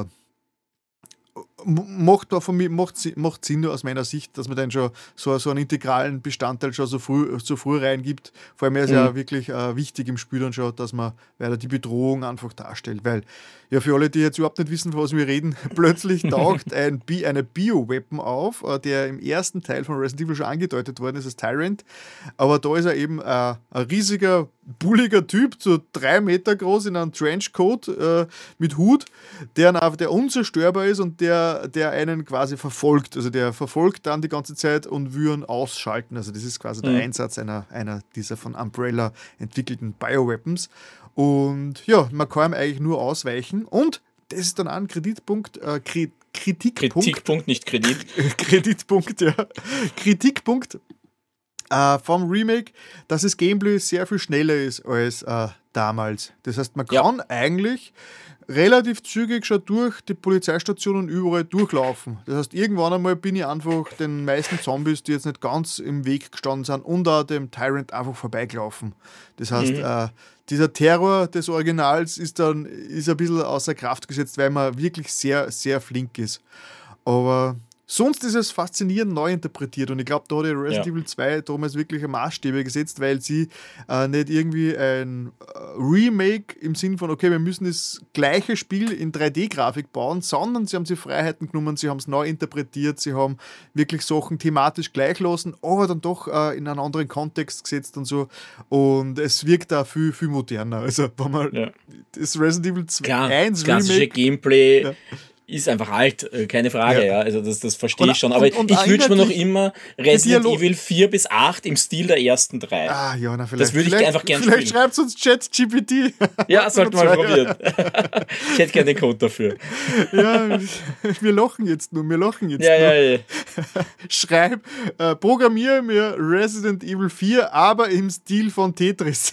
macht Sinn aus meiner Sicht, dass man dann schon so einen integralen Bestandteil schon so früh reingibt. Vor allem ist es ja wirklich wichtig im Spiel dann schon, dass man weiter die Bedrohung einfach darstellt, weil ja für alle, die jetzt überhaupt nicht wissen, von was wir reden, plötzlich taucht eine Bio-Weapon auf, der im ersten Teil von Resident Evil schon angedeutet worden ist als Tyrant, aber da ist er eben ein riesiger, bulliger Typ, so 3 Meter groß in einem Trenchcoat mit Hut, der unzerstörbar ist und der einen quasi verfolgt. Also der verfolgt dann die ganze Zeit und will ihn ausschalten. Also das ist quasi der Einsatz einer dieser von Umbrella entwickelten Bioweapons. Und ja, man kann ihm eigentlich nur ausweichen. Und das ist dann auch ein Kritikpunkt, nicht Kredit. Kreditpunkt, ja. Kritikpunkt vom Remake, dass das Gameplay sehr viel schneller ist als damals. Das heißt, man kann eigentlich relativ zügig schon durch die Polizeistationen überall durchlaufen. Das heißt, irgendwann einmal bin ich einfach den meisten Zombies, die jetzt nicht ganz im Weg gestanden sind, und auch dem Tyrant einfach vorbeigelaufen. Das heißt, dieser Terror des Originals ist ein bisschen außer Kraft gesetzt, weil man wirklich sehr, sehr flink ist. Aber sonst ist es faszinierend neu interpretiert und ich glaube, da hat Resident Evil 2 damals wirklich Maßstäbe gesetzt, weil sie nicht irgendwie ein Remake im Sinn von, okay, wir müssen das gleiche Spiel in 3D-Grafik bauen, sondern sie haben sich Freiheiten genommen, sie haben es neu interpretiert, sie haben wirklich Sachen thematisch gleich lassen, aber dann doch in einen anderen Kontext gesetzt und so, und es wirkt da viel, viel moderner. Also wenn man das Resident Evil 2 1 klassische Remake, Gameplay ist einfach alt, keine Frage, ja. Also das verstehe ich schon. Aber ich wünsche mir noch immer Resident Evil 4 bis 8 im Stil der ersten 3. Ah, ja, na, das würde ich einfach gerne spielen. Vielleicht schreibt uns ChatGPT. Ja, sollten wir mal probieren. Ich hätte gerne den Code dafür. Ja, wir lachen jetzt nur. Ja. Schreib, programmiere mir Resident Evil 4, aber im Stil von Tetris.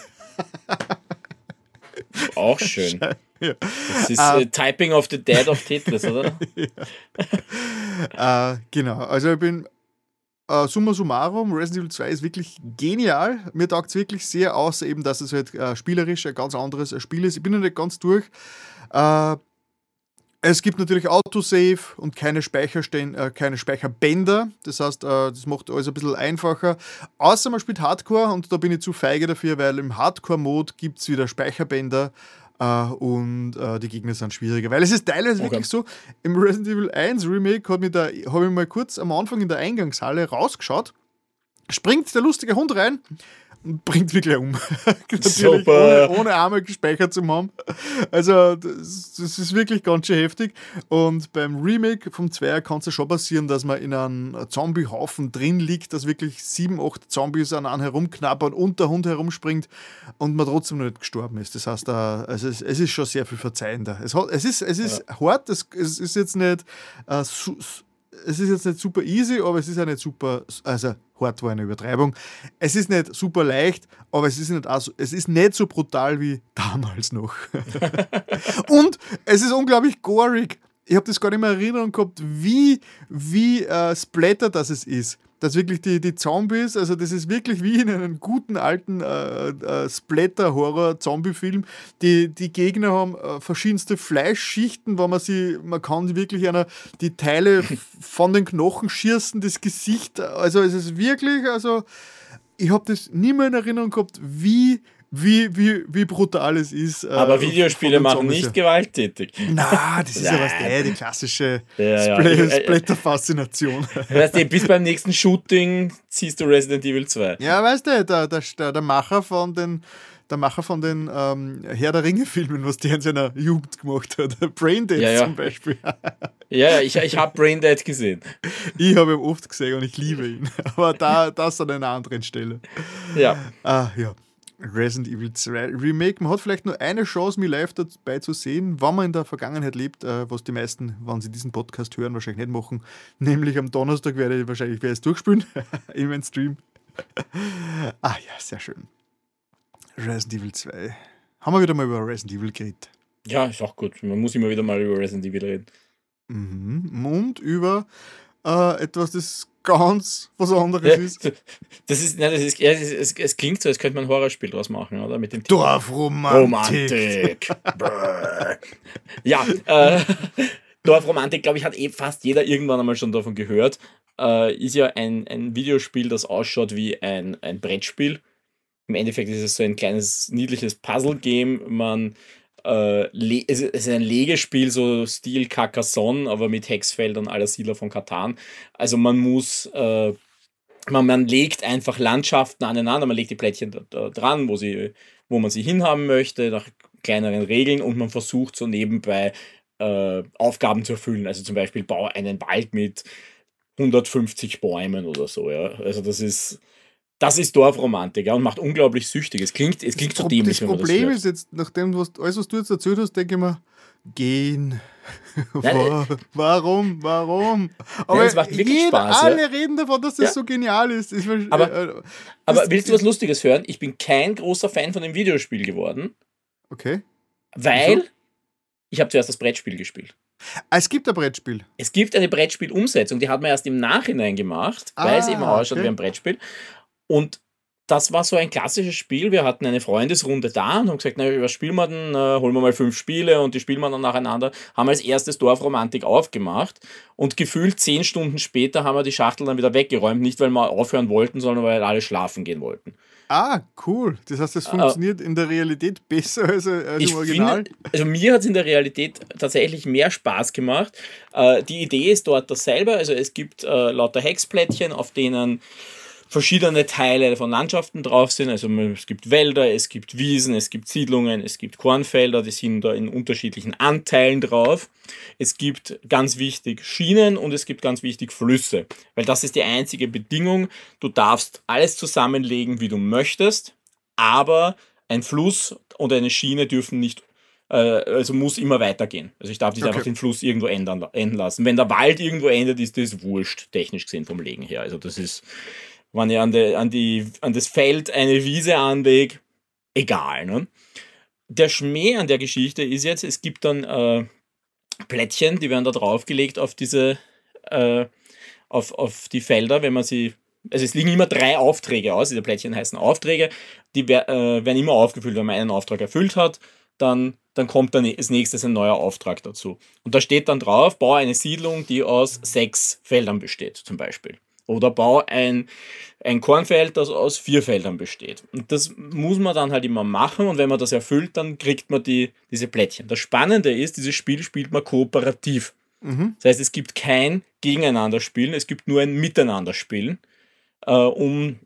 Auch schön. Ja. Das ist Typing of the Dead of Tetris, oder? Ja. Genau, also ich bin summa summarum, Resident Evil 2 ist wirklich genial. Mir taugt es wirklich sehr, außer eben, dass es halt spielerisch ein ganz anderes Spiel ist. Ich bin noch nicht ganz durch. Es gibt natürlich Autosave und keine Speicherbänder. Das heißt, das macht alles ein bisschen einfacher. Außer man spielt Hardcore und da bin ich zu feige dafür, weil im Hardcore-Mode gibt es wieder Speicherbänder und die Gegner sind schwieriger. Weil es ist teilweise wirklich so, im Resident Evil 1 Remake habe ich mal kurz am Anfang in der Eingangshalle rausgeschaut, springt der lustige Hund rein und bringt mich gleich um. Natürlich, ohne einmal gespeichert zu haben. Also das ist wirklich ganz schön heftig. Und beim Remake vom 2er kann es ja schon passieren, dass man in einem Zombie-Haufen drin liegt, dass wirklich 7, 8 Zombies an einem herumknabbern und der Hund herumspringt und man trotzdem noch nicht gestorben ist. Das heißt, es ist schon sehr viel verzeihender. Es ist hart, es ist jetzt nicht super easy, aber es ist auch nicht super, also hart war eine Übertreibung. Es ist nicht super leicht, aber es ist nicht so brutal wie damals noch. Und es ist unglaublich gorig. Ich habe das gar nicht mehr in Erinnerung gehabt, wie splatter das es ist. Dass wirklich die Zombies, also das ist wirklich wie in einem guten alten Splatter-Horror-Zombie-Film. Die Gegner haben verschiedenste Fleischschichten, wo man kann wirklich die Teile von den Knochen schießen, das Gesicht. Also es ist wirklich, ich habe das nie mehr in Erinnerung gehabt, wie brutal es ist. Aber Videospiele machen nicht gewalttätig. Na, das ist ja die klassische Splatter-Faszination. Weißt du, bis beim nächsten Shooting ziehst du Resident Evil 2. Ja, weißt du, der Macher von den Herr der Ringe-Filmen, was der in seiner Jugend gemacht hat. Braindead zum Beispiel. Ja, ich habe Braindead gesehen. Ich habe ihn oft gesehen und ich liebe ihn. Aber das an einer anderen Stelle. Ja. Ja. Resident Evil 2 Remake. Man hat vielleicht nur eine Chance, mich live dabei zu sehen, wenn man in der Vergangenheit lebt, was die meisten, wenn sie diesen Podcast hören, wahrscheinlich nicht machen. Nämlich am Donnerstag werde ich es durchspielen in meinem Stream. Ja, sehr schön. Resident Evil 2. Haben wir wieder mal über Resident Evil geredet? Ja, ist auch gut. Man muss immer wieder mal über Resident Evil reden. Und über etwas, das ganz was anderes ist. Es klingt so, als könnte man ein Horrorspiel draus machen, oder? Mit dem Dorfromantik. Ja, Dorfromantik, glaube ich, hat fast jeder irgendwann einmal schon davon gehört. Ist ja ein Videospiel, das ausschaut wie ein Brettspiel. Im Endeffekt ist es so ein kleines, niedliches Puzzle-Game. Es ist ein Legespiel, so Stil Carcassonne, aber mit Hexfeldern à la Siedler von Catan. Also man muss, man legt einfach Landschaften aneinander, man legt die Plättchen da dran, wo man sie hinhaben möchte, nach kleineren Regeln, und man versucht so nebenbei Aufgaben zu erfüllen. Also zum Beispiel baue einen Wald mit 150 Bäumen oder so. Ja. Also das ist Dorfromantik, ja, und macht unglaublich süchtig. Es klingt so dämlich, wenn man das hört. Das Problem ist jetzt, nachdem was du jetzt erzählt hast, denke ich mir, gehen. Warum? Aber es macht wirklich Spaß. Alle reden davon, dass das so genial ist. Aber willst du was Lustiges hören? Ich bin kein großer Fan von dem Videospiel geworden. Okay. Weil ich habe zuerst das Brettspiel gespielt. Es gibt ein Brettspiel. Es gibt eine Brettspiel-Umsetzung, die hat man erst im Nachhinein gemacht, weil es eben ausschaut wie ein Brettspiel. Und das war so ein klassisches Spiel. Wir hatten eine Freundesrunde da und haben gesagt, was spielen wir denn? Holen wir mal 5 Spiele und die spielen wir dann nacheinander. Haben als erstes Dorfromantik aufgemacht und gefühlt 10 Stunden später haben wir die Schachtel dann wieder weggeräumt. Nicht, weil wir aufhören wollten, sondern weil alle schlafen gehen wollten. Cool. Das heißt, das funktioniert in der Realität besser als im Original? Mir hat es in der Realität tatsächlich mehr Spaß gemacht. Die Idee ist dort dasselbe. Also es gibt lauter Hexplättchen, auf denen verschiedene Teile von Landschaften drauf sind. Also es gibt Wälder, es gibt Wiesen, es gibt Siedlungen, es gibt Kornfelder, die sind da in unterschiedlichen Anteilen drauf. Es gibt ganz wichtig Schienen und es gibt ganz wichtig Flüsse, weil das ist die einzige Bedingung. Du darfst alles zusammenlegen, wie du möchtest, aber ein Fluss und eine Schiene dürfen nicht, also muss immer weitergehen. Also ich darf nicht einfach den Fluss irgendwo enden lassen. Wenn der Wald irgendwo endet, ist das wurscht, technisch gesehen vom Legen her. Also das ist, wenn ich an das Feld eine Wiese anlege, egal. Ne? Der Schmäh an der Geschichte ist jetzt, es gibt dann Plättchen, die werden da draufgelegt auf diese, auf die Felder, wenn man sie. Also es liegen immer 3 Aufträge aus, diese Plättchen heißen Aufträge, die werden immer aufgefüllt. Wenn man einen Auftrag erfüllt hat, dann kommt dann als nächstes ein neuer Auftrag dazu. Und da steht dann drauf, baue eine Siedlung, die aus 6 Feldern besteht, zum Beispiel. Oder baue ein Kornfeld, das aus 4 Feldern besteht. Und das muss man dann halt immer machen und wenn man das erfüllt, dann kriegt man diese Plättchen. Das Spannende ist, dieses Spiel spielt man kooperativ. Das heißt, es gibt kein Gegeneinanderspielen, es gibt nur ein Miteinanderspielen. Und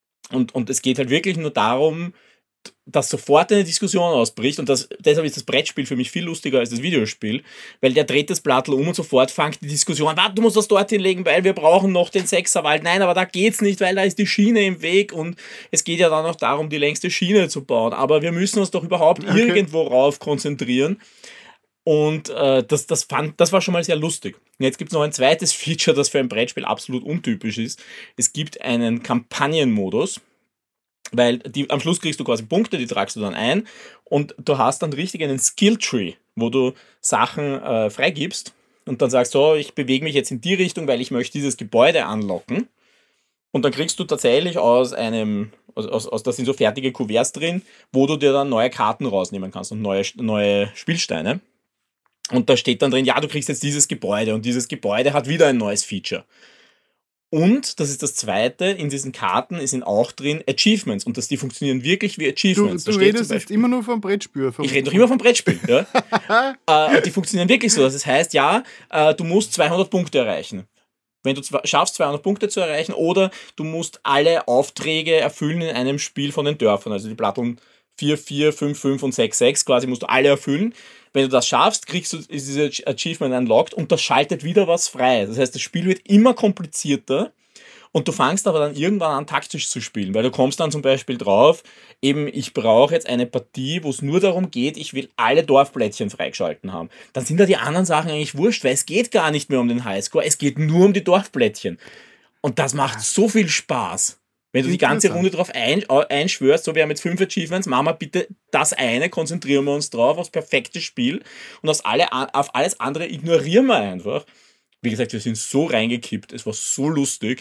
es geht halt wirklich nur darum, dass sofort eine Diskussion ausbricht und deshalb ist das Brettspiel für mich viel lustiger als das Videospiel, weil der dreht das Blattl um und sofort fängt die Diskussion an, warte, du musst das dort hinlegen, weil wir brauchen noch den Sechserwald, nein, aber da geht's nicht, weil da ist die Schiene im Weg und es geht ja dann auch darum, die längste Schiene zu bauen, aber wir müssen uns doch überhaupt irgendwo rauf konzentrieren. Und das war schon mal sehr lustig. Und jetzt gibt es noch ein zweites Feature, das für ein Brettspiel absolut untypisch ist. Es gibt einen Kampagnenmodus, weil am Schluss kriegst du quasi Punkte, die tragst du dann ein und du hast dann richtig einen Skilltree, wo du Sachen freigibst und dann sagst, so, ich bewege mich jetzt in die Richtung, weil ich möchte dieses Gebäude anlocken. Und dann kriegst du tatsächlich da sind so fertige Kuverts drin, wo du dir dann neue Karten rausnehmen kannst und neue Spielsteine. Und da steht dann drin, ja, du kriegst jetzt dieses Gebäude und dieses Gebäude hat wieder ein neues Feature. Und, das ist das Zweite, in diesen Karten sind auch drin Achievements und die funktionieren wirklich wie Achievements. Du redest jetzt immer nur vom Brettspiel. Ich rede doch immer vom Brettspiel. Ja. Die funktionieren wirklich so. Das heißt, ja, du musst 200 Punkte erreichen. Wenn du schaffst, 200 Punkte zu erreichen oder du musst alle Aufträge erfüllen in einem Spiel von den Dörfern, also die Platten 4, 4, 5, 5 und 6, 6 quasi musst du alle erfüllen. Wenn du das schaffst, ist dieses Achievement unlocked und das schaltet wieder was frei. Das heißt, das Spiel wird immer komplizierter und du fängst aber dann irgendwann an, taktisch zu spielen, weil du kommst dann zum Beispiel drauf, eben ich brauche jetzt eine Partie, wo es nur darum geht, ich will alle Dorfplättchen freigeschalten haben. Dann sind da die anderen Sachen eigentlich wurscht, weil es geht gar nicht mehr um den Highscore, es geht nur um die Dorfplättchen. Und das macht so viel Spaß. Wenn du die ganze Runde drauf einschwörst, so wir haben jetzt 5 Achievements, machen wir bitte das eine, konzentrieren wir uns drauf, aufs perfekte Spiel und auf alles andere ignorieren wir einfach. Wie gesagt, wir sind so reingekippt, es war so lustig.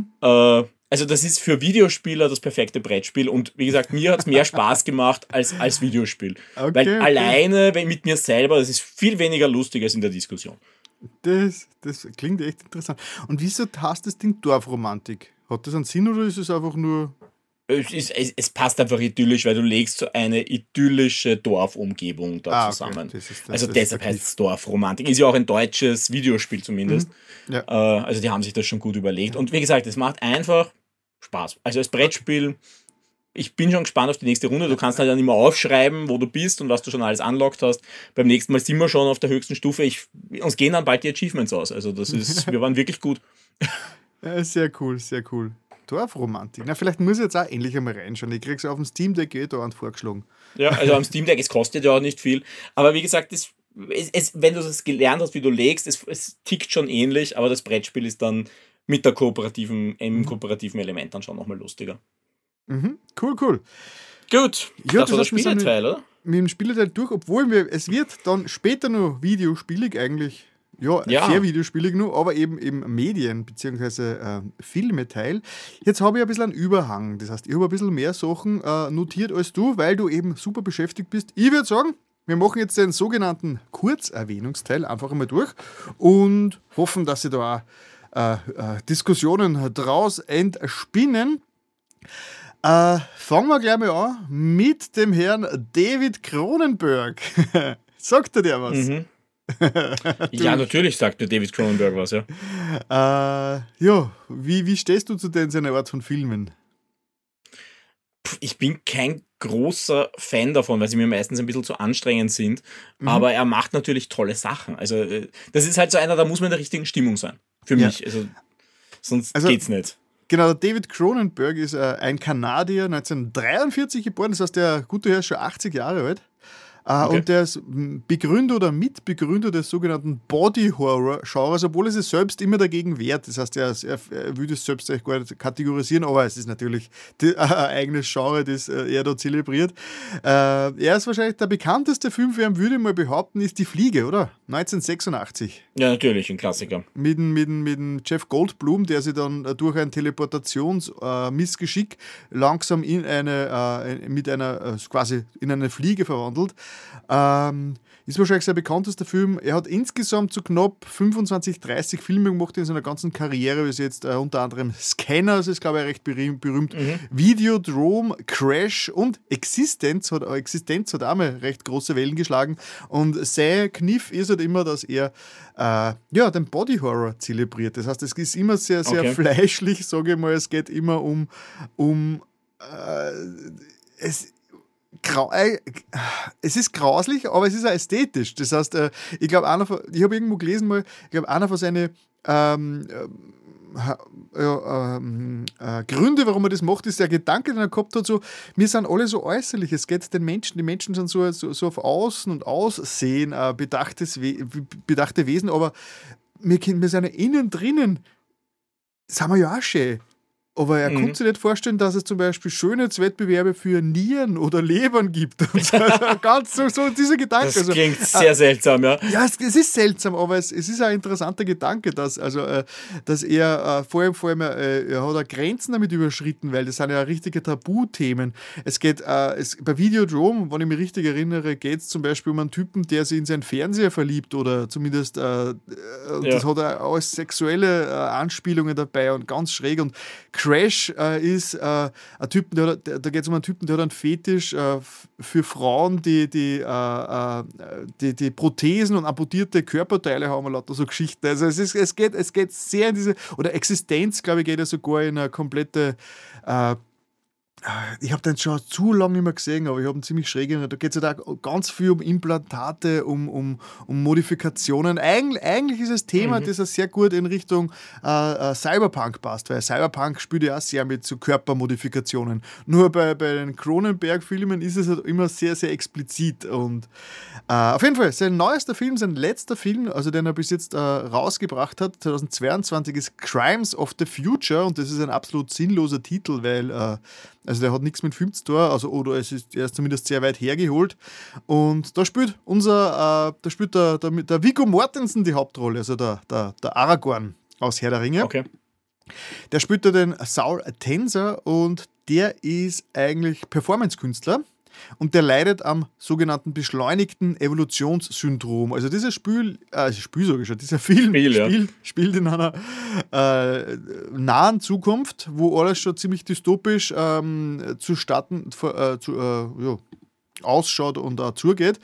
Also das ist für Videospieler das perfekte Brettspiel und wie gesagt, mir hat es mehr Spaß gemacht als Videospiel. Weil alleine mit mir selber, das ist viel weniger lustig als in der Diskussion. Das klingt echt interessant. Und wieso heißt das Ding Dorfromantik? Hat das einen Sinn oder ist es einfach nur... Es passt einfach idyllisch, weil du legst so eine idyllische Dorfumgebung da zusammen. Also deshalb heißt es Dorfromantik. Ist ja auch ein deutsches Videospiel zumindest. Ja. Also die haben sich das schon gut überlegt. Und wie gesagt, es macht einfach Spaß. Also als Brettspiel, ich bin schon gespannt auf die nächste Runde. Du kannst halt dann immer aufschreiben, wo du bist und was du schon alles unlockt hast. Beim nächsten Mal sind wir schon auf der höchsten Stufe. Uns gehen dann bald die Achievements aus. Also wir waren wirklich gut. Sehr cool, sehr cool. Dorfromantik. Na, vielleicht muss ich jetzt auch endlich einmal reinschauen. Ich krieg's auf dem Steam Deck da vorgeschlagen. Ja, also am Steam Deck, es kostet ja auch nicht viel. Aber wie gesagt, wenn du das gelernt hast, wie du legst, es tickt schon ähnlich, aber das Brettspiel ist dann mit der kooperativen Element dann schon nochmal lustiger. Cool. Gut, ja, das war der Spieleteil, oder? Mit dem Spieleteil durch, obwohl es wird dann später noch videospielig eigentlich. Ja, sehr videospielig nur, aber eben im Medien- bzw. Filmeteil. Jetzt habe ich ein bisschen einen Überhang. Das heißt, ich habe ein bisschen mehr Sachen notiert als du, weil du eben super beschäftigt bist. Ich würde sagen, wir machen jetzt den sogenannten Kurzerwähnungsteil einfach einmal durch und hoffen, dass sie da auch Diskussionen draus entspinnen. Fangen wir gleich mal an mit dem Herrn David Cronenberg. Sagt er dir was? Ja, natürlich sagt mir David Cronenberg was, ja. Ja, wie stehst du zu seiner Art von Filmen? Ich bin kein großer Fan davon, weil sie mir meistens ein bisschen zu anstrengend sind. Aber er macht natürlich tolle Sachen. Also, das ist halt so einer, da muss man in der richtigen Stimmung sein. Für mich. Also, sonst geht's nicht. Genau, David Cronenberg ist ein Kanadier, 1943 geboren, das heißt, der gute Herr ist schon 80 Jahre alt. Okay. Und der ist Begründer oder Mitbegründer des sogenannten Body-Horror-Genres, obwohl er sich selbst immer dagegen wehrt. Das heißt, er will das selbst gar nicht kategorisieren, aber es ist natürlich ein eigenes Genre, das er da zelebriert. Er ist wahrscheinlich der bekannteste Film für ihn, würde ich mal behaupten, ist Die Fliege, oder? 1986. Ja, natürlich, ein Klassiker. Mit dem Jeff Goldblum, der sich dann durch ein Teleportationsmissgeschick langsam in quasi in eine Fliege verwandelt. Ist wahrscheinlich sein bekanntester Film. Er hat insgesamt so knapp 25, 30 Filme gemacht in seiner ganzen Karriere. Ist jetzt unter anderem Scanner, das ist glaube ich recht berühmt. Videodrome, Crash und Existenz hat auch mal recht große Wellen geschlagen. Und sein Kniff ist halt immer, dass er den Body Horror zelebriert. Das heißt, es ist immer sehr, sehr fleischlich, sage ich mal. Es geht immer es ist grauslich, aber es ist auch ästhetisch. Das heißt, ich glaube, ich habe irgendwo gelesen mal, einer von seinen Gründe, warum er das macht, ist der Gedanke, den er gehabt hat, so, wir sind alle so äußerlich, es geht den Menschen, die Menschen sind so auf Außen und Aussehen bedachte Wesen, aber wir sind ja innen drinnen, sind wir ja auch schön. Aber er konnte sich nicht vorstellen, dass es zum Beispiel Schönheitswettbewerbe für Nieren oder Lebern gibt. Ganz so dieser Gedanke. Das klingt sehr seltsam, ja. Ja, es ist seltsam, aber es ist ein interessanter Gedanke, dass er vor allem er hat Grenzen damit überschritten, weil das sind ja richtige Tabuthemen. Es geht bei Videodrome, wenn ich mich richtig erinnere, geht es zum Beispiel um einen Typen, der sich in seinen Fernseher verliebt oder zumindest das hat auch sexuelle Anspielungen dabei und ganz schräg. Und Crash ist ein Typ, da geht es um einen Typen, der hat einen Fetisch für Frauen, die Prothesen und amputierte Körperteile haben, lauter so Geschichten. Also es geht sehr in diese, oder Existenz, glaube ich, geht ja sogar in eine komplette ich habe den schon zu lange nicht mehr gesehen, aber ich habe ihn ziemlich schräg erinnert. Da geht es ja da ganz viel um Implantate, um Modifikationen. Eigentlich ist das Thema, das ja sehr gut in Richtung Cyberpunk passt, weil Cyberpunk spielt ja auch sehr mit so Körpermodifikationen. Nur bei den Cronenberg-Filmen ist es halt immer sehr, sehr explizit. Und auf jeden Fall, sein letzter Film, also den er bis jetzt rausgebracht hat, 2022, ist Crimes of the Future, und das ist ein absolut sinnloser Titel, weil also der hat nichts mit Film zu tun, er ist zumindest sehr weit hergeholt. Und da spielt der Viggo Mortensen die Hauptrolle, also der Aragorn aus Herr der Ringe. Okay. Der spielt da den Saul Tenser und der ist eigentlich Performance-Künstler. Und der leidet am sogenannten beschleunigten Evolutionssyndrom. Also dieses dieser Film spielt in einer nahen Zukunft, wo alles schon ziemlich dystopisch ausschaut und zugeht.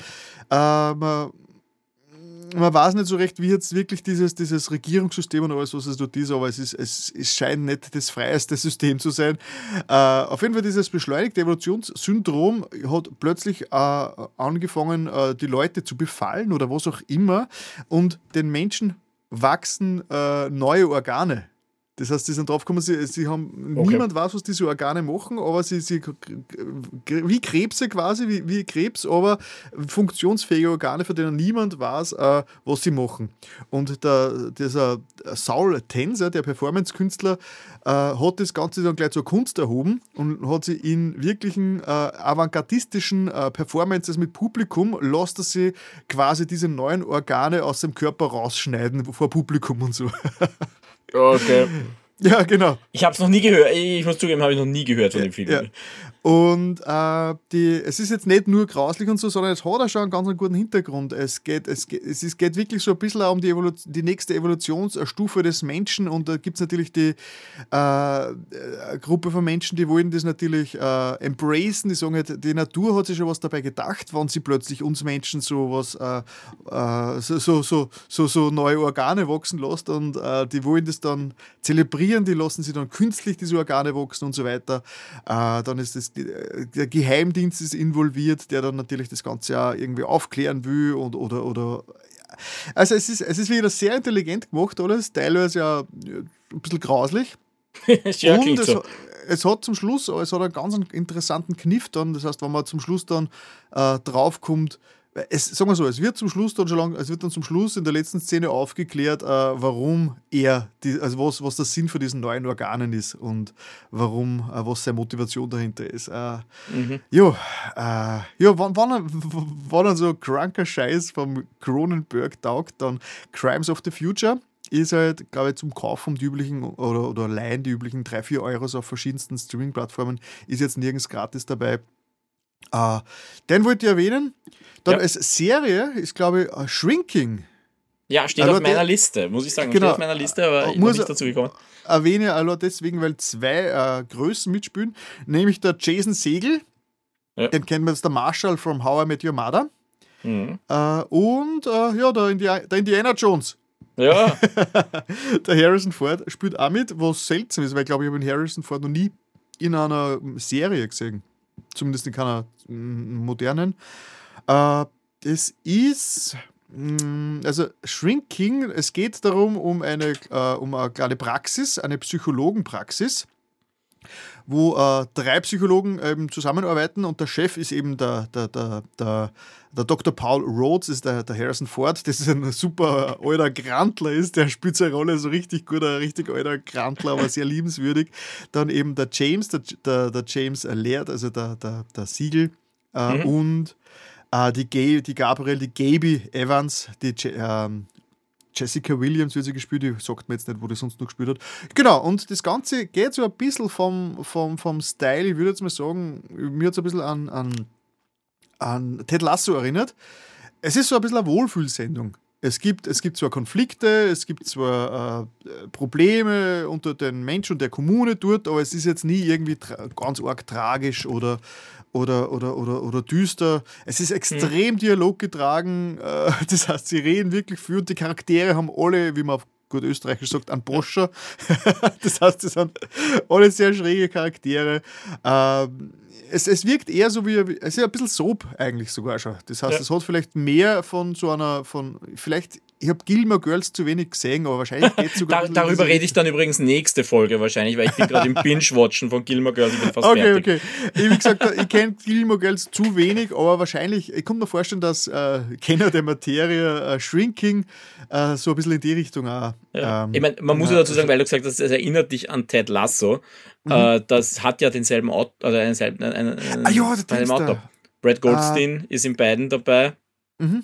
Man weiß nicht so recht, wie jetzt wirklich dieses Regierungssystem und alles, was es dort ist, aber es scheint nicht das freieste System zu sein. Auf jeden Fall, dieses beschleunigte Evolutionssyndrom hat plötzlich angefangen, die Leute zu befallen oder was auch immer, und den Menschen wachsen neue Organe. Das heißt, sie sind drauf gekommen, niemand weiß, was diese Organe machen, aber sie wie Krebse quasi, wie Krebs, aber funktionsfähige Organe, von denen niemand weiß, was sie machen. Und dieser Saul Tenser, der Performance-Künstler, hat das Ganze dann gleich zur Kunst erhoben und hat sie in wirklichen avantgardistischen Performances mit Publikum, lässt er sie quasi diese neuen Organe aus dem Körper rausschneiden vor Publikum und so. Okay. Ja, genau. Ich habe es noch nie gehört. Ich muss zugeben, habe ich noch nie gehört von dem Film. Ja. Und es ist jetzt nicht nur grauslich und so, sondern es hat auch schon einen ganz guten Hintergrund. Es geht wirklich so ein bisschen auch um die nächste Evolutionsstufe des Menschen, und da gibt es natürlich die Gruppe von Menschen, die wollen das natürlich embracen, die sagen halt, die Natur hat sich schon was dabei gedacht, wenn sie plötzlich uns Menschen so was so neue Organe wachsen lässt, und die wollen das dann zelebrieren, die lassen sie dann künstlich diese Organe wachsen und so weiter. Dann ist der Geheimdienst ist involviert, der dann natürlich das Ganze ja irgendwie aufklären will oder also es ist wieder sehr intelligent gemacht alles, teilweise ja ein bisschen grauslich. Ja, und es hat zum Schluss, es hat einen ganz interessanten Kniff dann, das heißt, wenn man zum Schluss dann draufkommt, sagen wir so, es wird zum Schluss in der letzten Szene aufgeklärt, warum was der Sinn für diesen neuen Organen ist und was seine Motivation dahinter ist. Wenn so kranker Scheiß vom Cronenberg taugt, dann Crimes of the Future ist halt, glaube ich, zum Kauf die üblichen oder leihen die üblichen 3-4 Euros auf verschiedensten Streaming-Plattformen, ist jetzt nirgends gratis dabei. Den wollte ich erwähnen. Dann als Serie ist, glaube ich, Shrinking. Ja, steht auf meiner Liste, muss ich sagen. Genau, steht auf meiner Liste, aber ich bin nicht dazu gekommen. Erwähne allein deswegen, weil 2 Größen mitspielen, nämlich der Jason Segel, den kennen wir jetzt, der Marshall from How I Met Your Mother, und der Indiana Jones. Ja. Der Harrison Ford spielt auch mit, was seltsam ist, weil ich glaube, ich habe den Harrison Ford noch nie in einer Serie gesehen. Zumindest in keiner modernen. Das ist, also Shrinking, es geht darum, um eine kleine Praxis, eine Psychologenpraxis, wo 3 Psychologen zusammenarbeiten, und der Chef ist eben der Dr. Paul Rhodes, ist der Harrison Ford, das ist ein super alter Grantler ist, der spielt seine Rolle so richtig gut, ein richtig alter Grantler, aber sehr liebenswürdig. Dann eben der James, der James Laird, also der Siegel, und die Gabrielle, die Gaby Evans, die Jessica Williams wird sie gespielt, die sagt mir jetzt nicht, wo die sonst noch gespielt hat. Genau, und das Ganze geht so ein bisschen vom Style, ich würde jetzt mal sagen, mir hat es ein bisschen an Ted Lasso erinnert. Es ist so ein bisschen eine Wohlfühlsendung. Es gibt zwar Konflikte, es gibt zwar Probleme unter den Menschen und der Kommune dort, aber es ist jetzt nie irgendwie ganz arg tragisch oder düster. Es ist extrem dialoggetragen, das heißt, sie reden wirklich viel, und die Charaktere haben alle, wie man auf gut österreichisch sagt, einen Boscher. Das heißt, das sind alle sehr schräge Charaktere. Es wirkt eher so es ist ein bisschen Soap eigentlich sogar schon. Das heißt, es hat vielleicht mehr vielleicht, ich habe Gilmore Girls zu wenig gesehen, aber wahrscheinlich geht es sogar darüber rede ich dann übrigens nächste Folge wahrscheinlich, weil ich bin gerade im Binge-Watchen von Gilmore Girls, ich bin fast fertig. Okay. Wie gesagt, ich kenne Gilmore Girls zu wenig, aber wahrscheinlich, ich kann mir vorstellen, dass Kenner der Materie Shrinking so ein bisschen in die Richtung auch. Ich meine, man muss ja dazu sagen, weil du gesagt hast, es erinnert dich an Ted Lasso. Das hat ja denselben Autor, oder denselben Autor. Brad Goldstein ist in beiden dabei. Und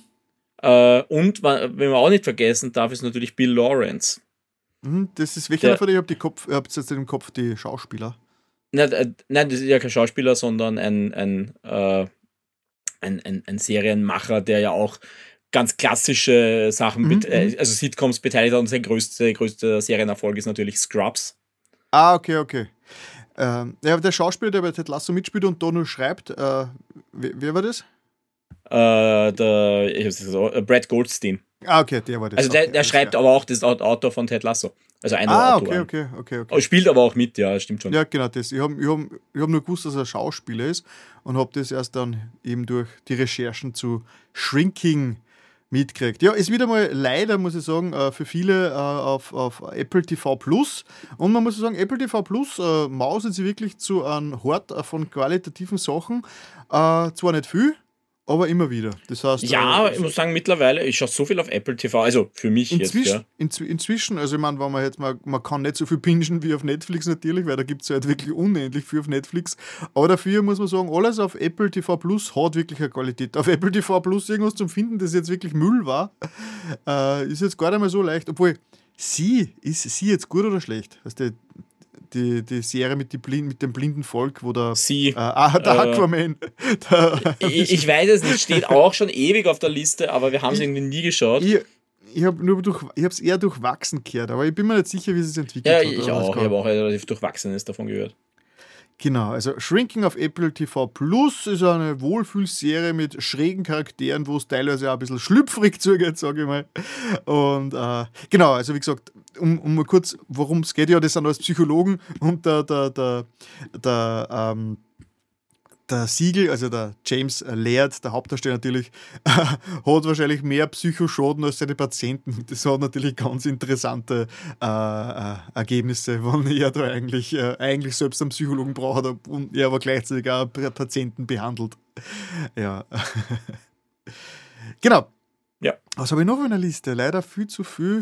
wenn man auch nicht vergessen darf, ist natürlich Bill Lawrence. Das ist welcher von dir? Ich habe jetzt im Kopf die Schauspieler. Nein, das ist ja kein Schauspieler, sondern ein Serienmacher, der ja auch ganz klassische Sachen, also Sitcoms beteiligt hat, und sein größter Serienerfolg ist natürlich Scrubs. Okay. Der Schauspieler, der bei Ted Lasso mitspielt und da nur schreibt, wer war das? Brad Goldstein. Okay, der war das. Also der schreibt aber auch das Autor von Ted Lasso. Also einer der Autoren. Okay. Spielt aber auch mit, ja, stimmt schon. Ja, genau, das. Ich hab nur gewusst, dass er Schauspieler ist, und habe das erst dann eben durch die Recherchen zu Shrinking mitkriegt. Ja, ist wieder mal leider, muss ich sagen, für viele auf Apple TV Plus. Und man muss sagen, Apple TV Plus mausen sie wirklich zu einem Hort von qualitativen Sachen. Zwar nicht viel, aber immer wieder. Das heißt, ich muss sagen, mittlerweile, ich schaue so viel auf Apple TV, also für mich inzwischen, also ich meine, wenn man jetzt man kann nicht so viel bingen wie auf Netflix natürlich, weil da gibt es halt wirklich unendlich viel auf Netflix, aber dafür muss man sagen, alles auf Apple TV Plus hat wirklich eine Qualität. Auf Apple TV Plus irgendwas zum Finden, das jetzt wirklich Müll war, ist jetzt gar nicht mehr so leicht, obwohl Ist sie jetzt gut oder schlecht? Weißt du, die Serie mit dem blinden Volk, wo der Aquaman. Ich weiß es nicht, steht auch schon ewig auf der Liste, aber wir haben es irgendwie nie geschaut. Ich habe es eher durchwachsen gehört, aber ich bin mir nicht sicher, wie es sich entwickelt hat. Ja, ich auch. Ich habe auch relativ Durchwachsenes davon gehört. Genau, also Shrinking auf Apple TV Plus ist eine Wohlfühlserie mit schrägen Charakteren, wo es teilweise auch ein bisschen schlüpfrig zugeht, sage ich mal. Und genau, also wie gesagt, um mal kurz, worum es geht, ja, das sind alles Psychologen und der Siegel, also der James Laird, der Hauptdarsteller natürlich, hat wahrscheinlich mehr Psychoschaden als seine Patienten. Das hat natürlich ganz interessante Ergebnisse, wenn er da eigentlich selbst einen Psychologen braucht und er aber gleichzeitig auch Patienten behandelt. Ja. Genau. Ja. Was habe ich noch auf einer Liste? Leider viel zu viel.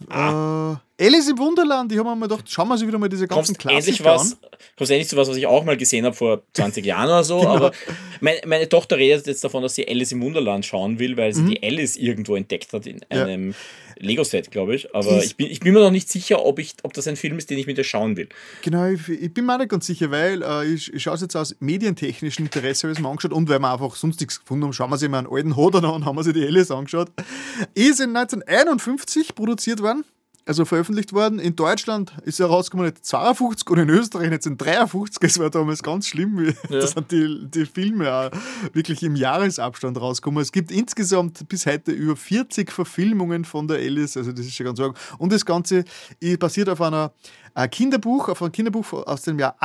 Alice im Wunderland, ich habe mir mal gedacht, schauen wir uns wieder mal diese ganzen Klassiker an. Kommst endlich zu was ich auch mal gesehen habe vor 20 Jahren oder so, genau. Aber meine Tochter redet jetzt davon, dass sie Alice im Wunderland schauen will, weil sie die Alice irgendwo entdeckt hat in einem Lego-Set, glaube ich. Aber ich bin mir noch nicht sicher, ob das ein Film ist, den ich mit ihr schauen will. Genau, ich bin mir auch nicht ganz sicher, weil ich schaue es jetzt aus medientechnischem Interesse, habe ich es mir angeschaut und weil wir einfach sonst nichts gefunden haben, schauen wir uns immer einen alten Hodder an und haben wir sich die Alice angeschaut. Ist in 1951 produziert worden. Also veröffentlicht worden. In Deutschland ist er rausgekommen 1952 und in Österreich 1953. Das war damals ganz schlimm. Da sind die Filme auch wirklich im Jahresabstand rausgekommen. Es gibt insgesamt bis heute über 40 Verfilmungen von der Alice. Also das ist schon ganz arg. Und das Ganze basiert auf einem Kinderbuch aus dem Jahr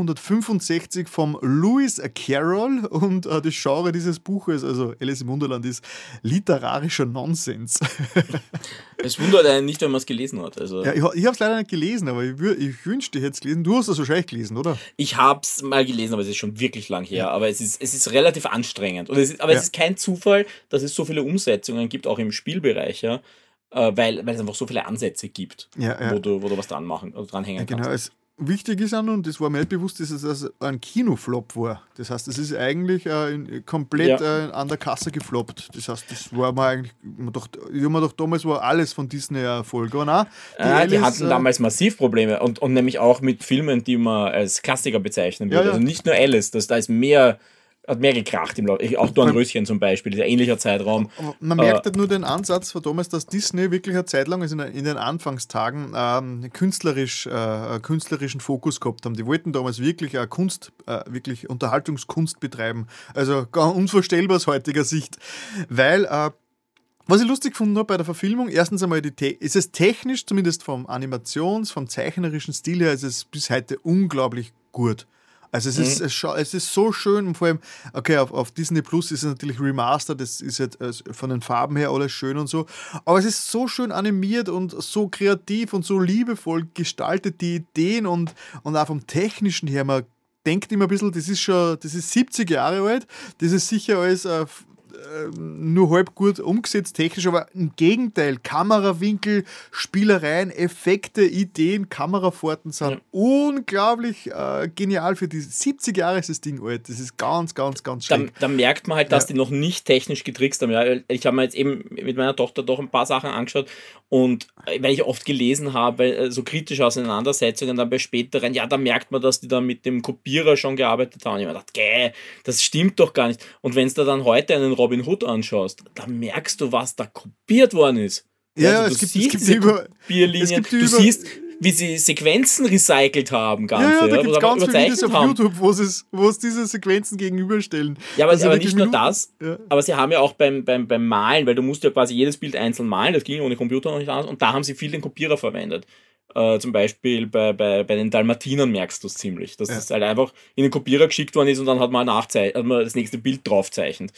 1865 vom Lewis Carroll. Und das Genre dieses Buches, also Alice im Wunderland, ist literarischer Nonsens. Es wundert einen nicht, wenn man es gelesen hat. Also. Ja, ich habe es leider nicht gelesen, aber ich wünschte, ich hätte es gelesen. Du hast es wahrscheinlich gelesen, oder? Ich habe es mal gelesen, aber es ist schon wirklich lang her. Ja. Aber es ist relativ anstrengend. Und es ist kein Zufall, dass es so viele Umsetzungen gibt, auch im Spielbereich, ja. Weil es einfach so viele Ansätze gibt, wo du was dranhängen kannst. Genau, wichtig ist auch, und das war mir nicht bewusst, dass es ein Kinoflop war. Das heißt, es ist eigentlich komplett an der Kasse gefloppt. Das heißt, das war mir eigentlich, ich habe mir gedacht, damals war alles von Disney Erfolg. Aber nein, die hatten damals massiv Probleme und nämlich auch mit Filmen, die man als Klassiker bezeichnen würde. Also nicht nur Alice, da ist hat mehr gekracht im Laufe. Auch Dornröschen zum Beispiel, dieser ähnlicher Zeitraum. Man merkt halt nur den Ansatz von damals, dass Disney wirklich eine Zeit lang, also in den Anfangstagen, künstlerischen Fokus gehabt haben. Die wollten damals wirklich wirklich Unterhaltungskunst betreiben. Also gar unvorstellbar aus heutiger Sicht. Weil was ich lustig gefunden habe bei der Verfilmung, erstens einmal ist es technisch, zumindest vom vom zeichnerischen Stil her, ist es bis heute unglaublich gut. Also es ist so schön, und vor allem, okay, auf Disney Plus ist es natürlich remastered, das ist halt von den Farben her alles schön und so, aber es ist so schön animiert und so kreativ und so liebevoll gestaltet, die Ideen und auch vom Technischen her, man denkt immer ein bisschen, das ist 70 Jahre alt, das ist sicher alles nur halb gut umgesetzt technisch, aber im Gegenteil, Kamerawinkel, Spielereien, Effekte, Ideen, Kamerafahrten sind unglaublich genial für die 70 Jahre ist das Ding alt. Das ist ganz, ganz, ganz schön. Da merkt man halt, dass die noch nicht technisch getrickst haben. Ja, ich habe mir jetzt eben mit meiner Tochter doch ein paar Sachen angeschaut und weil ich oft gelesen habe, so kritische Auseinandersetzungen dann bei späteren, da merkt man, dass die da mit dem Kopierer schon gearbeitet haben. Und ich habe mir gedacht, das stimmt doch gar nicht. Und wenn es da dann heute einen Robin Hood anschaust, da merkst du, was da kopiert worden ist. Ja, also, du siehst diese Kopierlinien, du siehst, wie sie Sequenzen recycelt haben, ganze. Da gibt es ganz viele Videos auf YouTube, wo es diese Sequenzen gegenüberstellen. Ja, aber nicht nur das, aber sie haben ja auch beim Malen, weil du musst ja quasi jedes Bild einzeln malen, das ging ohne Computer noch nicht anders, und da haben sie viel den Kopierer verwendet. Zum Beispiel bei den Dalmatinern merkst du es ziemlich, dass es halt einfach in den Kopierer geschickt worden ist und dann hat man das nächste Bild draufzeichnet.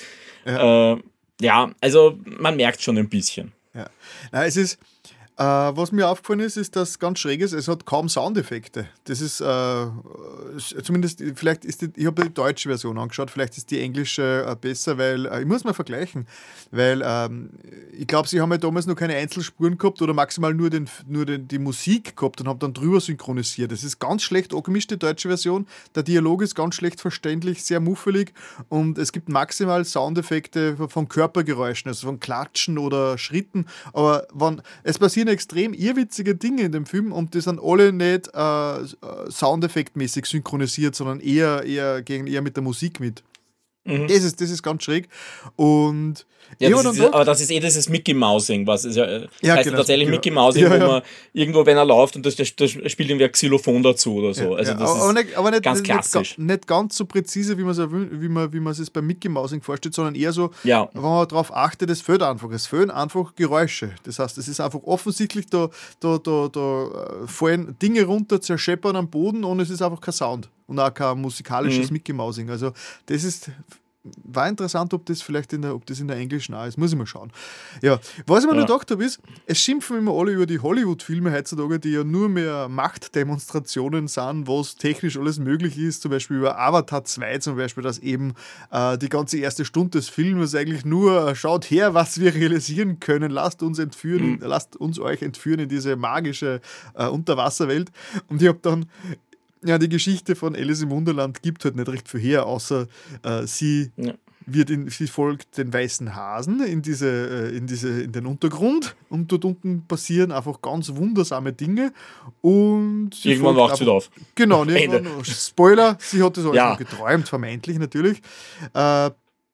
Also man merkt schon ein bisschen. Ja. Na, es ist, was mir aufgefallen ist, dass ganz schräg ist, es hat kaum Soundeffekte. Das ist zumindest, vielleicht ist ich habe die deutsche Version angeschaut, vielleicht ist die englische besser, weil ich muss mal vergleichen, weil ich glaube, sie haben ja damals noch keine Einzelspuren gehabt oder maximal nur die Musik gehabt und haben dann drüber synchronisiert. Das ist ganz schlecht angemischt, die deutsche Version. Der Dialog ist ganz schlecht verständlich, sehr muffelig und es gibt maximal Soundeffekte von Körpergeräuschen, also von Klatschen oder Schritten, aber es passieren passieren extrem irrwitzige Dinge in dem Film und die sind alle nicht soundeffektmäßig synchronisiert, sondern eher mit der Musik mit. Das ist ganz schräg. Und aber das ist dieses Mickey Mousing, was ist heißt genau, tatsächlich Mickey Mousing, wo man irgendwo, wenn er läuft und das spielt irgendwie ein Xylophon dazu oder so. Also das aber nicht ganz klassisch. Nicht ganz so präzise, wie man es bei Mickey Mousing vorstellt, sondern eher so, wenn man darauf achtet, es fehlt einfach Geräusche. Das heißt, es ist einfach offensichtlich, da fallen Dinge runter, zerscheppern am Boden und es ist einfach kein Sound und auch kein musikalisches Mickey Mousing. Also das war interessant, ob das in der englischen auch ist. Muss ich mal schauen. Ja, was ich mir noch gedacht habe, ist, es schimpfen immer alle über die Hollywood-Filme heutzutage, die ja nur mehr Machtdemonstrationen sind, was technisch alles möglich ist. Zum Beispiel über Avatar 2 zum Beispiel, dass eben die ganze erste Stunde des Films eigentlich nur schaut her, was wir realisieren können. Lasst uns euch entführen in diese magische Unterwasserwelt. Und ich habe dann die Geschichte von Alice im Wunderland gibt halt nicht recht viel her, außer sie folgt den weißen Hasen in den Untergrund und dort unten passieren einfach ganz wundersame Dinge und irgendwann wacht sie auf. Genau, Spoiler, sie hat das alles noch geträumt, vermeintlich natürlich. Aber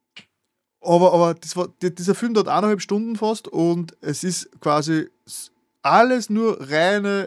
dieser Film dauert 1,5 Stunden fast und es ist quasi alles nur reine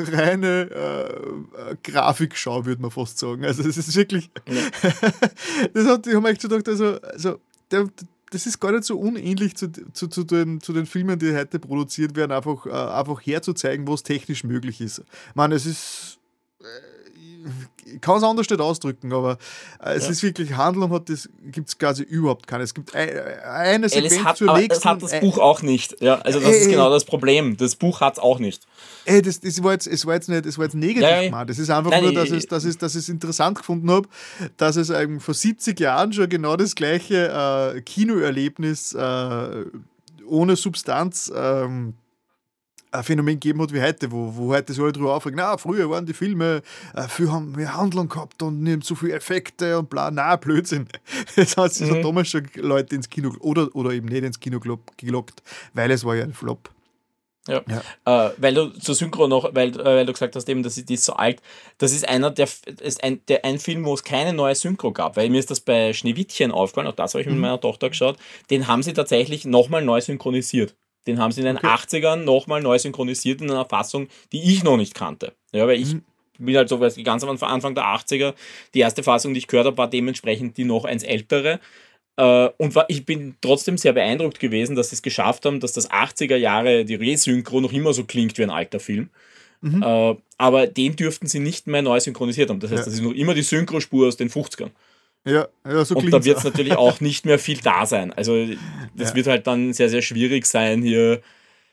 Grafikschau, würde man fast sagen. Also es ist wirklich, ich habe mir echt gedacht, das ist gar nicht so unähnlich zu den Filmen, die heute produziert werden, einfach herzuzeigen, was technisch möglich ist. Ich meine, es ist, ich kann es anders nicht ausdrücken, aber es ist wirklich Handlung, gibt es quasi überhaupt keine. Es gibt eine Sequenz zur nächsten. Es hat das Buch auch nicht. Ja, also das ist genau das Problem. Das Buch hat es auch nicht. Es war jetzt negativ gemeint. Das ist einfach nur, dass ich es interessant gefunden habe, dass es vor 70 Jahren schon genau das gleiche Kinoerlebnis ohne Substanz ein Phänomen gegeben hat wie heute, wo heute so alle drüber aufregen, früher waren die Filme, haben mehr Handlung gehabt und nicht so viele Effekte und bla, Blödsinn. Das heißt, es hat damals schon Leute ins Kino oder eben nicht ins Kino gelockt, weil es war ja ein Flop. Ja. Weil du zur Synchro noch, weil du gesagt hast, eben, die ist so alt, das ist ein Film, wo es keine neue Synchro gab, weil mir ist das bei Schneewittchen aufgefallen, auch das habe ich mit meiner Tochter geschaut, den haben sie tatsächlich nochmal neu synchronisiert. Den haben sie in den 80ern nochmal neu synchronisiert in einer Fassung, die ich noch nicht kannte. Ja, weil ich bin halt so, ganz am Anfang der 80er, die erste Fassung, die ich gehört habe, war dementsprechend die noch eins ältere. Und ich bin trotzdem sehr beeindruckt gewesen, dass sie es geschafft haben, dass das 80er Jahre, die Resynchro noch immer so klingt wie ein alter Film. Aber den dürften sie nicht mehr neu synchronisiert haben. Das heißt, das ist noch immer die Synchrospur aus den 50ern. Ja, so und da wird es natürlich auch nicht mehr viel da sein. Also das wird halt dann sehr, sehr schwierig sein, hier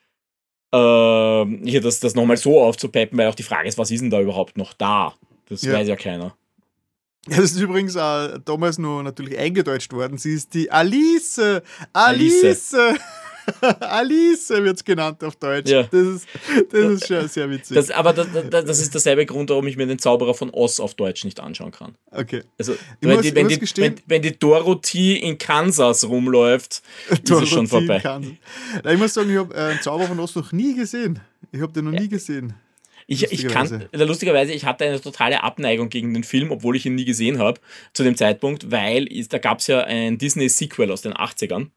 das nochmal so aufzupeppen, weil auch die Frage ist, was ist denn da überhaupt noch da? Das weiß ja keiner. Ja, das ist übrigens auch damals noch natürlich eingedeutscht worden. Sie ist die Alice. Alice wird es genannt auf Deutsch. Ja. Das ist schon sehr witzig. Das ist derselbe Grund, warum ich mir den Zauberer von Oz auf Deutsch nicht anschauen kann. Okay. Also, wenn die Dorothy in Kansas rumläuft, ist es schon vorbei. Ich muss sagen, ich habe einen Zauberer von Oz noch nie gesehen. Ich habe den noch nie gesehen. Lustigerweise, ich hatte eine totale Abneigung gegen den Film, obwohl ich ihn nie gesehen habe, zu dem Zeitpunkt, weil da gab es ja ein Disney-Sequel aus den 80ern.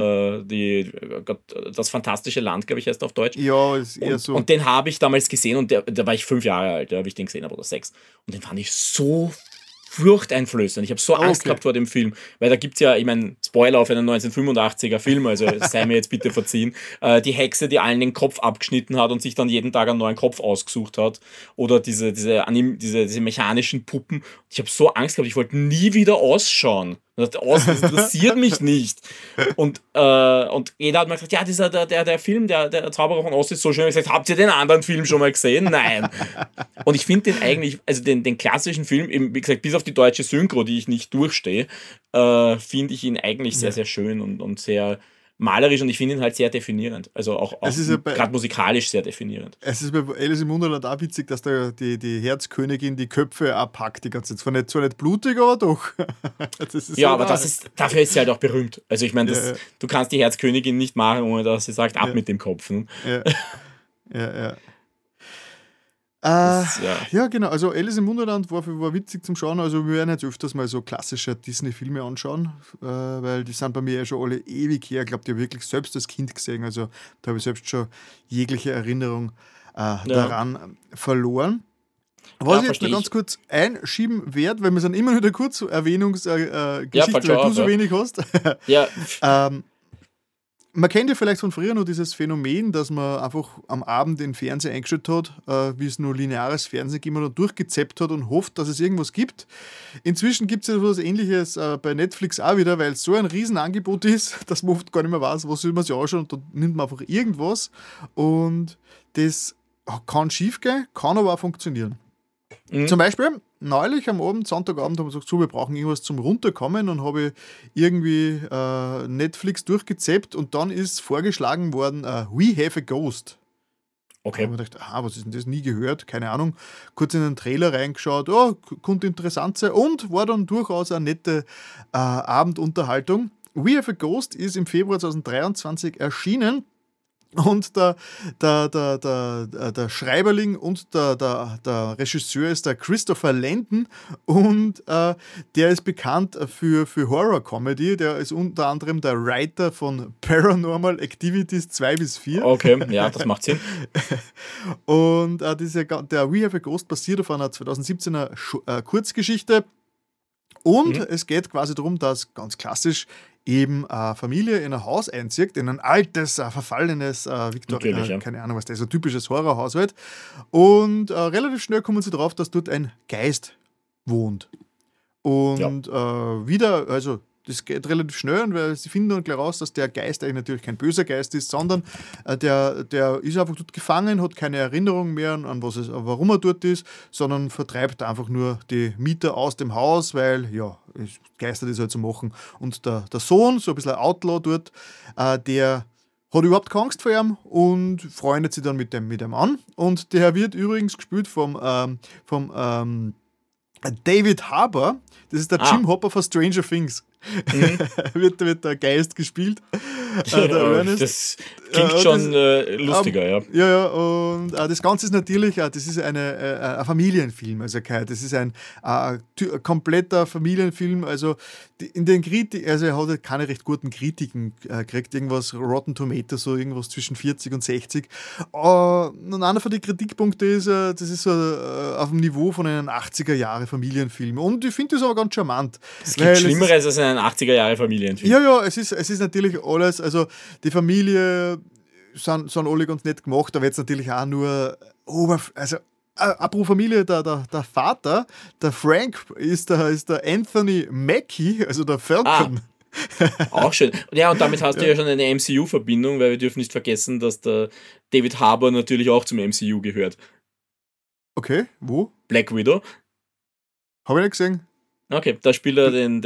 Das fantastische Land, glaube ich, heißt auf Deutsch. Ja, ist eher so. Und den habe ich damals gesehen und da war ich 5 Jahre alt, da habe ich den gesehen, oder 6. Und den fand ich so furchteinflößend. Ich habe so Angst gehabt vor dem Film, weil da gibt es ja, ich meine, Spoiler auf einen 1985er Film, also sei mir jetzt bitte verziehen, die Hexe, die allen den Kopf abgeschnitten hat und sich dann jeden Tag einen neuen Kopf ausgesucht hat, oder diese mechanischen Puppen. Ich habe so Angst gehabt, ich wollte nie wieder ausschauen. Das interessiert mich nicht. Und jeder hat mir gesagt, ja, der Film, der Zauberer von Oz ist so schön. Ich habe gesagt, habt ihr den anderen Film schon mal gesehen? Nein. Und ich finde den eigentlich, also den klassischen Film, eben, wie gesagt, bis auf die deutsche Synchro, die ich nicht durchstehe, finde ich ihn eigentlich sehr, sehr schön und sehr malerisch, und ich finde ihn halt sehr definierend. Also auch gerade musikalisch sehr definierend. Es ist bei Alice im Wunderland auch witzig, dass da die Herzkönigin die Köpfe abpackt die ganze Zeit. Zwar nicht blutig, aber doch. Aber dafür ist sie halt auch berühmt. Also ich meine, du kannst die Herzkönigin nicht machen, ohne dass sie sagt, ab mit dem Kopf. Ne? Ja. Ja. Ja, genau. Also Alice im Wunderland war witzig zum Schauen. Also wir werden jetzt öfters mal so klassische Disney-Filme anschauen, weil die sind bei mir ja schon alle ewig her. Ich glaube, die habe ich wirklich selbst als Kind gesehen. Also da habe ich selbst schon jegliche Erinnerung daran verloren. Was ich jetzt noch ganz kurz einschieben werde, weil wir sind immer wieder kurz so Erwähnungsgeschichte, weil du so wenig hast. Ja. Man kennt ja vielleicht von früher noch dieses Phänomen, dass man einfach am Abend den Fernseher eingeschaltet hat, wie es nur lineares Fernsehen gegeben hat und durchgezappt hat und hofft, dass es irgendwas gibt. Inzwischen gibt es ja etwas Ähnliches bei Netflix auch wieder, weil es so ein Riesenangebot ist, dass man oft gar nicht mehr weiß, was soll man sich anschauen, und dann nimmt man einfach irgendwas und das kann schief gehen, kann aber auch funktionieren. Zum Beispiel, neulich am Abend, Sonntagabend, haben wir gesagt, so, wir brauchen irgendwas zum Runterkommen, und habe ich irgendwie Netflix durchgezappt und dann ist vorgeschlagen worden, We Have a Ghost. Okay. Da habe ich gedacht, was ist denn das? Nie gehört, keine Ahnung. Kurz in den Trailer reingeschaut, konnte interessant sein und war dann durchaus eine nette Abendunterhaltung. We Have a Ghost ist im Februar 2023 erschienen. Und der Schreiberling und der Regisseur ist der Christopher Landon, und der ist bekannt für Horror-Comedy. Der ist unter anderem der Writer von Paranormal Activities 2-4. Okay, ja, das macht Sinn. Und der We Have a Ghost basiert auf einer 2017er Kurzgeschichte. Und es geht quasi darum, dass ganz klassisch eben eine Familie in ein Haus einzieht, in ein altes, verfallenes, keine Ahnung was, das ist ein typisches Horrorhaus halt. Und relativ schnell kommen sie drauf, dass dort ein Geist wohnt. Und also das geht relativ schnell, weil sie finden dann gleich raus, dass der Geist eigentlich natürlich kein böser Geist ist, sondern der ist einfach dort gefangen, hat keine Erinnerung mehr an warum er dort ist, sondern vertreibt einfach nur die Mieter aus dem Haus, weil, Geister das halt so machen. Und der Sohn, so ein bisschen ein Outlaw dort, der hat überhaupt keine Angst vor ihm und freundet sich dann mit dem an. Und der wird übrigens gespielt vom David Harbour. Das ist der Jim Hopper von Stranger Things. wird der Geist gespielt. Das klingt schon lustiger, ja. Ja, und das Ganze ist natürlich, das ist ein Familienfilm, also das ist ein kompletter Familienfilm, also in den Kritiken, also er hat halt keine recht guten Kritiken gekriegt, irgendwas Rotten Tomatoes, so irgendwas zwischen 40 und 60. Und einer von den Kritikpunkten ist, das ist so auf dem Niveau von einem 80er-Jahre-Familienfilm, und ich finde das aber ganz charmant. Es gibt Schlimmeres als ein 80er-Jahre-Familienfilm. Ja, es ist natürlich alles, also die Familie sind alle ganz nett gemacht, da wird es natürlich auch nur apropos Familie, der Vater, der Frank, ist der Anthony Mackie, also der Falcon. Auch schön. Ja, und damit hast du ja schon eine MCU-Verbindung, weil wir dürfen nicht vergessen, dass der David Harbour natürlich auch zum MCU gehört. Okay, wo? Black Widow. Habe ich nicht gesehen. Okay, da spielt er den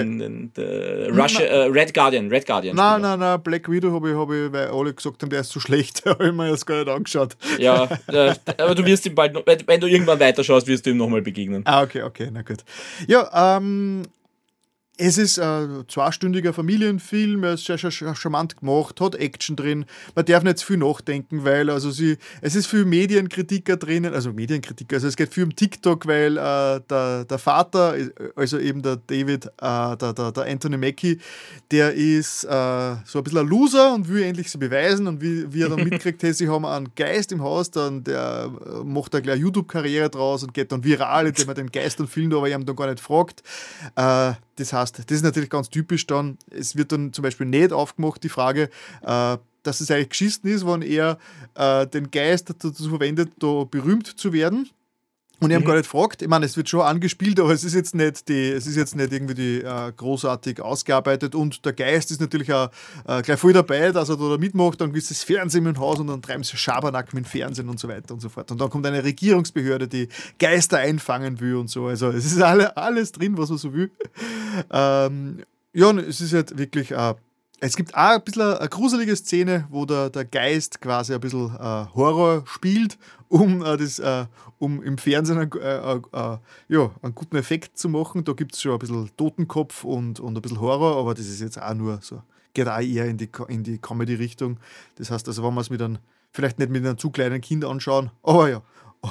Red Guardian. Nein, Black Widow habe ich, weil alle gesagt haben, der ist so schlecht, habe ich mir das gar nicht angeschaut. Ja, aber du wirst ihm bald, wenn du irgendwann weiterschaust, wirst du ihm nochmal begegnen. Okay, na gut. Ja, es ist ein 2-stündiger Familienfilm, er ist sehr charmant gemacht, hat Action drin. Man darf nicht zu viel nachdenken, weil es ist viel Medienkritiker drinnen, also es geht viel um TikTok, weil der Vater, also eben der David, der Anthony Mackie, der ist so ein bisschen ein Loser und will endlich sich beweisen, und wie er dann mitkriegt, hey, sie haben einen Geist im Haus, dann der macht da gleich eine YouTube-Karriere draus und geht dann viral, indem er den Geist dann filmt, aber ihn dann gar nicht fragt. Das heißt, das ist natürlich ganz typisch dann, es wird dann zum Beispiel nicht aufgemacht, die Frage, dass es eigentlich geschissen ist, wenn er den Geist dazu verwendet, da berühmt zu werden. Und ich habe gar nicht gefragt, ich meine, es wird schon angespielt, aber es ist jetzt nicht irgendwie großartig ausgearbeitet, und der Geist ist natürlich auch gleich voll dabei, dass er da mitmacht, dann ist das Fernsehen im Haus und dann treiben sie Schabernack mit dem Fernsehen und so weiter und so fort. Und dann kommt eine Regierungsbehörde, die Geister einfangen will und so. Also es ist alles drin, was man so will. Und es ist halt wirklich es gibt auch ein bisschen eine gruselige Szene, wo der Geist quasi ein bisschen Horror spielt, um im Fernsehen einen guten Effekt zu machen. Da gibt es schon ein bisschen Totenkopf und ein bisschen Horror, aber das ist jetzt auch nur so, geht auch eher in die Comedy-Richtung. Das heißt, also wenn man es mit einem Vielleicht nicht mit einem zu kleinen Kind anschauen, aber ja.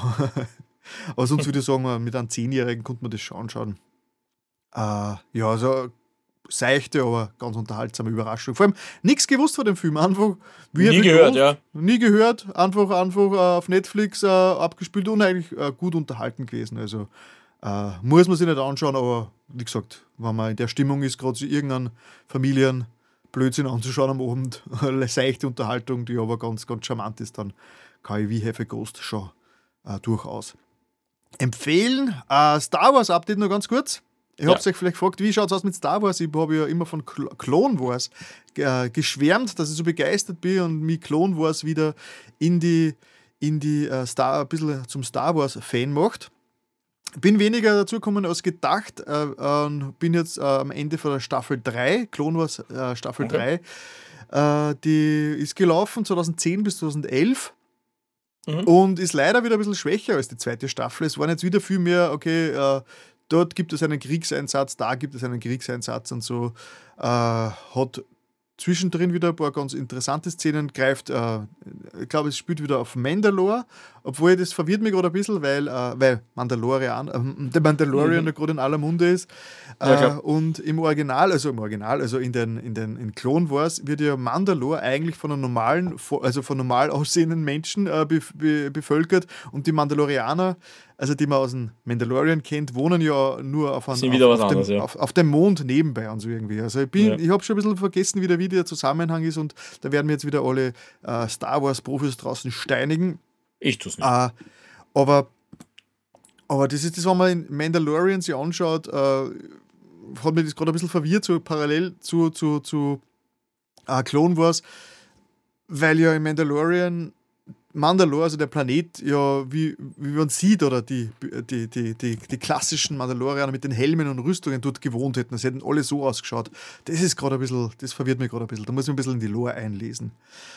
Aber sonst würde ich sagen, mit einem 10-Jährigen konnte man das schon anschauen. Ja, also seichte, aber ganz unterhaltsame Überraschung. Vor allem nichts gewusst von dem Film. Einfach nie gehört, ja. Nie gehört, einfach auf Netflix abgespielt und eigentlich gut unterhalten gewesen. Also muss man sich nicht anschauen, aber wie gesagt, wenn man in der Stimmung ist, gerade so irgendeinen Familienblödsinn anzuschauen am Abend, eine seichte Unterhaltung, die aber ganz, ganz charmant ist, dann kann ich wie Have a Ghost schon durchaus empfehlen. Star Wars Update noch ganz kurz. Ich habe euch vielleicht gefragt, wie schaut es aus mit Star Wars? Ich habe ja immer von Clone Wars geschwärmt, dass ich so begeistert bin und mich Clone Wars wieder in die ein bisschen zum Star Wars Fan macht. Bin weniger dazu gekommen als gedacht. Bin jetzt am Ende von der Staffel 3, Clone Wars Staffel 3. Die ist gelaufen 2010 bis 2011. Und ist leider wieder ein bisschen schwächer als die zweite Staffel. Es waren jetzt wieder viel mehr, okay, dort gibt es einen Kriegseinsatz, da gibt es einen Kriegseinsatz und so. Hat zwischendrin wieder ein paar ganz interessante Szenen, greift, ich glaube, es spielt wieder auf Mandalore, obwohl das verwirrt mich gerade ein bisschen, weil der Mandalorian gerade in aller Munde ist. Und im Original, also in Clone Wars wird ja Mandalore eigentlich von normal aussehenden Menschen bevölkert und die Mandalorianer, also die man aus dem Mandalorian kennt, wohnen ja nur auf dem Mond nebenbei und so irgendwie. Also ich habe schon ein bisschen vergessen, wie der Zusammenhang ist und da werden wir jetzt wieder alle Star Wars Profis draußen steinigen. Ich tue es nicht. Aber das ist das, wenn man in Mandalorian sich anschaut, hat mich das gerade ein bisschen verwirrt, so parallel zu Clone Wars, weil ja in Mandalore, also der Planet, ja, wie man sieht, oder die klassischen Mandalorianer mit den Helmen und Rüstungen dort gewohnt hätten. Das hätten alle so ausgeschaut. Das ist gerade ein bisschen, das verwirrt mich gerade ein bisschen. Da muss ich ein bisschen in die Lore einlesen.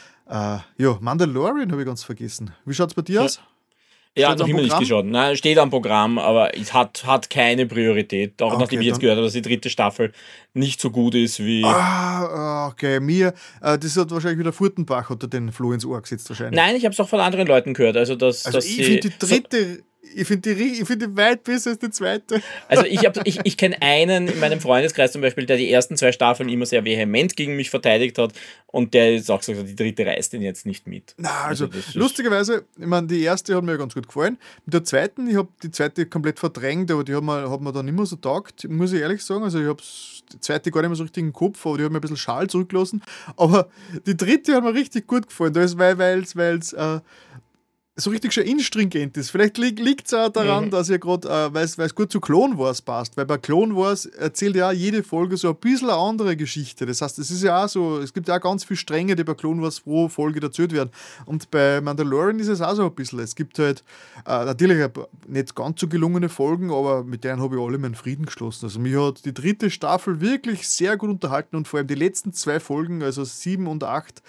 Mandalorian habe ich ganz vergessen. Wie schaut es bei dir aus? Ja, noch immer nicht geschaut. Nein, steht am Programm, aber es hat keine Priorität. Auch nachdem ich jetzt gehört habe, dass die dritte Staffel nicht so gut ist wie... Okay, das hat wahrscheinlich wieder Furtenbach unter den Floh ins Ohr gesetzt wahrscheinlich. Nein, ich habe es auch von anderen Leuten gehört. Ich finde die dritte... Ich finde die weit besser als die zweite. Also ich kenne einen in meinem Freundeskreis zum Beispiel, der die ersten 2 Staffeln immer sehr vehement gegen mich verteidigt hat und der jetzt auch gesagt hat, die dritte reißt den jetzt nicht mit. Na, also lustigerweise, ich meine, die erste hat mir ja ganz gut gefallen. Mit der zweiten, ich habe die zweite komplett verdrängt, aber die hat mir dann nicht mehr so taugt, muss ich ehrlich sagen. Also ich habe die zweite gar nicht mehr so richtig im Kopf, aber die hat mir ein bisschen schal zurückgelassen. Aber die dritte hat mir richtig gut gefallen, weil es so richtig schon instringent ist. Vielleicht liegt es auch daran, dass ihr gerade, weil es gut zu Clone Wars passt, weil bei Clone Wars erzählt ja jede Folge so ein bisschen eine andere Geschichte. Das heißt, es ist ja auch so, es gibt ja auch ganz viele Stränge, die bei Clone Wars pro Folge erzählt werden. Und bei Mandalorian ist es auch so ein bisschen. Es gibt halt natürlich nicht ganz so gelungene Folgen, aber mit denen habe ich alle meinen Frieden geschlossen. Also mich hat die dritte Staffel wirklich sehr gut unterhalten und vor allem die letzten 2 Folgen, also 7 und 8,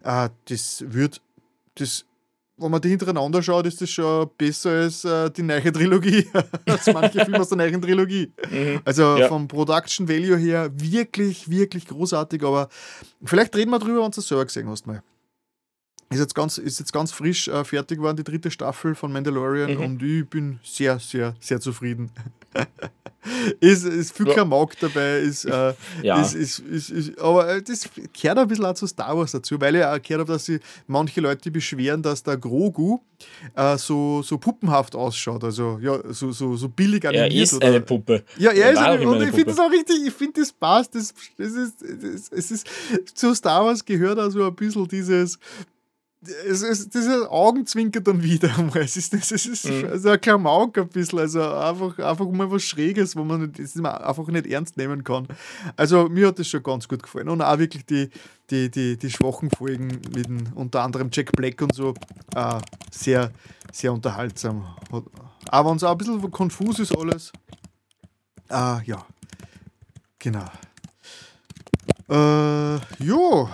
wenn man die hintereinander schaut, ist das schon besser als die neue Trilogie, als manche Filme aus der neuen Trilogie. Also vom Production Value her wirklich, wirklich großartig, aber vielleicht reden wir drüber, wenn du es selber gesehen hast mal. Ist jetzt ganz frisch fertig geworden, die dritte Staffel von Mandalorian und ich bin sehr, sehr, sehr zufrieden. Ist viel Klamauk dabei, aber das gehört ein bisschen auch zu Star Wars dazu, weil ich auch gehört habe, dass sich manche Leute beschweren, dass der Grogu so puppenhaft ausschaut, also ja, so billig animiert. Er ist eine Puppe. Ja, er ist eine Puppe und ich finde das auch richtig, ich finde das passt, es ist zu Star Wars gehört also ein bisschen dieses diese Augenzwinker dann wieder einmal. Es ist so ein Klamauk ein bisschen, also einfach mal was Schräges, wo man einfach nicht ernst nehmen kann. Also mir hat das schon ganz gut gefallen. Und auch wirklich die schwachen Folgen mit unter anderem Jack Black und so sehr, sehr unterhaltsam. Aber wenn es auch ein bisschen konfus ist alles. Ja, genau. Jo.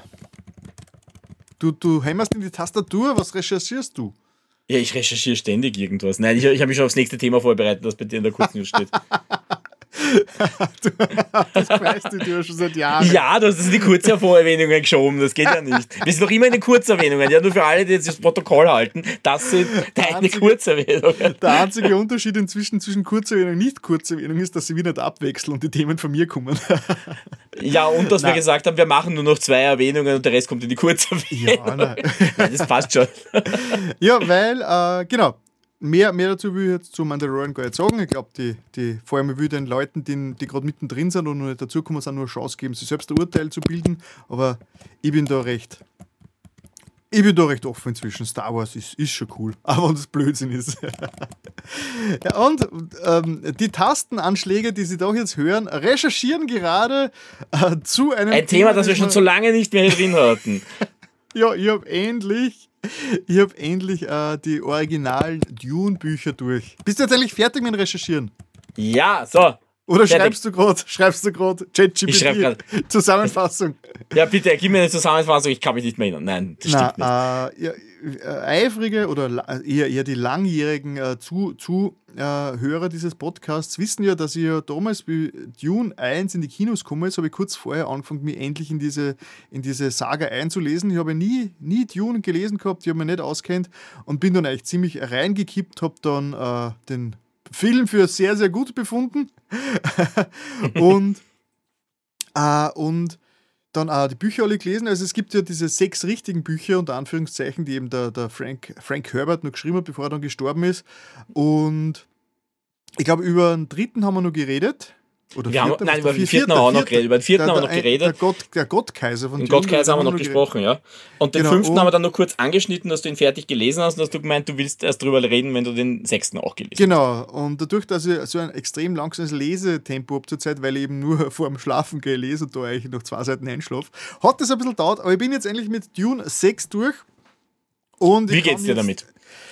Du hämmerst in die Tastatur, was recherchierst du? Ja, ich recherchiere ständig irgendwas. Nein, ich habe mich schon aufs nächste Thema vorbereitet, das bei dir in der Kurznews steht. Das weißt du ja schon seit Jahren. Ja, du hast es in die Kurzerwähnungen geschoben, das geht ja nicht. Wir sind doch immer in den Kurzerwähnungen, ja, nur für alle, die jetzt das Protokoll halten, das sind deine Kurzerwähnungen. Der einzige Unterschied inzwischen zwischen Kurzerwähnung und Nicht-Kurzerwähnung ist, dass sie wieder nicht abwechseln und die Themen von mir kommen. Ja, und dass wir gesagt haben, wir machen nur noch 2 Erwähnungen und der Rest kommt in die Kurzerwähnung. Ja, nein. Das passt schon. Ja, weil, genau, mehr dazu will ich jetzt zu Mandalorian gar nicht sagen. Ich glaube, vor allem will den Leuten, die gerade mittendrin sind und noch nicht dazukommen, sind nur eine Chance geben, sich selbst ein Urteil zu bilden. Aber ich bin da recht offen inzwischen. Star Wars ist schon cool, auch wenn das Blödsinn ist. Ja, und die Tastenanschläge, die Sie doch jetzt hören, recherchieren gerade zu einem ein Thema, das wir schon so lange nicht mehr drin hatten. Ja, ich habe endlich die Original-Dune-Bücher durch. Bist du jetzt eigentlich fertig mit dem Recherchieren? Ja, so. Oder schreibst du gerade ChatGPT Zusammenfassung? Ja, bitte, gib mir eine Zusammenfassung, ich kann mich nicht mehr erinnern. Nein, das stimmt nicht. Eifrige oder eher die langjährigen Zuhörer dieses Podcasts wissen ja, dass ich ja damals, wie Dune 1 in die Kinos gekommen ist, habe ich kurz vorher angefangen, mich endlich in diese Saga einzulesen. Ich habe nie Dune gelesen gehabt, ich habe mich nicht auskennt und bin dann eigentlich ziemlich reingekippt, habe dann den Film für sehr, sehr gut befunden und dann auch die Bücher alle gelesen. Also es gibt ja diese 6 richtigen Bücher, unter Anführungszeichen, die eben der Frank Herbert noch geschrieben hat, bevor er dann gestorben ist. Und ich glaube, über den 3. haben wir noch geredet. Oder über den 4. haben wir auch noch geredet. Über den 4. haben wir noch geredet. Der Gottkaiser von Dune. Den Gottkaiser haben wir noch gesprochen, ja. Und den 5. haben wir dann noch kurz angeschnitten, dass du ihn fertig gelesen hast und hast du gemeint, du willst erst drüber reden, wenn du den 6. auch gelesen hast. Genau. Und dadurch, dass ich so ein extrem langsames Lesetempo habe zurzeit, weil ich eben nur vor dem Schlafen gehe lese und da eigentlich noch 2 Seiten einschlafe, hat das ein bisschen gedauert, aber ich bin jetzt endlich mit Dune 6 durch. Und wie geht's dir damit?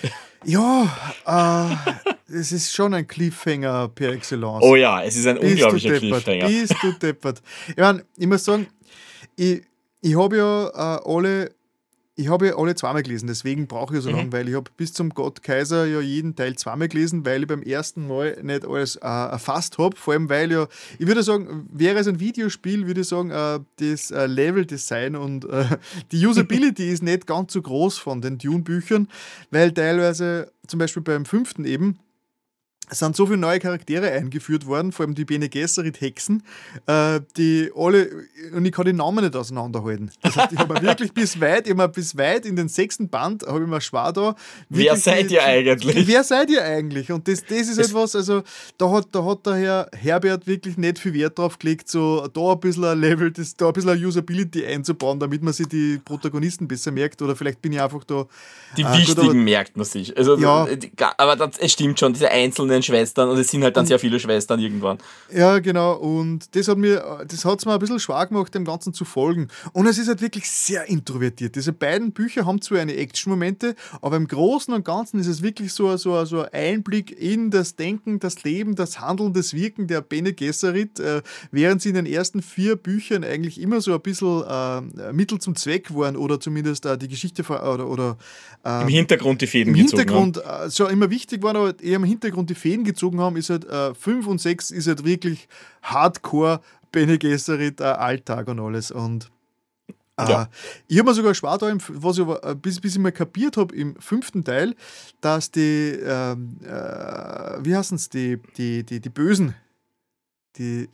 Ja, es ist schon ein Cliffhanger per excellence. Oh ja, es ist ein unglaublicher Cliffhanger. Bist du deppert. Ich meine, ich muss sagen, ich habe ja alle zweimal gelesen, deswegen brauche ich so lange, weil ich habe bis zum Gottkaiser ja jeden Teil zweimal gelesen, weil ich beim ersten Mal nicht alles erfasst habe. Vor allem, weil ich würde sagen, wäre es ein Videospiel, würde ich sagen, das Level-Design und die Usability ist nicht ganz so groß von den Dune-Büchern, weil teilweise, zum Beispiel beim 5. eben, es sind so viele neue Charaktere eingeführt worden, vor allem die Bene Gesserit-Hexen, die alle, und ich kann die Namen nicht auseinanderhalten. Das heißt, ich habe wirklich bis weit in den 6. Band, habe ich mir schwer da. Wer seid ihr eigentlich? Und das ist etwas, also da hat der Herr Herbert wirklich nicht viel Wert drauf gelegt, so da ein bisschen ein Level, da ein bisschen eine Usability einzubauen, damit man sich die Protagonisten besser merkt, oder vielleicht bin ich einfach da... Die wichtigen merkt man sich. Also, ja. Aber es stimmt schon, diese einzelnen Schwestern, und es sind halt dann sehr viele Schwestern irgendwann. Ja, genau, und das hat es mir ein bisschen schwer gemacht, dem Ganzen zu folgen. Und es ist halt wirklich sehr introvertiert. Diese beiden Bücher haben zwar eine Action-Momente, aber im Großen und Ganzen ist es wirklich so ein Einblick in das Denken, das Leben, das Handeln, das Wirken der Bene Gesserit, während sie in den ersten 4 Büchern eigentlich immer so ein bisschen Mittel zum Zweck waren, oder zumindest die Geschichte oder im Hintergrund die Fäden gezogen haben. Im Hintergrund schon immer wichtig waren, aber eher im Hintergrund die Fäden gezogen haben, ist halt 5 und 6 ist halt wirklich Hardcore Bene Gesserit Alltag und alles. Und ja. Ich habe mir sogar schwer da, was ich aber, bis ich mal kapiert habe im 5. Teil, dass die wie heißen es, die Bösen, die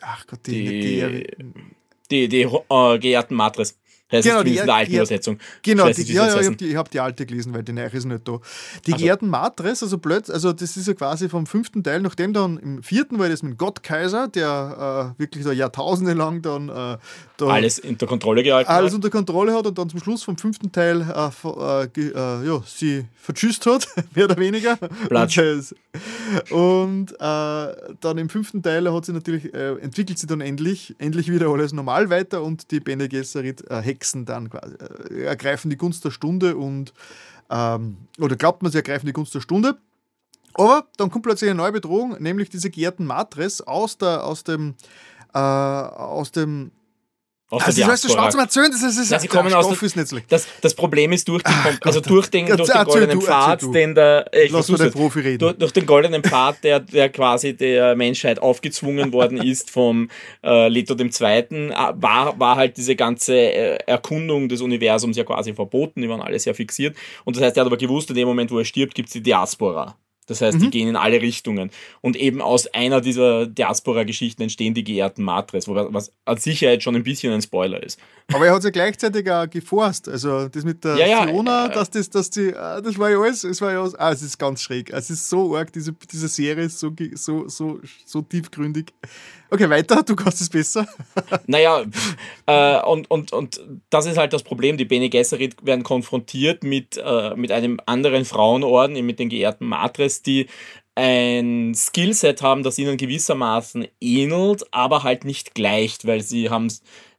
geehrten Matres. Das genau, ist die alten Übersetzung. Genau, ich habe die alte gelesen, weil die neue ist nicht da. Die geehrten Matres, also das ist ja quasi vom 5. Teil, nachdem dann im 4. war das mit Gottkaiser, der wirklich da Jahrtausende lang dann alles unter Kontrolle gehalten hat. Alles unter Kontrolle hat und dann zum Schluss vom 5. Teil sie vertschüsst hat, mehr oder weniger. Platsch. Und dann im 5. Teil hat sie natürlich, entwickelt sie dann endlich wieder alles normal weiter, und die Bene Gesserit Hexen dann quasi ergreifen die Gunst der Stunde und oder glaubt man, sie ergreifen die Gunst der Stunde. Aber dann kommt plötzlich eine neue Bedrohung, nämlich diese geehrten Matres aus dem Das heißt, du schwarz erzählen, sie kommen aus das Problem ist durch den goldenen Pfad, den durch den goldenen Pfad, der quasi der Menschheit aufgezwungen worden ist vom Leto II., war halt diese ganze Erkundung des Universums ja quasi verboten, die waren alle sehr fixiert. Und das heißt, er hat aber gewusst, in dem Moment, wo er stirbt, gibt es die Diaspora. Das heißt, die gehen in alle Richtungen. Und eben aus einer dieser Diaspora-Geschichten entstehen die geehrten Matres, was an Sicherheit schon ein bisschen ein Spoiler ist. Aber er hat ja gleichzeitig auch geforst. Also das mit der Fiona, das war ja alles, es ist ganz schräg. Es ist so arg, diese Serie ist so tiefgründig. Okay, weiter, du kannst es besser. Naja, und das ist halt das Problem. Die Bene Gesserit werden konfrontiert mit einem anderen Frauenorden, mit den geehrten Matres, die ein Skillset haben, das ihnen gewissermaßen ähnelt, aber halt nicht gleicht, weil sie haben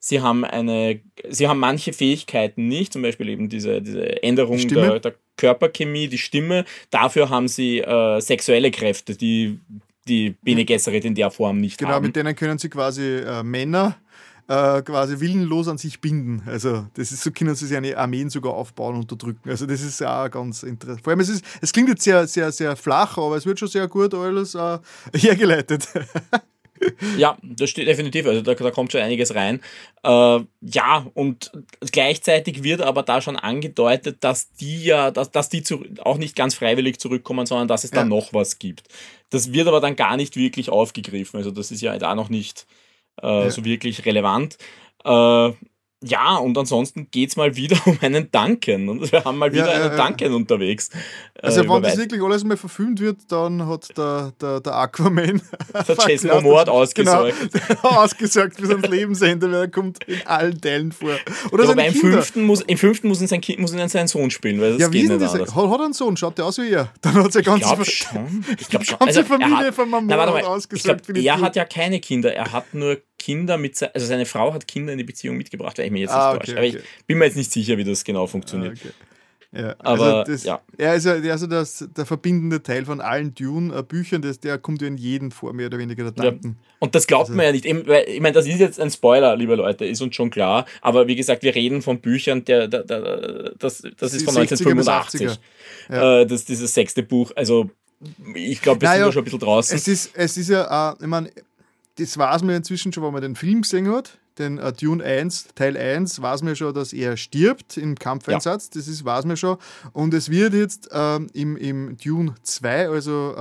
manche Fähigkeiten nicht, zum Beispiel eben diese Änderung der Körperchemie, die Stimme. Dafür haben sie sexuelle Kräfte, die Bene Gesserit in der Form nicht haben. Genau, mit denen können sie quasi Männer quasi willenlos an sich binden. Also das ist so, können sie sich eine Armeen sogar aufbauen und unterdrücken. Also das ist auch ganz interessant. Vor allem, es klingt jetzt sehr, sehr, sehr flach, aber es wird schon sehr gut alles hergeleitet. Ja, das steht definitiv, also da kommt schon einiges rein. Und gleichzeitig wird aber da schon angedeutet, dass die auch nicht ganz freiwillig zurückkommen, sondern dass es da noch was gibt. Das wird aber dann gar nicht wirklich aufgegriffen, also das ist ja da noch nicht so wirklich relevant. Und ansonsten geht es mal wieder um einen Duncan. Und wir haben mal wieder einen Duncan unterwegs. Also wenn das wirklich alles mal verfilmt wird, dann hat der Aquaman der Jason Momoa ausgesorgt. Genau, ausgesorgt für sein Lebensende, weil er kommt in allen Teilen vor. Oder aber im fünften muss ihn sein Sohn spielen, weil das geht nicht anders. Hat er einen Sohn? Schaut der aus wie er? Dann hat er ganze Familie von Momoa ausgesorgt. Ich glaube, er hat ja keine Kinder. Er hat nur Kinder also seine Frau hat Kinder in die Beziehung mitgebracht, weil ich mir jetzt nicht täusche. Aber ich bin mir jetzt nicht sicher, wie das genau funktioniert. Okay. Ja, aber er ist der verbindende Teil von allen Dune-Büchern, der kommt ja in jedem vor, mehr oder weniger der Duncan. Ja. Und das glaubt man ja nicht. Ich meine, das ist jetzt ein Spoiler, liebe Leute, ist uns schon klar. Aber wie gesagt, wir reden von Büchern, das ist von 1985. Ja. Das ist dieses 6. Buch. Also ich glaube, wir sind da schon ein bisschen draußen. Es ist ja, ich meine, das weiß man inzwischen schon, wenn man den Film gesehen hat. Den Dune 1, Teil 1, weiß man schon, dass er stirbt im Kampfeinsatz. Ja. Das weiß man schon. Und es wird jetzt im Dune 2, also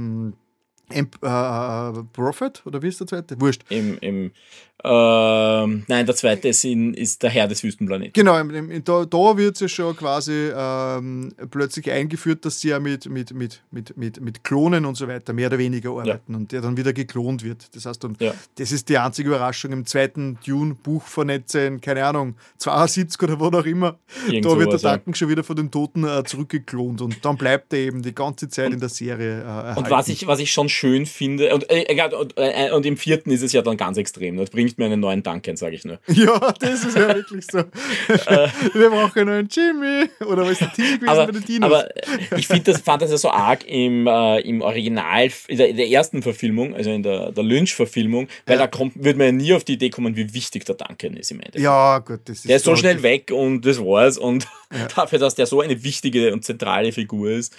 Prophet, oder wie ist der zweite? Wurscht. Nein, der zweite ist der Herr des Wüstenplaneten. Genau, da wird es ja schon quasi plötzlich eingeführt, dass sie ja mit Klonen und so weiter mehr oder weniger arbeiten und der dann wieder geklont wird. Das heißt, das ist die einzige Überraschung im zweiten Dune-Buch von 72 oder wo auch immer. Da wird der Duncan schon wieder von den Toten zurückgeklont und dann bleibt er eben die ganze Zeit in der Serie erhalten. Und was ich schon schön finde, und im 4. ist es ja dann ganz extrem, das bringt mir einen neuen Duncan, sage ich nur. Ja, das ist ja wirklich so. Wir brauchen einen neuen Jimmy. Oder was ist der Team gewesen bei den Dinos? Aber ich fand das ja so arg im Original, in der ersten Verfilmung, also in der Lynch-Verfilmung, weil da würde man ja nie auf die Idee kommen, wie wichtig der Duncan ist im Endeffekt. Ja, gut. Der ist so schnell weg und das war's. Und dafür, dass der so eine wichtige und zentrale Figur ist.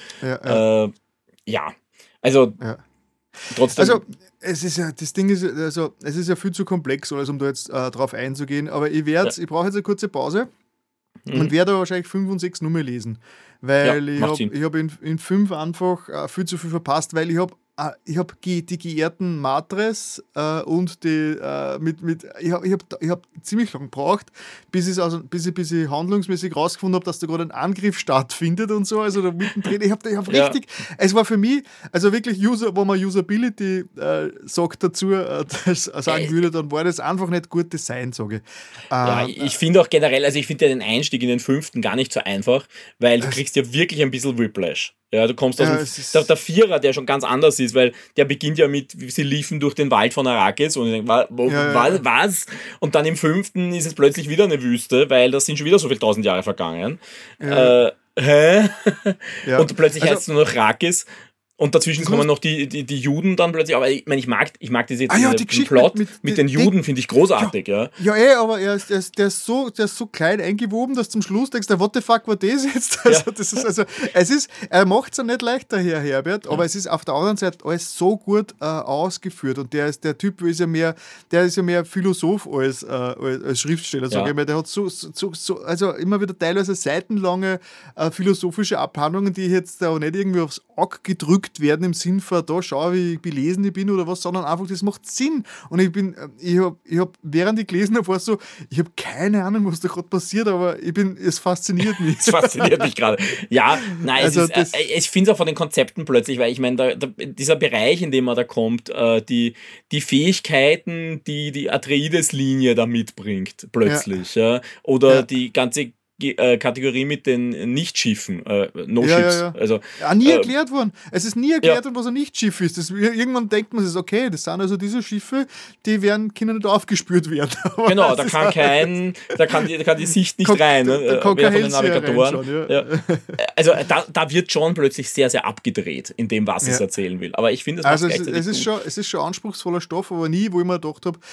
Trotzdem. Also, es ist ja, das Ding ist, also, es ist ja viel zu komplex, alles, um da jetzt drauf einzugehen, aber ich brauche jetzt eine kurze Pause und werde wahrscheinlich 5 und 6 nur mehr lesen, weil ich habe in 5 einfach viel zu viel verpasst, weil ich habe die geehrten Matres und die ich habe ziemlich lang gebraucht, bis ich handlungsmäßig rausgefunden habe, dass da gerade ein Angriff stattfindet und so, also da mittendrin, ich hab richtig, es war für mich, also wirklich wenn man Usability sagt dazu, sagen würde, dann war das einfach nicht gut Design, sage ich. Ich finde auch generell, also ich finde ja den Einstieg in den 5. gar nicht so einfach, weil du kriegst ja wirklich ein bisschen Whiplash. Ja, du kommst aus der 4er, der schon ganz anders ist, weil der beginnt ja mit, sie liefen durch den Wald von Arrakis und ich denke, was? Und dann im 5. ist es plötzlich wieder eine Wüste, weil das sind schon wieder so viele 1000 Jahre vergangen. Und plötzlich heißt es nur noch Arrakis. Und dazwischen kommen noch die Juden dann plötzlich. Aber ich meine, ich mag diese Plot mit den Juden, finde ich großartig. Ja, aber der ist so klein eingewoben, dass zum Schluss denkst du, what the fuck war das jetzt? Er macht es ja nicht leichter, Herr Herbert, aber es ist auf der anderen Seite alles so gut ausgeführt. Und der Typ ist ja mehr Philosoph als Schriftsteller, sage ich mal. Der hat also immer wieder teilweise seitenlange philosophische Abhandlungen, die jetzt auch nicht irgendwie aufs Auge gedrückt werden im Sinn von, da schau, wie belesen ich bin oder was, sondern einfach, das macht Sinn. Und ich hab während ich gelesen habe, war es so, ich habe keine Ahnung, was da gerade passiert, aber es fasziniert mich. Es fasziniert mich gerade. Ja, nein, also ich finde es auch von den Konzepten plötzlich, weil ich meine, dieser Bereich, in dem man da kommt, die Fähigkeiten, die Atreides-Linie da mitbringt, plötzlich, oder die ganze Kategorie mit den Nicht-Schiffen, No-Ships. Ja. Also, nie erklärt worden. Es ist nie erklärt worden, was ein Nicht-Schiff ist. Irgendwann denkt man sich, okay, das sind also diese Schiffe, die können nicht aufgespürt werden. Genau, da kann die Sicht nicht rein. Da kann kein von den Navigatoren. Also da wird John plötzlich sehr, sehr abgedreht in dem, was es erzählen will. Aber ich finde, es ist schon anspruchsvoller Stoff, aber nie, wo ich mir gedacht habe,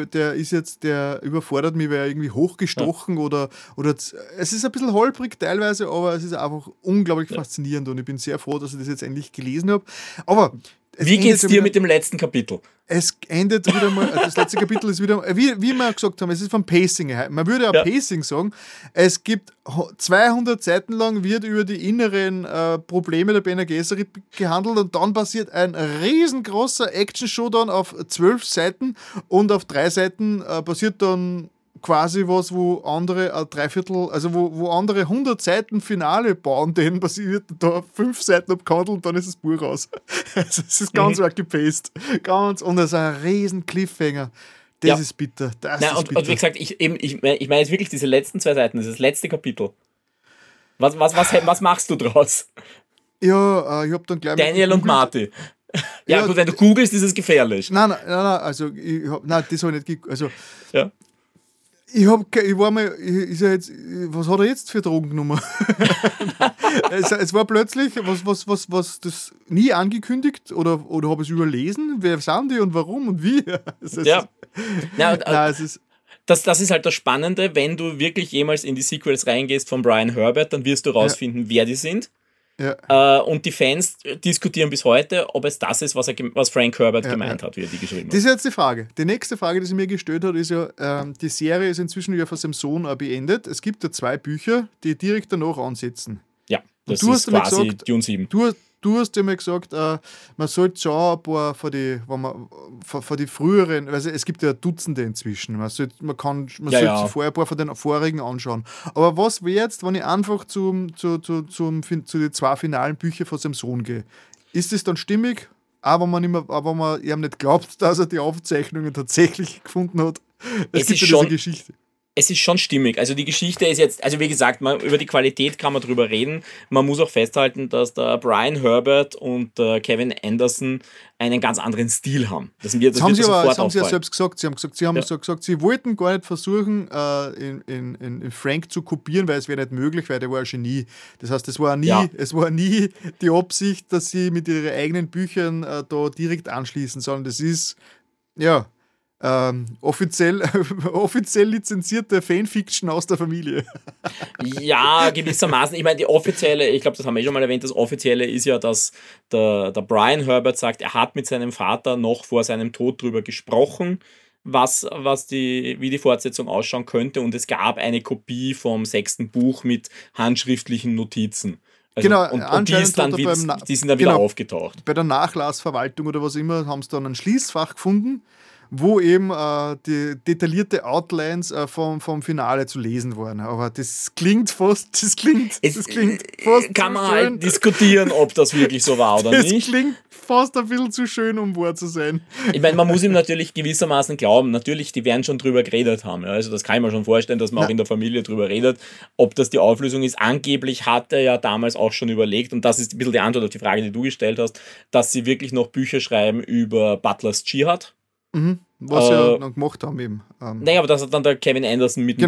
der überfordert mich, weil er irgendwie hochgestochen oder es ist ein bisschen holprig teilweise, aber es ist einfach unglaublich faszinierend und ich bin sehr froh, dass ich das jetzt endlich gelesen habe. Aber wie geht's dir mit dem letzten Kapitel? Es endet wieder mal, das letzte Kapitel ist wieder, wie wir gesagt haben, es ist vom Pacing her. Man würde ja Pacing sagen. Es gibt 200 Seiten lang, wird über die inneren Probleme der Bene Gesserit gehandelt und dann passiert ein riesengroßer Action-Showdown auf 12 Seiten und auf 3 Seiten passiert dann quasi was, wo andere wo andere 100 Seiten Finale bauen, denen passiert da 5 Seiten abgehandelt und dann ist das Buch raus. Also es ist ganz arg gepaced. Und es ist ein riesen Cliffhanger. Das ist bitter. Und wie gesagt, ich meine jetzt wirklich diese letzten 2 Seiten, das letzte Kapitel. Was machst du draus? Ja, ich hab dann gleich Daniel und Marty. Ja, gut, wenn du googelst, ist es gefährlich. Nein, also das habe ich nicht also was hat er jetzt für Drogen genommen? es war plötzlich was das nie angekündigt oder habe ich es überlesen? Wer sind die und warum und wie? Das ist halt das Spannende, wenn du wirklich jemals in die Sequels reingehst von Brian Herbert, dann wirst du rausfinden, wer die sind. Ja. Und die Fans diskutieren bis heute, ob es das ist, was Frank Herbert gemeint hat, wie er die geschrieben hat. Das ist jetzt die Frage. Die nächste Frage, die sie mir gestellt hat, ist ja, die Serie ist inzwischen ja von seinem Sohn beendet. Es gibt ja 2 Bücher, die direkt danach ansetzen. Ja, das ist quasi gesagt, Dune 7. Du hast ja mal gesagt, man sollte schon ein paar von die früheren, also es gibt ja Dutzende inzwischen, man sollte sich vorher ein paar von den vorigen anschauen. Aber was wäre jetzt, wenn ich einfach zu den 2 finalen Büchern von seinem Sohn gehe? Ist es dann stimmig? Aber man ihm nicht glaubt, dass er die Aufzeichnungen tatsächlich gefunden hat. Es gibt ja diese Geschichte. Es ist schon stimmig. Also die Geschichte ist jetzt, also wie gesagt, über die Qualität kann man drüber reden. Man muss auch festhalten, dass der Brian Herbert und Kevin Anderson einen ganz anderen Stil haben. Das haben sie ja selbst gesagt. Sie haben gesagt, sie wollten gar nicht versuchen, in Frank zu kopieren, weil es wäre nicht möglich, weil der war ein Genie. Das heißt, es war nie die Absicht, dass sie mit ihren eigenen Büchern da direkt anschließen, sondern das ist, offiziell lizenzierte Fanfiction aus der Familie. Ja, gewissermaßen. Ich meine, die offizielle, ich glaube, das haben wir schon mal erwähnt, das offizielle ist ja, dass der Brian Herbert sagt, er hat mit seinem Vater noch vor seinem Tod drüber gesprochen, wie die Fortsetzung ausschauen könnte, und es gab eine Kopie vom 6. Buch mit handschriftlichen Notizen. Also, genau, und die sind dann wieder aufgetaucht. Bei der Nachlassverwaltung oder was immer haben sie dann ein Schließfach gefunden, wo eben die detaillierte Outlines vom Finale zu lesen waren. Aber das klingt fast kann man halt diskutieren, ob das wirklich so war oder nicht. Das klingt fast ein bisschen zu schön, um wahr zu sein. Ich meine, man muss ihm natürlich gewissermaßen glauben. Natürlich, die werden schon drüber geredet haben. Ja. Also das kann ich mir schon vorstellen, dass man auch in der Familie drüber redet, ob das die Auflösung ist. Angeblich hat er ja damals auch schon überlegt, und das ist ein bisschen die Antwort auf die Frage, die du gestellt hast, dass sie wirklich noch Bücher schreiben über Butlers Dschihad. Was sie ja noch gemacht haben eben. Naja, aber das hat dann der Kevin Anderson mit dem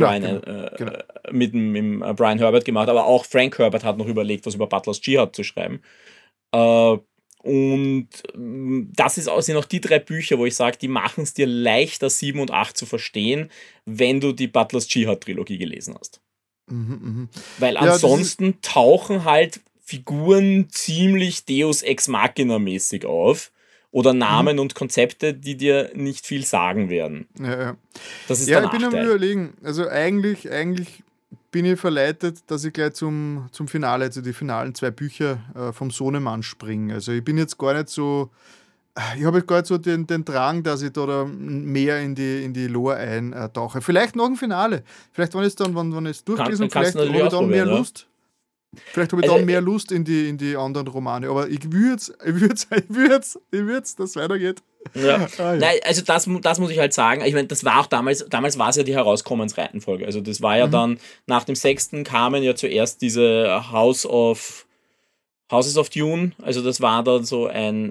Brian Herbert gemacht, aber auch Frank Herbert hat noch überlegt, was über Butlers Dschihad zu schreiben. Und das sind auch die 3 Bücher, wo ich sage, die machen es dir leichter, 7 und 8 zu verstehen, wenn du die Butlers Jihad-Trilogie gelesen hast. Weil ansonsten tauchen halt Figuren ziemlich Deus Ex Machina-mäßig auf oder Namen und Konzepte, die dir nicht viel sagen werden. Ja. Das ist der Nachteil. Ich bin am Überlegen. Also eigentlich bin ich verleitet, dass ich gleich zum Finale, also die finalen 2 Bücher vom Sohnemann springe. Also ich bin jetzt gar nicht so, ich habe jetzt gar nicht so den Drang, dass ich da mehr in die Lore eintauche. Vielleicht noch ein Finale. Vielleicht, wenn ich es durchlesen, vielleicht habe ich dann mehr Lust. Vielleicht habe ich dann mehr Lust in die anderen Romane, aber ich würde es, dass es weitergeht. Ja. Nein, also das muss ich halt sagen. Ich meine, das war auch damals war es ja die Herauskommensreihenfolge. Also das war ja dann, nach dem 6. kamen ja zuerst diese Houses of Dune. Also das war dann so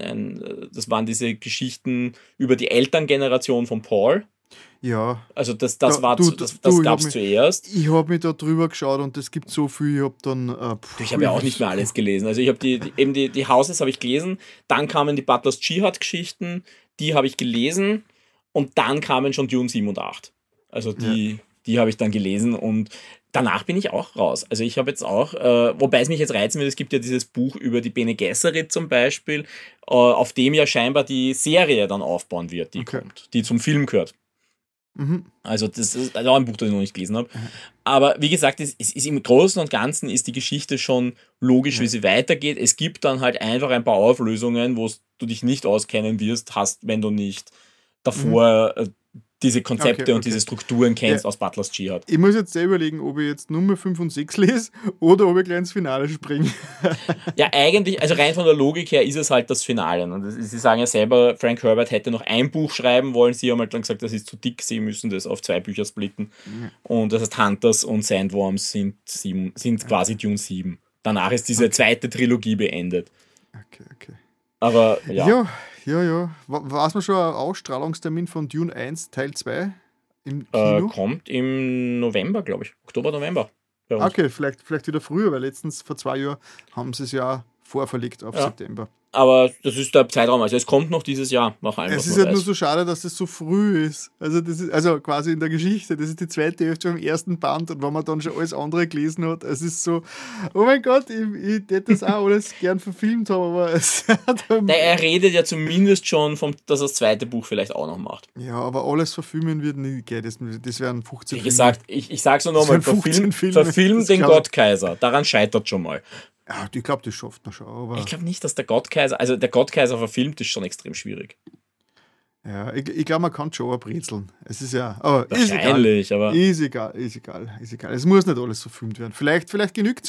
das waren diese Geschichten über die Elterngeneration von Paul. Ja. Also das gab es zuerst. Ich habe mich da drüber geschaut und es gibt so viel, ich habe dann... ich habe ja auch nicht mehr alles gelesen. Also ich habe die Houses habe ich gelesen, dann kamen die Butlers Jihad-Geschichten, die habe ich gelesen und dann kamen schon Dune 7 und 8. Also die habe ich dann gelesen und danach bin ich auch raus. Also ich habe jetzt auch, wobei es mich jetzt reizen wird, es gibt ja dieses Buch über die Bene Gesserit zum Beispiel, auf dem ja scheinbar die Serie dann aufbauen wird, die kommt, die zum Film gehört. Also das ist auch ein Buch, das ich noch nicht gelesen habe. Aber wie gesagt, es ist im Großen und Ganzen ist die Geschichte schon logisch, wie sie weitergeht. Es gibt dann halt einfach ein paar Auflösungen, wo du dich nicht auskennen wirst, wenn du nicht davor diese Konzepte und diese Strukturen kennst aus Butlers Jihad. Ich muss jetzt sehr überlegen, ob ich jetzt Nummer 5 und 6 lese oder ob ich gleich ins Finale springe. Ja, eigentlich, also rein von der Logik her ist es halt das Finale. Und sie sagen ja selber, Frank Herbert hätte noch ein Buch schreiben wollen. Sie haben halt dann gesagt, das ist zu dick, sie müssen das auf 2 Bücher splitten. Und das heißt, Hunters und Sandworms sind quasi Dune 7. Danach ist diese zweite Trilogie beendet. Okay. Aber ja. Weiß man schon ein Ausstrahlungstermin von Dune 1 Teil 2 im Kino? Kommt im November, glaube ich. Oktober, November. Okay, vielleicht wieder früher, weil letztens vor 2 Jahren haben sie es ja vorverlegt auf September. Aber das ist der Zeitraum. Also es kommt noch dieses Jahr, nach allem. Es ist halt nur so schade, dass es so früh ist. Also das ist quasi in der Geschichte. Das ist die zweite Hälfte vom ersten Band und wenn man dann schon alles andere gelesen hat, es ist so, oh mein Gott, ich hätte das auch alles gern verfilmt haben, aber es er redet ja zumindest schon, dass er das zweite Buch vielleicht auch noch macht. Ja, aber alles verfilmen wird nie gehen. Das wären 15 Filme. Wie gesagt, ich sag's nur nochmal, verfilm den Gottkaiser. Daran scheitert schon mal. Ja, ich glaube, das schafft man schon. Aber ich glaube nicht, dass der Gottkaiser verfilmt ist schon extrem schwierig. Ja, ich glaube, man kann schon brezeln. Es ist ja, aber wahrscheinlich, ist egal. Es muss nicht alles verfilmt werden. Vielleicht genügt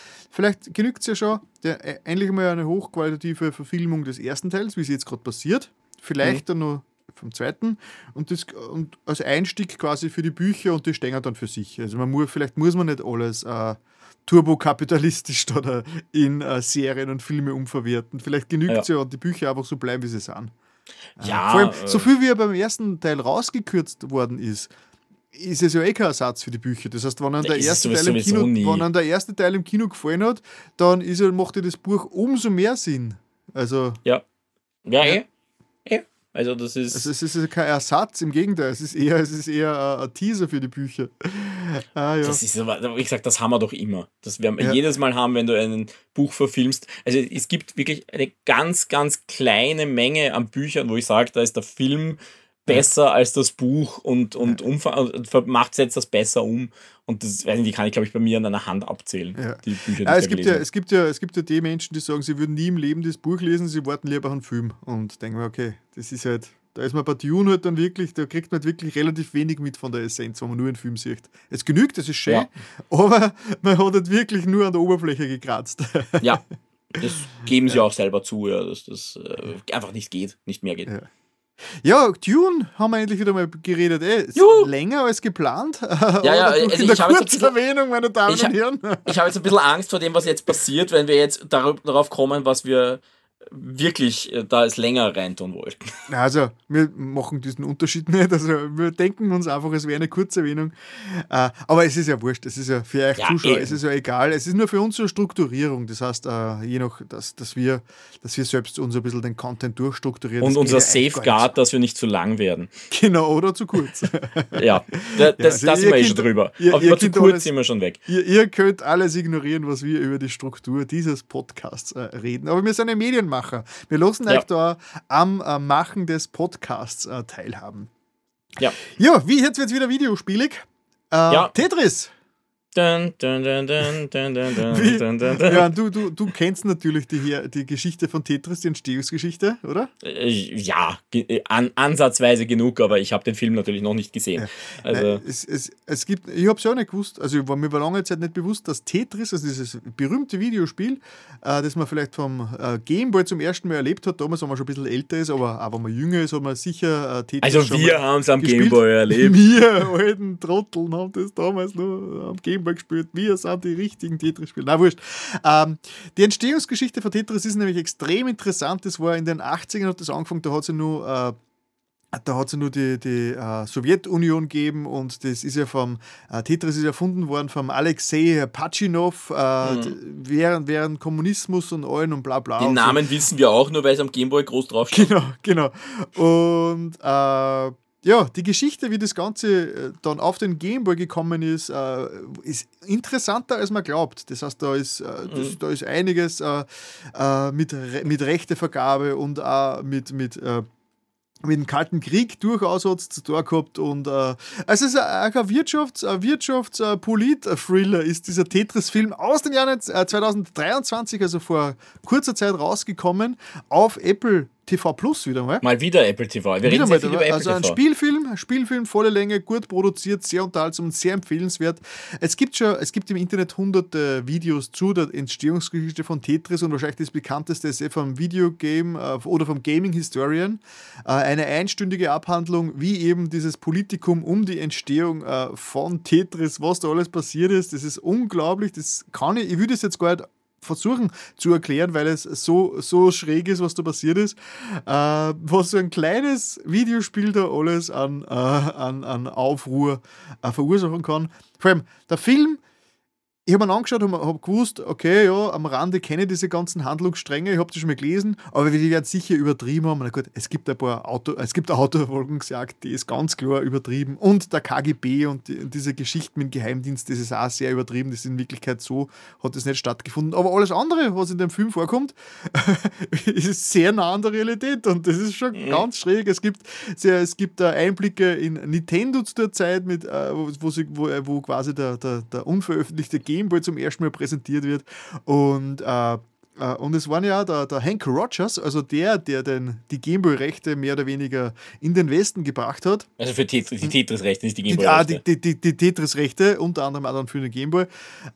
es ja schon, endlich mal eine hochqualitative Verfilmung des ersten Teils, wie es jetzt gerade passiert. Vielleicht dann noch vom zweiten und als Einstieg quasi für die Bücher und die stehen dann für sich. Also vielleicht muss man nicht alles turbokapitalistisch oder in Serien und Filme umverwerten. Vielleicht genügt es ja und die Bücher einfach so bleiben, wie sie sind. Ja, vor allem, so viel wie er beim ersten Teil rausgekürzt worden ist es ja kein Ersatz für die Bücher. Das heißt, wenn dann der erste Teil im Kino gefallen hat, dann macht das Buch umso mehr Sinn. Also Also das ist... Also es ist kein Ersatz, im Gegenteil, es ist eher ein Teaser für die Bücher. Das ist aber, wie gesagt, das haben wir doch immer. Das werden wir jedes Mal haben, wenn du ein Buch verfilmst. Also es gibt wirklich eine ganz, ganz kleine Menge an Büchern, wo ich sage, da ist der Film besser als das Buch und setzt das besser um. Und das, weiß nicht, die kann ich, glaube ich, bei mir an einer Hand abzählen, die Bücher, die es gibt ja die Menschen, die sagen, sie würden nie im Leben das Buch lesen, sie warten lieber auf einen Film. Und denken mir, okay, das ist halt, da ist man bei Dune halt dann wirklich, da kriegt man halt wirklich relativ wenig mit von der Essenz, wenn man nur einen Film sieht. Es genügt, das ist schön, aber man hat halt wirklich nur an der Oberfläche gekratzt. Ja, das geben sie auch selber zu, dass das einfach nicht mehr geht. Ja, Dune haben wir endlich wieder mal geredet. Ist länger als geplant. Also in der Kurzerwähnung, meine Damen und Herren. Ich habe jetzt ein bisschen Angst vor dem, was jetzt passiert, wenn wir jetzt darauf kommen, was wir wirklich da es länger reintun wollten. Also, wir machen diesen Unterschied nicht. Also, wir denken uns einfach, es wäre eine Kurzerwähnung. Aber es ist ja wurscht. Es ist ja für euch Zuschauer, es ist ja egal. Es ist nur für uns so eine Strukturierung. Das heißt, je nach, dass wir selbst uns ein bisschen den Content durchstrukturieren. Und unser Safeguard, dass wir nicht zu lang werden. Genau, oder zu kurz. Ja, da sind wir schon drüber. Aber zu kurz sind wir schon weg. Ihr könnt alles ignorieren, was wir über die Struktur dieses Podcasts reden. Aber wir sind ja Medienmacher. Wir lassen euch da am Machen des Podcasts teilhaben. Ja. Ja, wie jetzt wird es wieder videospielig. Tetris. Dun, dun, dun, dun, dun, dun, dun. Ja, du kennst natürlich die Geschichte von Tetris, die Entstehungsgeschichte, oder? Ja, ansatzweise genug, aber ich habe den Film natürlich noch nicht gesehen. Ja. Also es gibt, ich habe es ja auch nicht gewusst, also mir war lange Zeit nicht bewusst, dass Tetris, also dieses berühmte Videospiel, das man vielleicht vom Gameboy zum ersten Mal erlebt hat, damals, wenn man schon ein bisschen älter ist, aber auch wenn man jünger ist, hat man sicher Tetris also wir haben es am Gameboy erlebt. Wir alten Trotteln haben das damals noch am Gameboy gespielt. Wir sind die richtigen Tetris-Spieler. Na, wurscht. Die Entstehungsgeschichte von Tetris ist nämlich extrem interessant. Das war in den 80ern, hat das angefangen, da hat sie nur die Sowjetunion gegeben und das ist ja Tetris ist erfunden worden vom Alexei Pachinow während Kommunismus und allen und bla bla. Den Namen wissen wir auch nur, weil es am Gameboy groß draufsteht. Genau. Und ja, die Geschichte, wie das Ganze dann auf den Gameboy gekommen ist, ist interessanter, als man glaubt. Das heißt, da ist einiges mit Rechtevergabe und auch mit dem Kalten Krieg durchaus hat es zu tun gehabt. Und es ist ein Wirtschafts-Polit-Thriller ist dieser Tetris-Film aus dem Jahr 2023, also vor kurzer Zeit rausgekommen, auf Apple TV Plus wieder mal. Mal wieder Apple TV. Wir reden sehr viel über Apple also ein Spielfilm, volle Länge, gut produziert, sehr unterhaltsam und sehr empfehlenswert. Es gibt im Internet hunderte Videos zu der Entstehungsgeschichte von Tetris und wahrscheinlich das bekannteste ist vom Videogame oder vom Gaming Historian. Eine einstündige Abhandlung, wie eben dieses Politikum um die Entstehung von Tetris, was da alles passiert ist. Das ist unglaublich. Ich würde es jetzt gar nicht versuchen zu erklären, weil es so schräg ist, was da passiert ist. Was so ein kleines Videospiel da alles an Aufruhr verursachen kann. Vor allem der Film, ich habe ihn angeschaut und habe gewusst, okay, ja, am Rande kenne ich diese ganzen Handlungsstränge, ich habe die schon mal gelesen, aber die werden sicher übertrieben haben. Na gut, es gibt eine Autoverfolgungsjagd, die ist ganz klar übertrieben. Und der KGB und diese Geschichten mit dem Geheimdienst, das ist auch sehr übertrieben. Das ist in Wirklichkeit so, hat das nicht stattgefunden. Aber alles andere, was in dem Film vorkommt, ist sehr nah an der Realität und das ist schon ganz schräg. Es gibt Einblicke in Nintendo zu der Zeit, wo quasi der unveröffentlichte Gameboy zum ersten Mal präsentiert wird. Und es war ja der Hank Rogers, also der die Gameboy-Rechte mehr oder weniger in den Westen gebracht hat. Also für die Tetris-Rechte, nicht die Gameboy-Rechte. Die Tetris-Rechte, unter anderem auch dann für den Gameboy.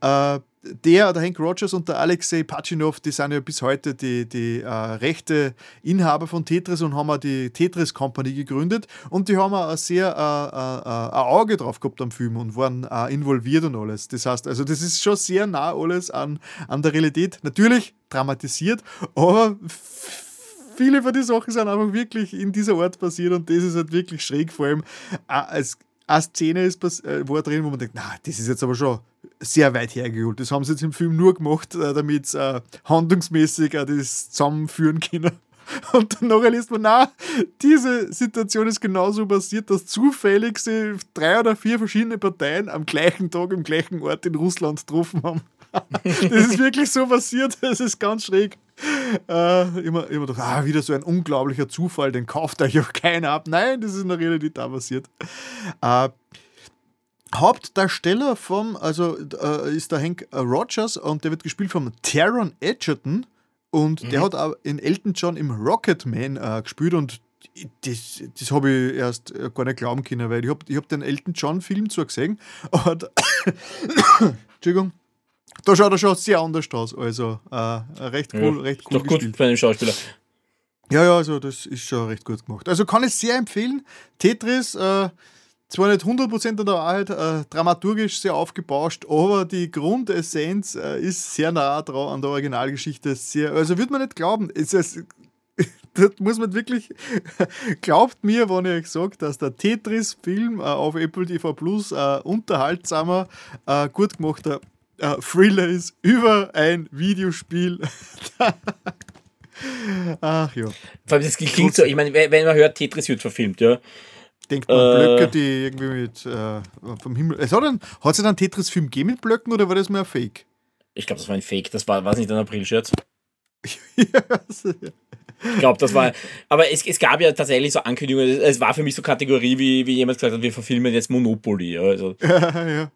Der Hank Rogers und der Alexei Pachinow, die sind ja bis heute die Rechteinhaber von Tetris und haben auch die Tetris Company gegründet und die haben auch sehr ein Auge drauf gehabt am Film und waren involviert und alles. Das heißt, also das ist schon sehr nah alles an der Realität. Natürlich dramatisiert, aber viele von den Sachen sind einfach wirklich in dieser Art passiert und das ist halt wirklich schräg, vor allem eine Szene war drin, wo man denkt, na, das ist jetzt aber schon sehr weit hergeholt. Das haben sie jetzt im Film nur gemacht, damit sie handlungsmäßig auch das zusammenführen können. Und dann nachher liest man, na, diese Situation ist genauso passiert, dass zufällig sie 3 oder 4 verschiedene Parteien am gleichen Tag, im gleichen Ort in Russland getroffen haben. Das ist wirklich so passiert, das ist ganz schräg. Immer gedacht, wieder so ein unglaublicher Zufall, den kauft euch auch keiner ab. Nein, das ist in der Realität da passiert. Hauptdarsteller ist der Hank Rogers und der wird gespielt von Taron Egerton und der hat auch in Elton John im Rocketman gespielt und das habe ich erst gar nicht glauben können, weil ich hab den Elton John Film zwar gesehen, aber Entschuldigung, da schaut er schon sehr anders aus, also recht cool doch gespielt. Gut für einen Schauspieler. Ja, also das ist schon recht gut gemacht. Also kann ich sehr empfehlen. Tetris, zwar nicht 100% der Wahrheit, dramaturgisch sehr aufgebauscht, aber die Grundessenz ist sehr nah dran an der Originalgeschichte. Also würde man nicht glauben. Das muss man wirklich, glaubt mir, wenn ich euch sage, dass der Tetris-Film auf Apple TV Plus unterhaltsamer, gut gemachter Thriller ist über ein Videospiel. Ach ja. Vor allem, das klingt so, ich meine, wenn man hört, Tetris wird verfilmt, ja. Denkt man, Blöcke, die irgendwie mit vom Himmel. Hat es ja dann einen Tetris-Film gegeben mit Blöcken oder war das mal ein Fake? Ich glaube, das war ein Fake, das war nicht ein April-Scherz. Ja. Ich glaube, das war. Aber es gab ja tatsächlich so Ankündigungen, es war für mich so Kategorie, wie jemand gesagt hat, wir verfilmen jetzt Monopoly. Also. Ja.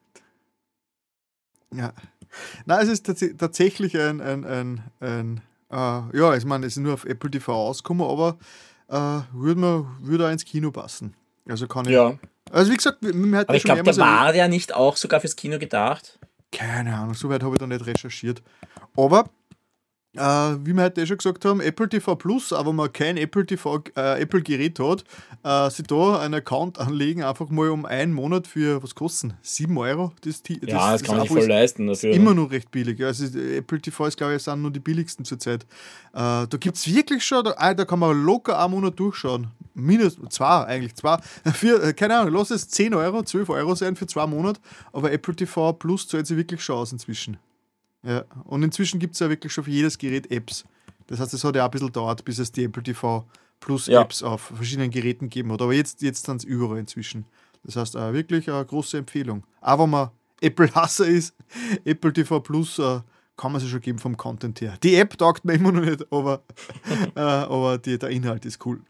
Nein, es ist tatsächlich ein ja, ich meine, es ist nur auf Apple TV ausgekommen, aber würde auch ins Kino passen. Also kann ich. Ja. Also wie gesagt, aber ich glaube, war der nicht auch sogar fürs Kino gedacht? Keine Ahnung, soweit habe ich da nicht recherchiert. Aber wie wir heute schon gesagt haben, Apple TV Plus, aber man kein Apple Gerät hat, sich da einen Account anlegen, einfach mal um einen Monat für, was kosten? 7 €? Das kann man sich voll leisten dafür. Immer noch recht billig. Also Apple TV ist, glaube ich, sind nur die billigsten zurzeit. Da gibt es wirklich schon, da kann man locker einen Monat durchschauen. Mindestens zwei. Für, keine Ahnung, lass es 10 €, 12 € sein für 2 Monate, aber Apple TV Plus zahlt sich wirklich schon aus inzwischen. Ja, und inzwischen gibt es ja wirklich schon für jedes Gerät Apps. Das heißt, es hat ja auch ein bisschen gedauert, bis es die Apple TV Plus Apps auf verschiedenen Geräten gegeben hat. Aber jetzt sind es überall inzwischen. Das heißt, wirklich eine große Empfehlung. Auch wenn man Apple-Hasser ist, Apple TV Plus kann man sich schon geben vom Content her. Die App taugt mir immer noch nicht, aber der Inhalt ist cool.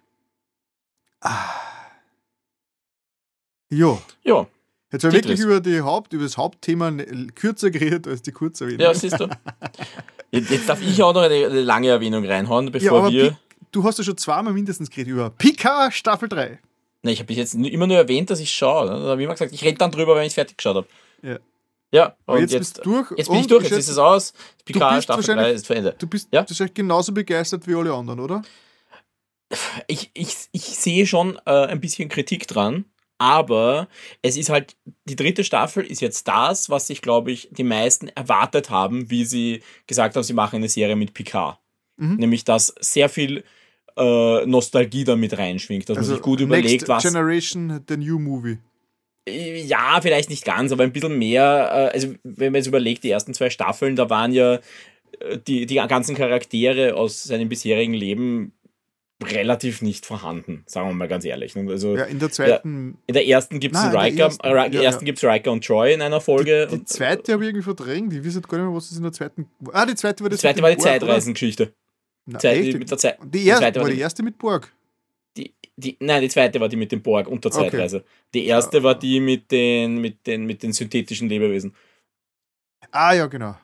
Ja. Jetzt haben wir wirklich über das Hauptthema kürzer geredet als die Kurzerwähnung. Ja, siehst du. Jetzt darf ich auch noch eine lange Erwähnung reinhauen, bevor wir... Du hast ja schon zweimal mindestens geredet über Picard Staffel 3. Nein, ich habe bis jetzt immer nur erwähnt, dass ich schaue. Da habe ich immer gesagt, ich rede dann drüber, wenn ich fertig geschaut habe. Ja, aber jetzt bist du durch. Jetzt bin ich durch, jetzt ist es aus. Picard Staffel 3 ist zu Ende. Du bist wahrscheinlich genauso begeistert wie alle anderen, oder? Ich sehe schon ein bisschen Kritik dran. Aber es ist halt, die 3. Staffel ist jetzt das, was sich, glaube ich, die meisten erwartet haben, wie sie gesagt haben, sie machen eine Serie mit Picard. Nämlich, dass sehr viel Nostalgie damit reinschwingt, dass man sich gut überlegt, was... Next Generation, the new movie. Ja, vielleicht nicht ganz, aber ein bisschen mehr. Also, wenn man jetzt überlegt, die ersten 2 Staffeln, da waren ja die ganzen Charaktere aus seinem bisherigen Leben relativ nicht vorhanden, sagen wir mal ganz ehrlich. Also, in der zweiten... in der ersten gibt es Riker und Troy in einer Folge. Die zweite habe ich irgendwie verdrängt. Ich weiß gar nicht mehr, was es in der zweiten... die zweite war die zweite war die Zeitreisengeschichte. Die erste mit Borg. Nein, die zweite war die mit dem Borg und der Zeitreise. Okay. Die erste war die mit den synthetischen Lebewesen. Ja, genau.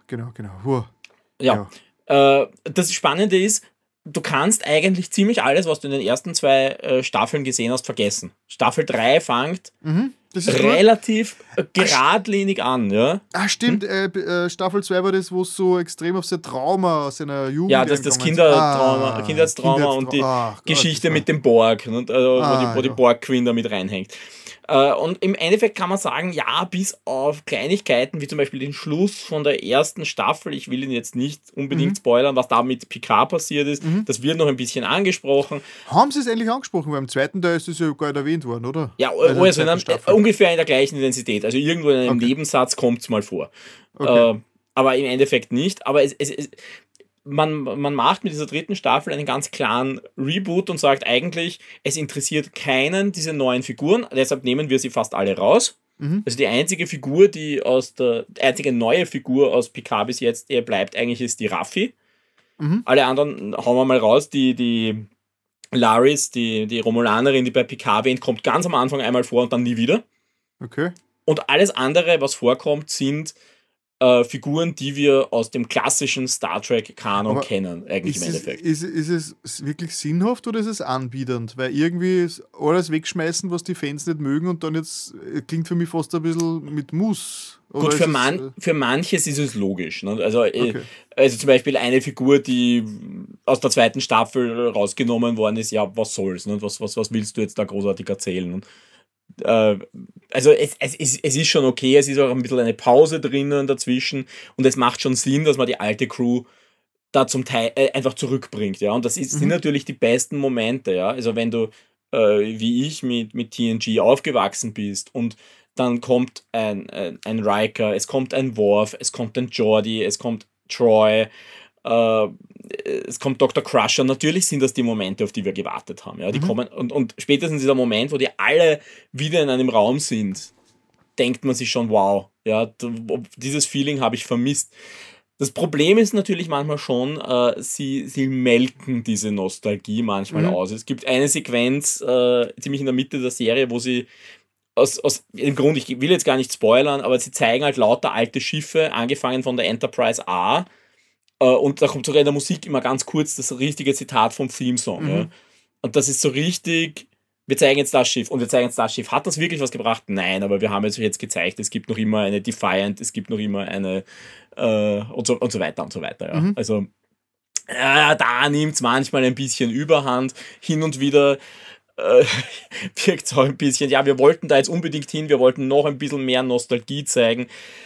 Das Spannende ist, du kannst eigentlich ziemlich alles, was du in den ersten 2 Staffeln gesehen hast, vergessen. Staffel 3 fängt relativ geradlinig an. Ja? Stimmt. Staffel 2 war das, wo es so extrem auf sein Trauma aus seiner Jugend... Ja, das Kindheitstrauma und die Geschichte mit dem Borg, wo die Borg-Queen da mit reinhängt. Und im Endeffekt kann man sagen, ja, bis auf Kleinigkeiten, wie zum Beispiel den Schluss von der ersten Staffel, ich will ihn jetzt nicht unbedingt spoilern, was da mit Picard passiert ist, das wird noch ein bisschen angesprochen. Haben sie es endlich angesprochen? Beim zweiten Teil ist es ja gar nicht erwähnt worden, oder? Ja, also ungefähr in der gleichen Intensität. Also irgendwo in einem Nebensatz kommt es mal vor. Okay. Aber im Endeffekt nicht. Aber man macht mit dieser 3. Staffel einen ganz klaren Reboot und sagt eigentlich, es interessiert keinen diese neuen Figuren, deshalb nehmen wir sie fast alle raus. Also die einzige neue Figur aus Picard bis jetzt, die bleibt eigentlich, ist die Raffi. Alle anderen hauen wir mal raus. Die Laris, die Romulanerin, die bei Picard wähnt, kommt ganz am Anfang einmal vor und dann nie wieder. Okay. Und alles andere, was vorkommt, sind Figuren, die wir aus dem klassischen Star Trek-Kanon kennen, eigentlich im Endeffekt. Ist es wirklich sinnhaft oder ist es anbiedernd? Weil irgendwie alles wegschmeißen, was die Fans nicht mögen und dann jetzt klingt für mich fast ein bisschen mit Muss. Gut, für manches ist es logisch. Ne? Also zum Beispiel eine Figur, die aus der 2. Staffel rausgenommen worden ist, ja, was soll's? Ne? Was willst du jetzt da großartig erzählen? Also es ist schon okay, es ist auch ein bisschen eine Pause drinnen dazwischen und es macht schon Sinn, dass man die alte Crew da zum Teil einfach zurückbringt, ja. Und das sind natürlich die besten Momente, ja. Also wenn du, wie ich, mit TNG aufgewachsen bist und dann kommt ein Riker, es kommt ein Worf, es kommt ein Geordi, es kommt Troy, es kommt Dr. Crusher. Natürlich sind das die Momente, auf die wir gewartet haben. Ja? Die kommen und spätestens dieser Moment, wo die alle wieder in einem Raum sind, denkt man sich schon, wow, ja, dieses Feeling habe ich vermisst. Das Problem ist natürlich manchmal schon, sie melken diese Nostalgie manchmal aus. Es gibt eine Sequenz, ziemlich in der Mitte der Serie, wo sie aus dem Grund, ich will jetzt gar nicht spoilern, aber sie zeigen halt lauter alte Schiffe, angefangen von der Enterprise A, und da kommt sogar in der Musik immer ganz kurz das richtige Zitat vom Theme-Song. Ja. Und das ist so richtig, wir zeigen jetzt das Schiff und wir zeigen jetzt das Schiff. Hat das wirklich was gebracht? Nein, aber wir haben es jetzt gezeigt, es gibt noch immer eine Defiant, es gibt noch immer eine und so weiter und so weiter. Ja. Also da nimmt es manchmal ein bisschen Überhand. Hin und wieder wirkt es auch ein bisschen, ja, wir wollten da jetzt unbedingt hin, wir wollten noch ein bisschen mehr Nostalgie zeigen.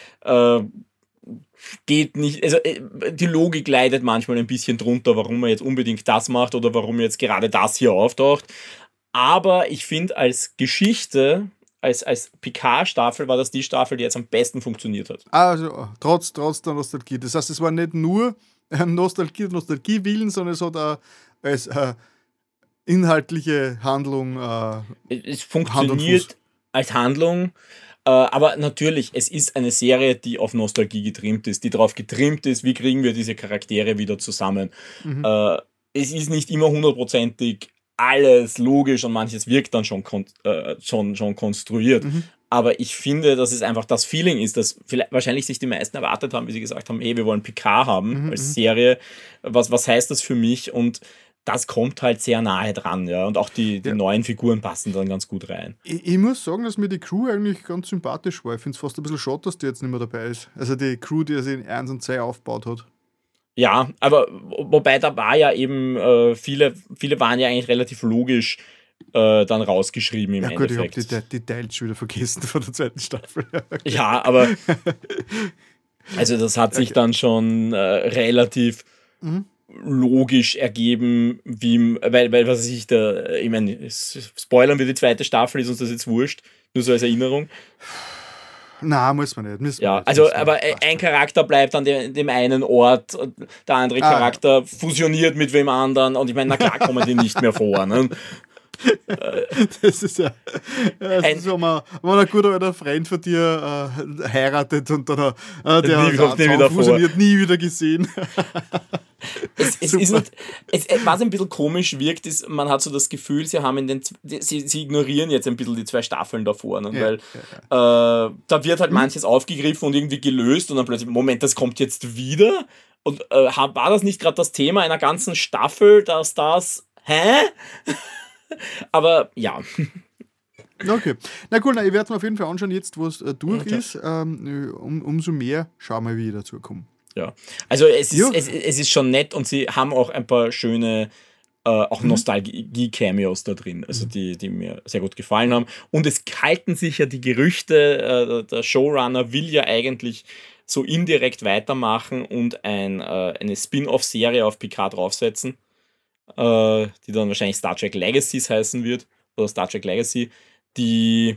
Geht nicht, also die Logik leidet manchmal ein bisschen drunter, warum man jetzt unbedingt das macht oder warum jetzt gerade das hier auftaucht. Aber ich finde, als Geschichte, als Picard-Staffel war das die Staffel, die jetzt am besten funktioniert hat. Also trotz der Nostalgie. Das heißt, es war nicht nur Nostalgie willen, sondern es hat auch als inhaltliche Handlung. Es funktioniert als Handlung. Aber natürlich, es ist eine Serie, die auf Nostalgie getrimmt ist, die darauf getrimmt ist, wie kriegen wir diese Charaktere wieder zusammen. Es ist nicht immer hundertprozentig alles logisch und manches wirkt dann schon konstruiert. Aber ich finde, dass es einfach das Feeling ist, dass wahrscheinlich sich die meisten erwartet haben, wie sie gesagt haben, hey, wir wollen Picard haben als Serie. Was heißt das für mich? Und das kommt halt sehr nahe dran, ja. Und auch die neuen Figuren passen dann ganz gut rein. Ich muss sagen, dass mir die Crew eigentlich ganz sympathisch war. Ich finde es fast ein bisschen schade, dass die jetzt nicht mehr dabei ist. Also die Crew, die sie in 1 und 2 aufgebaut hat. Ja, aber wobei da war ja eben, viele waren ja eigentlich relativ logisch dann rausgeschrieben im Endeffekt. Ja gut, ich habe die Details schon wieder vergessen von der zweiten Staffel. Ja, aber also das hat sich dann schon relativ logisch ergeben, weil was ich da, ich meine, spoilern wir die zweite Staffel, ist uns das jetzt wurscht, nur so als Erinnerung. Nein, muss man nicht. Aber ein Charakter bleibt an dem einen Ort, der andere Charakter fusioniert mit wem anderen und ich meine, na klar kommen die nicht mehr vor. Ne? Das ist ja, ist, wenn ein guter alter Freund von dir heiratet und dann der fusioniert, nie wieder gesehen. Was ein bisschen komisch wirkt, ist, man hat so das Gefühl, sie ignorieren jetzt ein bisschen die 2 Staffeln davor, ne? Weil da wird halt manches aufgegriffen und irgendwie gelöst und dann plötzlich, Moment, das kommt jetzt wieder? Und war das nicht gerade das Thema einer ganzen Staffel, dass das, Aber ja. Okay. Na cool, ich werde es mir auf jeden Fall anschauen, jetzt wo es durch ist. Umso mehr schauen wir, wie ich dazu komme. Ja, also es ist schon nett und sie haben auch ein paar schöne auch Nostalgie-Cameos da drin, also die mir sehr gut gefallen haben. Und es halten sich ja die Gerüchte, der Showrunner will ja eigentlich so indirekt weitermachen und eine Spin-off-Serie auf Picard draufsetzen, die dann wahrscheinlich Star Trek Legacies heißen wird, oder Star Trek Legacy, die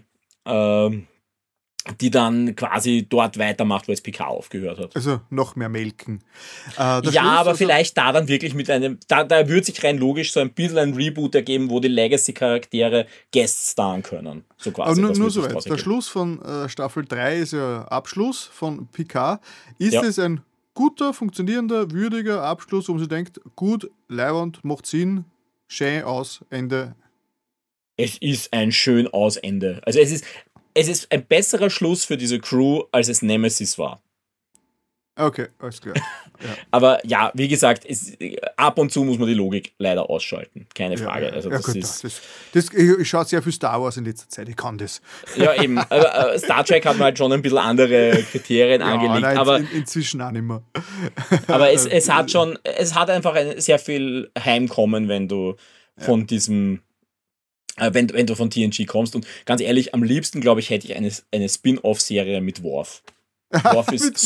dann quasi dort weitermacht, wo es Picard aufgehört hat. Also noch mehr melken. Aber vielleicht da dann wirklich mit einem, da würde sich rein logisch so ein bisschen ein Reboot ergeben, wo die Legacy-Charaktere Guest starren können. So quasi. Aber nur so weit. Der Schluss von Staffel 3 ist ja Abschluss von Picard. Ist es ein guter, funktionierender, würdiger Abschluss, wo man sich denkt, gut, leiwand, macht Sinn, schön aus, Ende? Es ist ein schön aus Ende. Also es ist ein besserer Schluss für diese Crew, als es Nemesis war. Okay, alles klar. Ja. Aber ja, wie gesagt, ab und zu muss man die Logik leider ausschalten. Keine Frage. Also ich schaue sehr viel Star Wars in letzter Zeit, ich kann das. Ja, eben. Aber Star Trek hat halt schon ein bisschen andere Kriterien angelegt. Nein, aber inzwischen auch nicht mehr. Aber es hat einfach sehr viel Heimkommen, wenn du von diesem wenn du von TNG kommst. Und ganz ehrlich, am liebsten, glaube ich, hätte ich eine Spin-off-Serie mit Worf. Worf ist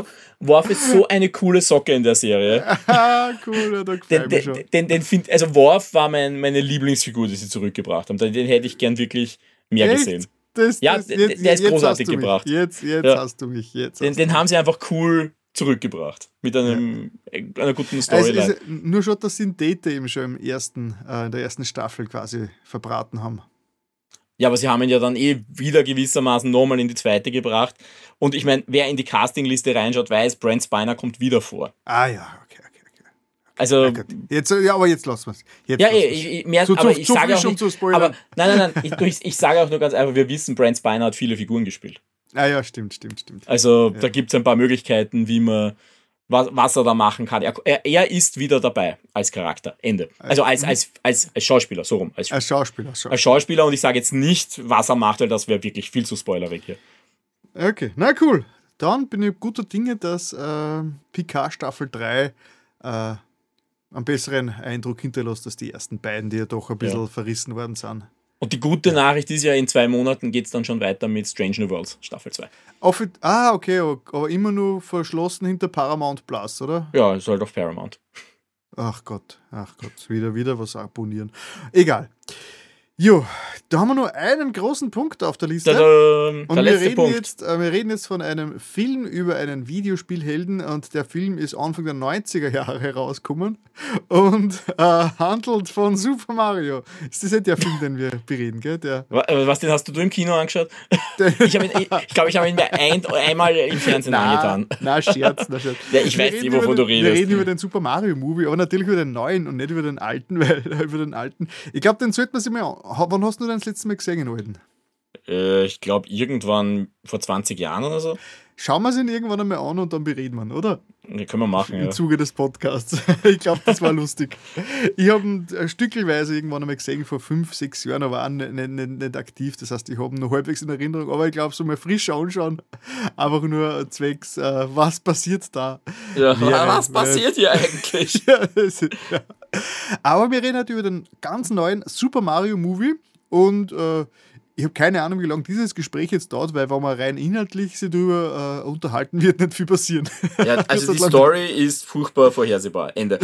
so eine coole Socke in der Serie. Cool, da gefällt mir schon. Also Worf war meine Lieblingsfigur, die sie zurückgebracht haben. Den hätte ich gern wirklich mehr gesehen. Der ist großartig gebracht. Jetzt hast du mich. Den haben sie einfach cool zurückgebracht. Mit einer guten Storyline. Nur schon, dass sie ihn Date eben schon in der ersten Staffel quasi verbraten haben. Ja, aber sie haben ihn ja dann wieder gewissermaßen nochmal in die zweite gebracht. Und ich meine, wer in die Castingliste reinschaut, weiß, Brent Spiner kommt wieder vor. Ah ja, okay. Also, aber jetzt lassen wir es. Ich sage auch nicht, aber nein, ich sage auch nur ganz einfach, wir wissen, Brent Spiner hat viele Figuren gespielt. Ah ja, stimmt. Also da gibt es ein paar Möglichkeiten, wie man was er da machen kann. Er ist wieder dabei als Charakter. Ende. Also als Schauspieler, so rum. Als Schauspieler, und ich sage jetzt nicht, was er macht, weil das wäre wirklich viel zu spoilerig hier. Okay, na cool. Dann bin ich guter Dinge, dass Picard Staffel 3 einen besseren Eindruck hinterlässt als die ersten beiden, die ja doch ein bisschen verrissen worden sind. Und die gute Nachricht ist ja, in 2 Monaten geht es dann schon weiter mit Strange New Worlds, Staffel 2. Okay, aber immer nur verschlossen hinter Paramount Plus, oder? Ja, ist halt auf Paramount. Ach Gott, wieder was abonnieren. Egal. Jo, da haben wir nur einen großen Punkt auf der Liste. Und wir reden jetzt von einem Film über einen Videospielhelden, und der Film ist Anfang der 90er Jahre rausgekommen und handelt von Super Mario. Ist das nicht der Film, den wir bereden, gell? Was, den hast du im Kino angeschaut? Ich glaube, ich habe ihn mir einmal im Fernsehen angetan. Na, Scherz. Ja, ich weiß nicht, wovon du redest. Wir reden über den Super Mario Movie, aber natürlich über den neuen und nicht über den alten, Ich glaube, den sollte man sich mal. Wann hast du den das letzte Mal gesehen, in alten? Ich glaube, irgendwann vor 20 Jahren oder so. Schauen wir es ihn irgendwann einmal an und dann bereden wir, oder? Ja, können wir machen, Im Zuge des Podcasts. Ich glaube, das war lustig. Ich habe ihn stückelweise irgendwann einmal gesehen, vor 5, 6 Jahren, aber auch nicht aktiv. Das heißt, ich habe ihn noch halbwegs in Erinnerung. Aber ich glaube, so mal frisch anschauen, einfach nur zwecks, was passiert da? Ja, was passiert hier eigentlich? Aber wir reden halt über den ganz neuen Super Mario Movie, und ich habe keine Ahnung, wie lange dieses Gespräch jetzt dauert, weil wenn man rein inhaltlich sich darüber unterhalten wird, nicht viel passieren. Ja, also die Story ist furchtbar vorhersehbar. Ende.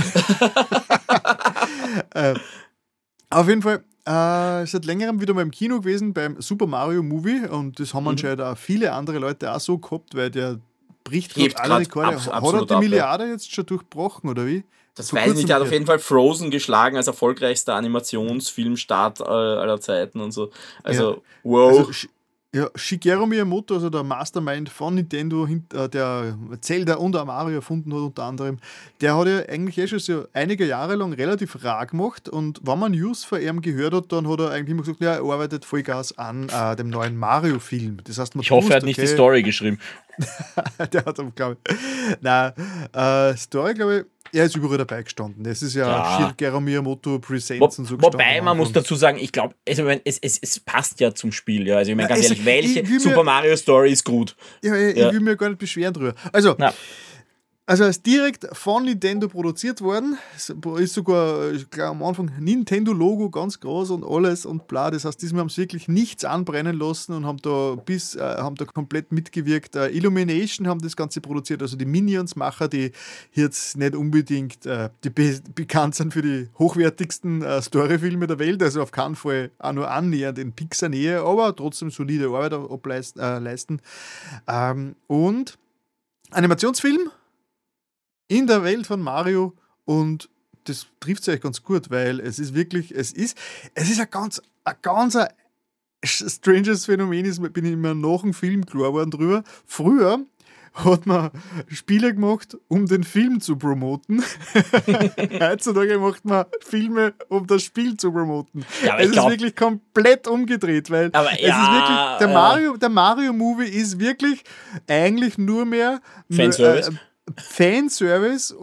Auf jeden Fall, seit längerem wieder mal im Kino gewesen beim Super Mario Movie, und das haben anscheinend auch viele andere Leute auch so gehabt, weil der bricht gerade alle Rekorde. Hat er die Milliarde jetzt schon durchbrochen, oder wie? Das weiß ich nicht, der hat auf jeden Fall Frozen geschlagen als erfolgreichster Animationsfilmstart aller Zeiten und so. Also, wow. Also, Shigeru Miyamoto, also der Mastermind von Nintendo, der Zelda und auch Mario erfunden hat unter anderem, der hat ja eigentlich schon so einige Jahre lang relativ rar gemacht, und wenn man News von ihm gehört hat, dann hat er eigentlich immer gesagt, ja, er arbeitet Vollgas an dem neuen Mario-Film. Das heißt, ich hoffe, er hat nicht die Story geschrieben. Der hat, glaube ich. Nein, Story, glaube ich, er ist überall dabei gestanden. Das ist ja Shigeru Miyamoto Presents und so gestanden. Wobei, man muss dazu sagen, ich glaube, also, es passt ja zum Spiel. Ja. Also ich meine, ganz ehrlich, welche Super Mario Story ist gut? Ich will mir gar nicht beschweren drüber. Also er ist direkt von Nintendo produziert worden. Ist sogar, ich glaube, am Anfang Nintendo-Logo ganz groß und alles und bla. Das heißt, diesmal haben sie wirklich nichts anbrennen lassen und haben da komplett mitgewirkt. Illumination haben das Ganze produziert, also die Minions-Macher, die jetzt nicht unbedingt bekannt sind für die hochwertigsten Storyfilme der Welt, also auf keinen Fall auch nur annähernd in Pixar-Nähe, aber trotzdem solide Arbeit leisten. Und Animationsfilm in der Welt von Mario, und das trifft sich ganz gut, weil es ist ein ganz stranges Phänomen, bin ich immer nach dem Film klar geworden drüber. Früher hat man Spiele gemacht, um den Film zu promoten. Heutzutage macht man Filme, um das Spiel zu promoten. Ja, es ist wirklich komplett umgedreht, weil es ist wirklich, der Mario-Movie ist wirklich eigentlich nur mehr Fanservice. Fanservice, und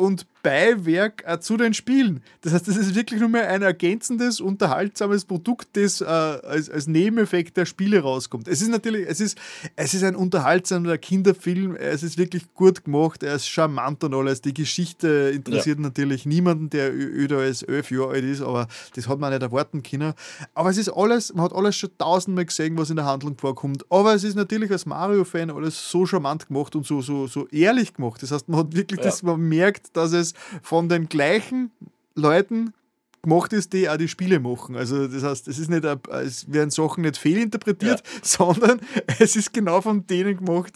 Beiwerk zu den Spielen. Das heißt, das ist wirklich nur mehr ein ergänzendes, unterhaltsames Produkt, das als Nebeneffekt der Spiele rauskommt. Es ist natürlich, es ist ein unterhaltsamer Kinderfilm, es ist wirklich gut gemacht, er ist charmant und alles. Die Geschichte interessiert natürlich niemanden, der öder als 11 Jahre alt ist, aber das hat man nicht erwarten können. Aber es ist alles, man hat alles schon tausendmal gesehen, was in der Handlung vorkommt. Aber es ist natürlich als Mario-Fan alles so charmant gemacht und so ehrlich gemacht. Das heißt, man hat wirklich man merkt, dass es von den gleichen Leuten gemacht ist, die auch die Spiele machen. Also das heißt, es ist nicht, es werden Sachen nicht fehlinterpretiert, sondern es ist genau von denen gemacht,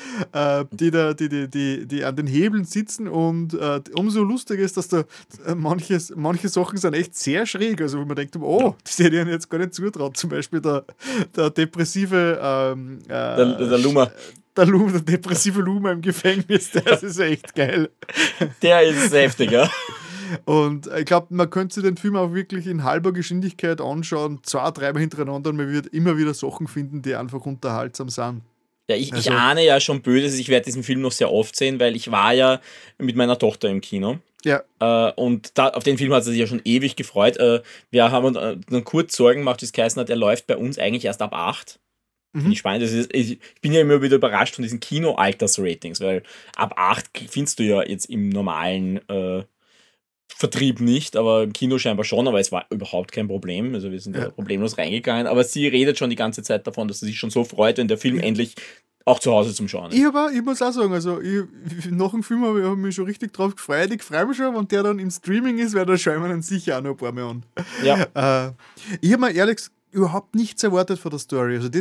die an den Hebeln sitzen, und umso lustiger ist, dass da manche Sachen sind echt sehr schräg, also wo man denkt, das hätte ich ihnen jetzt gar nicht zutraut. Zum Beispiel der depressive der Luma. Der depressive Luma im Gefängnis, das ist echt geil. Der ist heftiger. Und ich glaube, man könnte sich den Film auch wirklich in halber Geschwindigkeit anschauen, 2-3 Mal hintereinander, und man wird immer wieder Sachen finden, die einfach unterhaltsam sind. Ja, ich ahne ja schon Böses, ich werde diesen Film noch sehr oft sehen, weil ich war ja mit meiner Tochter im Kino. Ja. Und auf den Film hat sie sich ja schon ewig gefreut. Wir haben uns dann kurz Sorgen gemacht, wie es geheißen hat, er läuft bei uns eigentlich erst ab 8. Finde ich spannend. Ich bin ja immer wieder überrascht von diesen Kino-Alters-Ratings, weil ab 8 findest du ja jetzt im normalen Vertrieb nicht, aber im Kino scheinbar schon, aber es war überhaupt kein Problem. Also wir sind da problemlos reingegangen, aber sie redet schon die ganze Zeit davon, dass sie sich schon so freut, wenn der Film endlich auch zu Hause zum Schauen ist. Ich muss auch sagen, also nach dem Film habe ich mich schon richtig drauf gefreut. Ich freue mich schon, wenn der dann im Streaming ist, weil da schauen wir dann sicher auch noch ein paar Mal an. Ja. Ich habe mir ehrlich gesagt überhaupt nichts erwartet von der Story. Also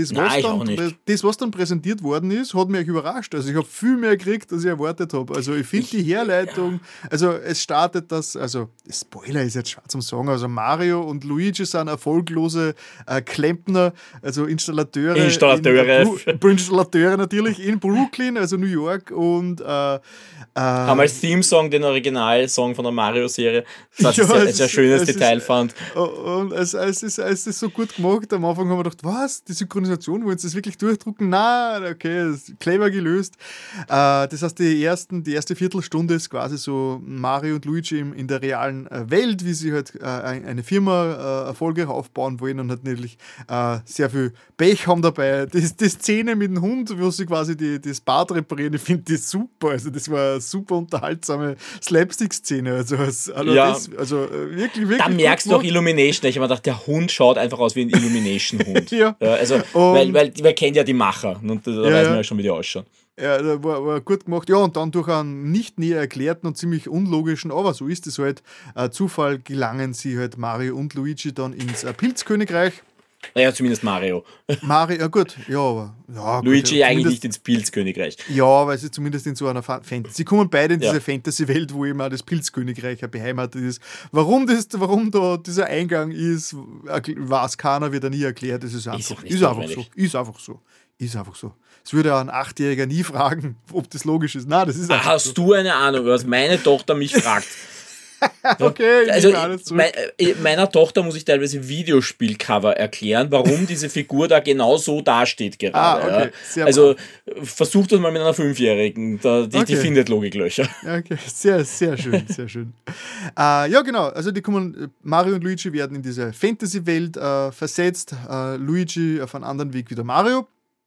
was dann präsentiert worden ist, hat mich überrascht. Also ich habe viel mehr gekriegt, als ich erwartet habe. Also ich finde die Herleitung, also es startet also Spoiler ist jetzt schwer zum sagen, also Mario und Luigi sind erfolglose Klempner, also Installateure natürlich in Brooklyn, also New York, und haben als Theme-Song den Originalsong von der Mario-Serie, das ich ein sehr schönes Detail fand. Und es ist so gut gemacht. Am Anfang haben wir gedacht, was? Die Synchronisation, wollen sie das wirklich durchdrucken? Nein, okay, das ist clever gelöst. Das heißt, die erste Viertelstunde ist quasi so Mario und Luigi in der realen Welt, wie sie halt eine Firma erfolgreich aufbauen wollen, und halt natürlich sehr viel Pech haben dabei. Die Szene mit dem Hund, wo sie quasi das Bad reparieren, ich finde die super. Also das war eine super unterhaltsame Slapstick-Szene. Also wirklich. Da merkst du auch Illumination. Ich habe mir gedacht, der Hund schaut einfach aus wie ein Illumination-Hund. Weil man kennt ja die Macher, und da weiß man ja schon, wie die ausschauen. Ja, das war gut gemacht. Ja, und dann durch einen nicht näher erklärten und ziemlich unlogischen, aber so ist es halt, Zufall gelangen sie halt Mario und Luigi dann ins Pilzkönigreich. Naja, zumindest Mario. Mario, ja gut, ja, aber... Ja, Luigi gut, eigentlich nicht ins Pilzkönigreich. Ja, weil sie zumindest in so einer Fantasy... Sie kommen beide in diese Fantasy-Welt, wo eben auch das Pilzkönigreich beheimatet ist. Warum da dieser Eingang ist, weiß keiner, wird nie erklärt. Das ist einfach so. Ist einfach so. Es würde auch ein 8-Jähriger nie fragen, ob das logisch ist. Nein, das ist einfach Hast du eine Ahnung, was meine Tochter mich fragt? Okay, also meiner Tochter muss ich teilweise Videospielcover erklären, warum diese Figur da genau so dasteht gerade. Okay. Also versucht das mal mit einer 5-Jährigen, die findet Logiklöcher. Okay, sehr, sehr schön, sehr schön. Ja, genau, also Mario und Luigi werden in diese Fantasy-Welt versetzt, Luigi auf einen anderen Weg wie der Mario.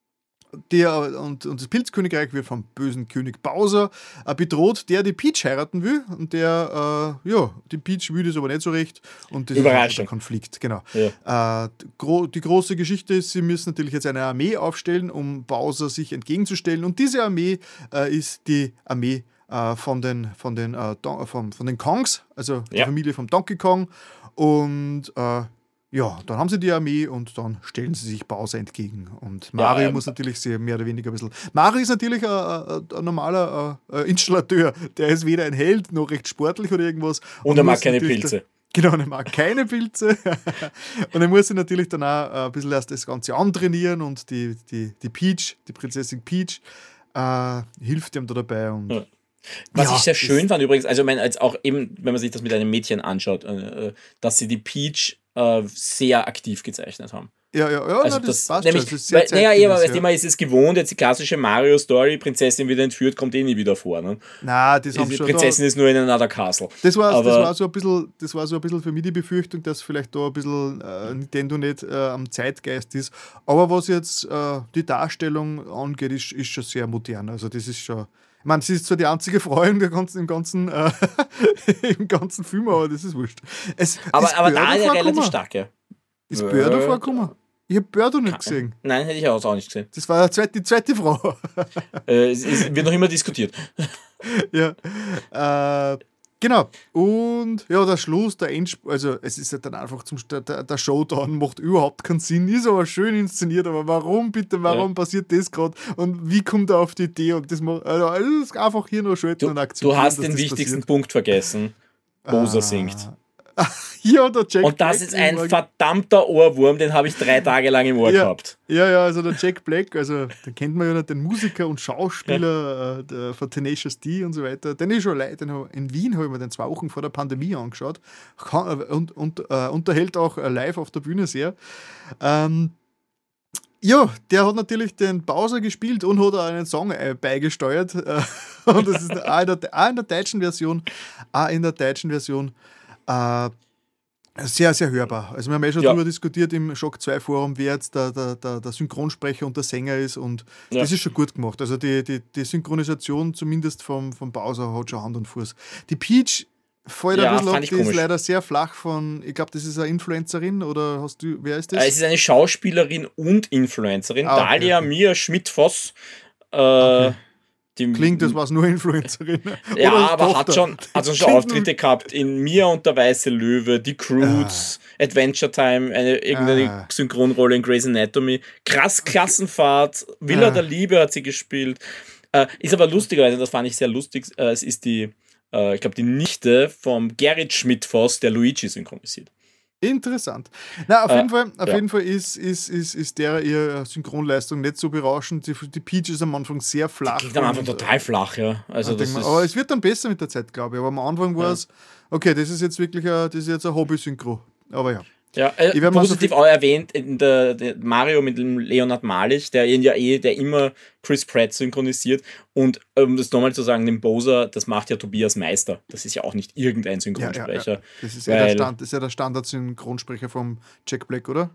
Und das Pilzkönigreich wird vom bösen König Bowser bedroht, der die Peach heiraten will, und die Peach will das aber nicht so recht, und das ist ein Konflikt, genau. Ja. Die große Geschichte ist, sie müssen natürlich jetzt eine Armee aufstellen, um Bowser sich entgegenzustellen, und diese Armee ist die Armee von den Kongs, also der Familie vom Donkey Kong, und dann haben sie die Armee, und dann stellen sie sich Bowser entgegen. Und Mario muss natürlich mehr oder weniger ein bisschen... Mario ist natürlich ein normaler Installateur. Der ist weder ein Held, noch recht sportlich oder irgendwas. Und er mag keine Pilze. Genau, er mag keine Pilze. Und er muss sich natürlich dann auch ein bisschen erst das Ganze antrainieren, und die Peach, die Prinzessin Peach, hilft ihm da dabei. Und was ich sehr schön fand übrigens, also als auch eben, wenn man sich das mit einem Mädchen anschaut, dass sie die Peach sehr aktiv gezeichnet haben. Also das passt nämlich, schon. Das ist sehr aber das Thema ist es gewohnt, jetzt die klassische Mario-Story, Prinzessin wird entführt, kommt nie wieder vor. Ne? Nein, das haben die schon Prinzessin ist nur in Another Castle. Das war so ein bisschen für mich die Befürchtung, dass vielleicht da ein bisschen Nintendo nicht am Zeitgeist ist. Aber was jetzt die Darstellung angeht, ist schon sehr modern. Also das ist schon... Ich meine, sie ist zwar die einzige Frau im ganzen Film, aber das ist wurscht. Aber da ist er relativ stark, ja. Ist Birdo vorgekommen? Ich habe Birdo nicht gesehen. Nein, hätte ich auch nicht gesehen. Das war die zweite Frau. Es wird noch immer diskutiert. Ja. Genau. Und ja, der Schluss, der Endspurt, also es ist ja dann einfach der Showdown macht überhaupt keinen Sinn, ist aber schön inszeniert, aber warum passiert das gerade und wie kommt er auf die Idee und das macht, also das ist einfach hier nur schön und akzeptieren. Du hast den wichtigsten Punkt vergessen. Bowser singt. Ja, der Jack und das Black ist ein verdammter Ohrwurm, den habe ich 3 Tage lang im Ohr gehabt. Ja, also der Jack Black, also den kennt man ja nicht, den Musiker und Schauspieler von Tenacious D und so weiter. Den ist schon in Wien, habe ich mir den 2 Wochen vor der Pandemie angeschaut und unterhält auch live auf der Bühne sehr. Ja, der hat natürlich den Bowser gespielt und hat auch einen Song beigesteuert. Und das ist auch in der deutschen Version sehr, sehr hörbar. Also wir haben schon darüber diskutiert im Shock 2 Forum, wer jetzt der Synchronsprecher und der Sänger ist und das ist schon gut gemacht. Also die Synchronisation zumindest vom Bowser hat schon Hand und Fuß. Die Peach fällt ein bisschen ab, die ist leider sehr flach von, ich glaube, das ist eine Influencerin oder wer ist das? Es ist eine Schauspielerin und Influencerin, Dalia Mia Schmidt-Voss. Klingt, das war es nur Influencerin. Ja, aber hat schon Auftritte gehabt in Mia und der Weiße Löwe, Die Croods, Adventure Time, irgendeine Synchronrolle in Grey's Anatomy, Klassenfahrt, Villa der Liebe hat sie gespielt. Ist aber lustigerweise, das fand ich sehr lustig, es ist die Nichte vom Gerrit Schmidt-Voss, der Luigi synchronisiert. Interessant. Na, auf jeden Fall ist ihre Synchronleistung nicht so berauschend. Die Peach ist am Anfang sehr flach. Die klingt am Anfang total flach, ja. Also aber es wird dann besser mit der Zeit, glaube ich. Aber am Anfang war es, okay, das ist jetzt wirklich ein Hobby-Synchro. Aber ja. Ja, positiv auch erwähnt, der Mario mit dem Leonard Malich, der immer Chris Pratt synchronisiert. Und um das nochmal zu sagen, den Bowser, das macht ja Tobias Meister. Das ist ja auch nicht irgendein Synchronsprecher. Ja. Das ist ja der Standard-Synchronsprecher vom Jack Black, oder?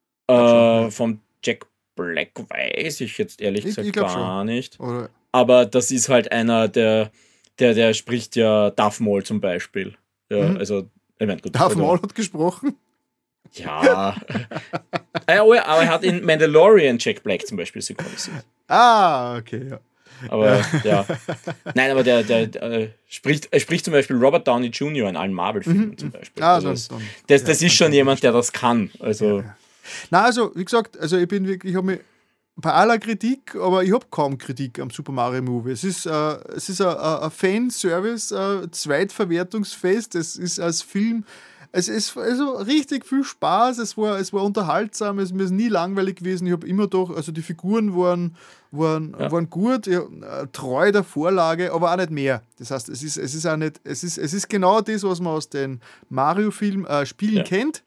Vom Jack Black weiß ich jetzt ehrlich gesagt gar nicht. Oder? Aber das ist halt einer, der spricht ja Darth Maul zum Beispiel. Ja, also, ich meine, gut. Darth Maul hat gesprochen? Ja. Aber er hat in Mandalorian Jack Black zum Beispiel synchronisiert. Okay, ja. Aber ja. Nein, aber der spricht zum Beispiel Robert Downey Jr. in allen Marvel-Filmen zum Beispiel. Das ist schon jemand, der das kann. Also. Ja. Na, also, wie gesagt, ich habe mich bei aller Kritik, aber ich habe kaum Kritik am Super Mario Movie. Es ist ein Fanservice, Zweitverwertungsfest. Es ist als Film. Es ist also richtig viel Spaß, es war unterhaltsam, es ist mir nie langweilig gewesen. Ich habe immer doch, also die Figuren waren gut, treu der Vorlage, aber auch nicht mehr. Das heißt, es ist genau das, was man aus den Mario-Spielen kennt.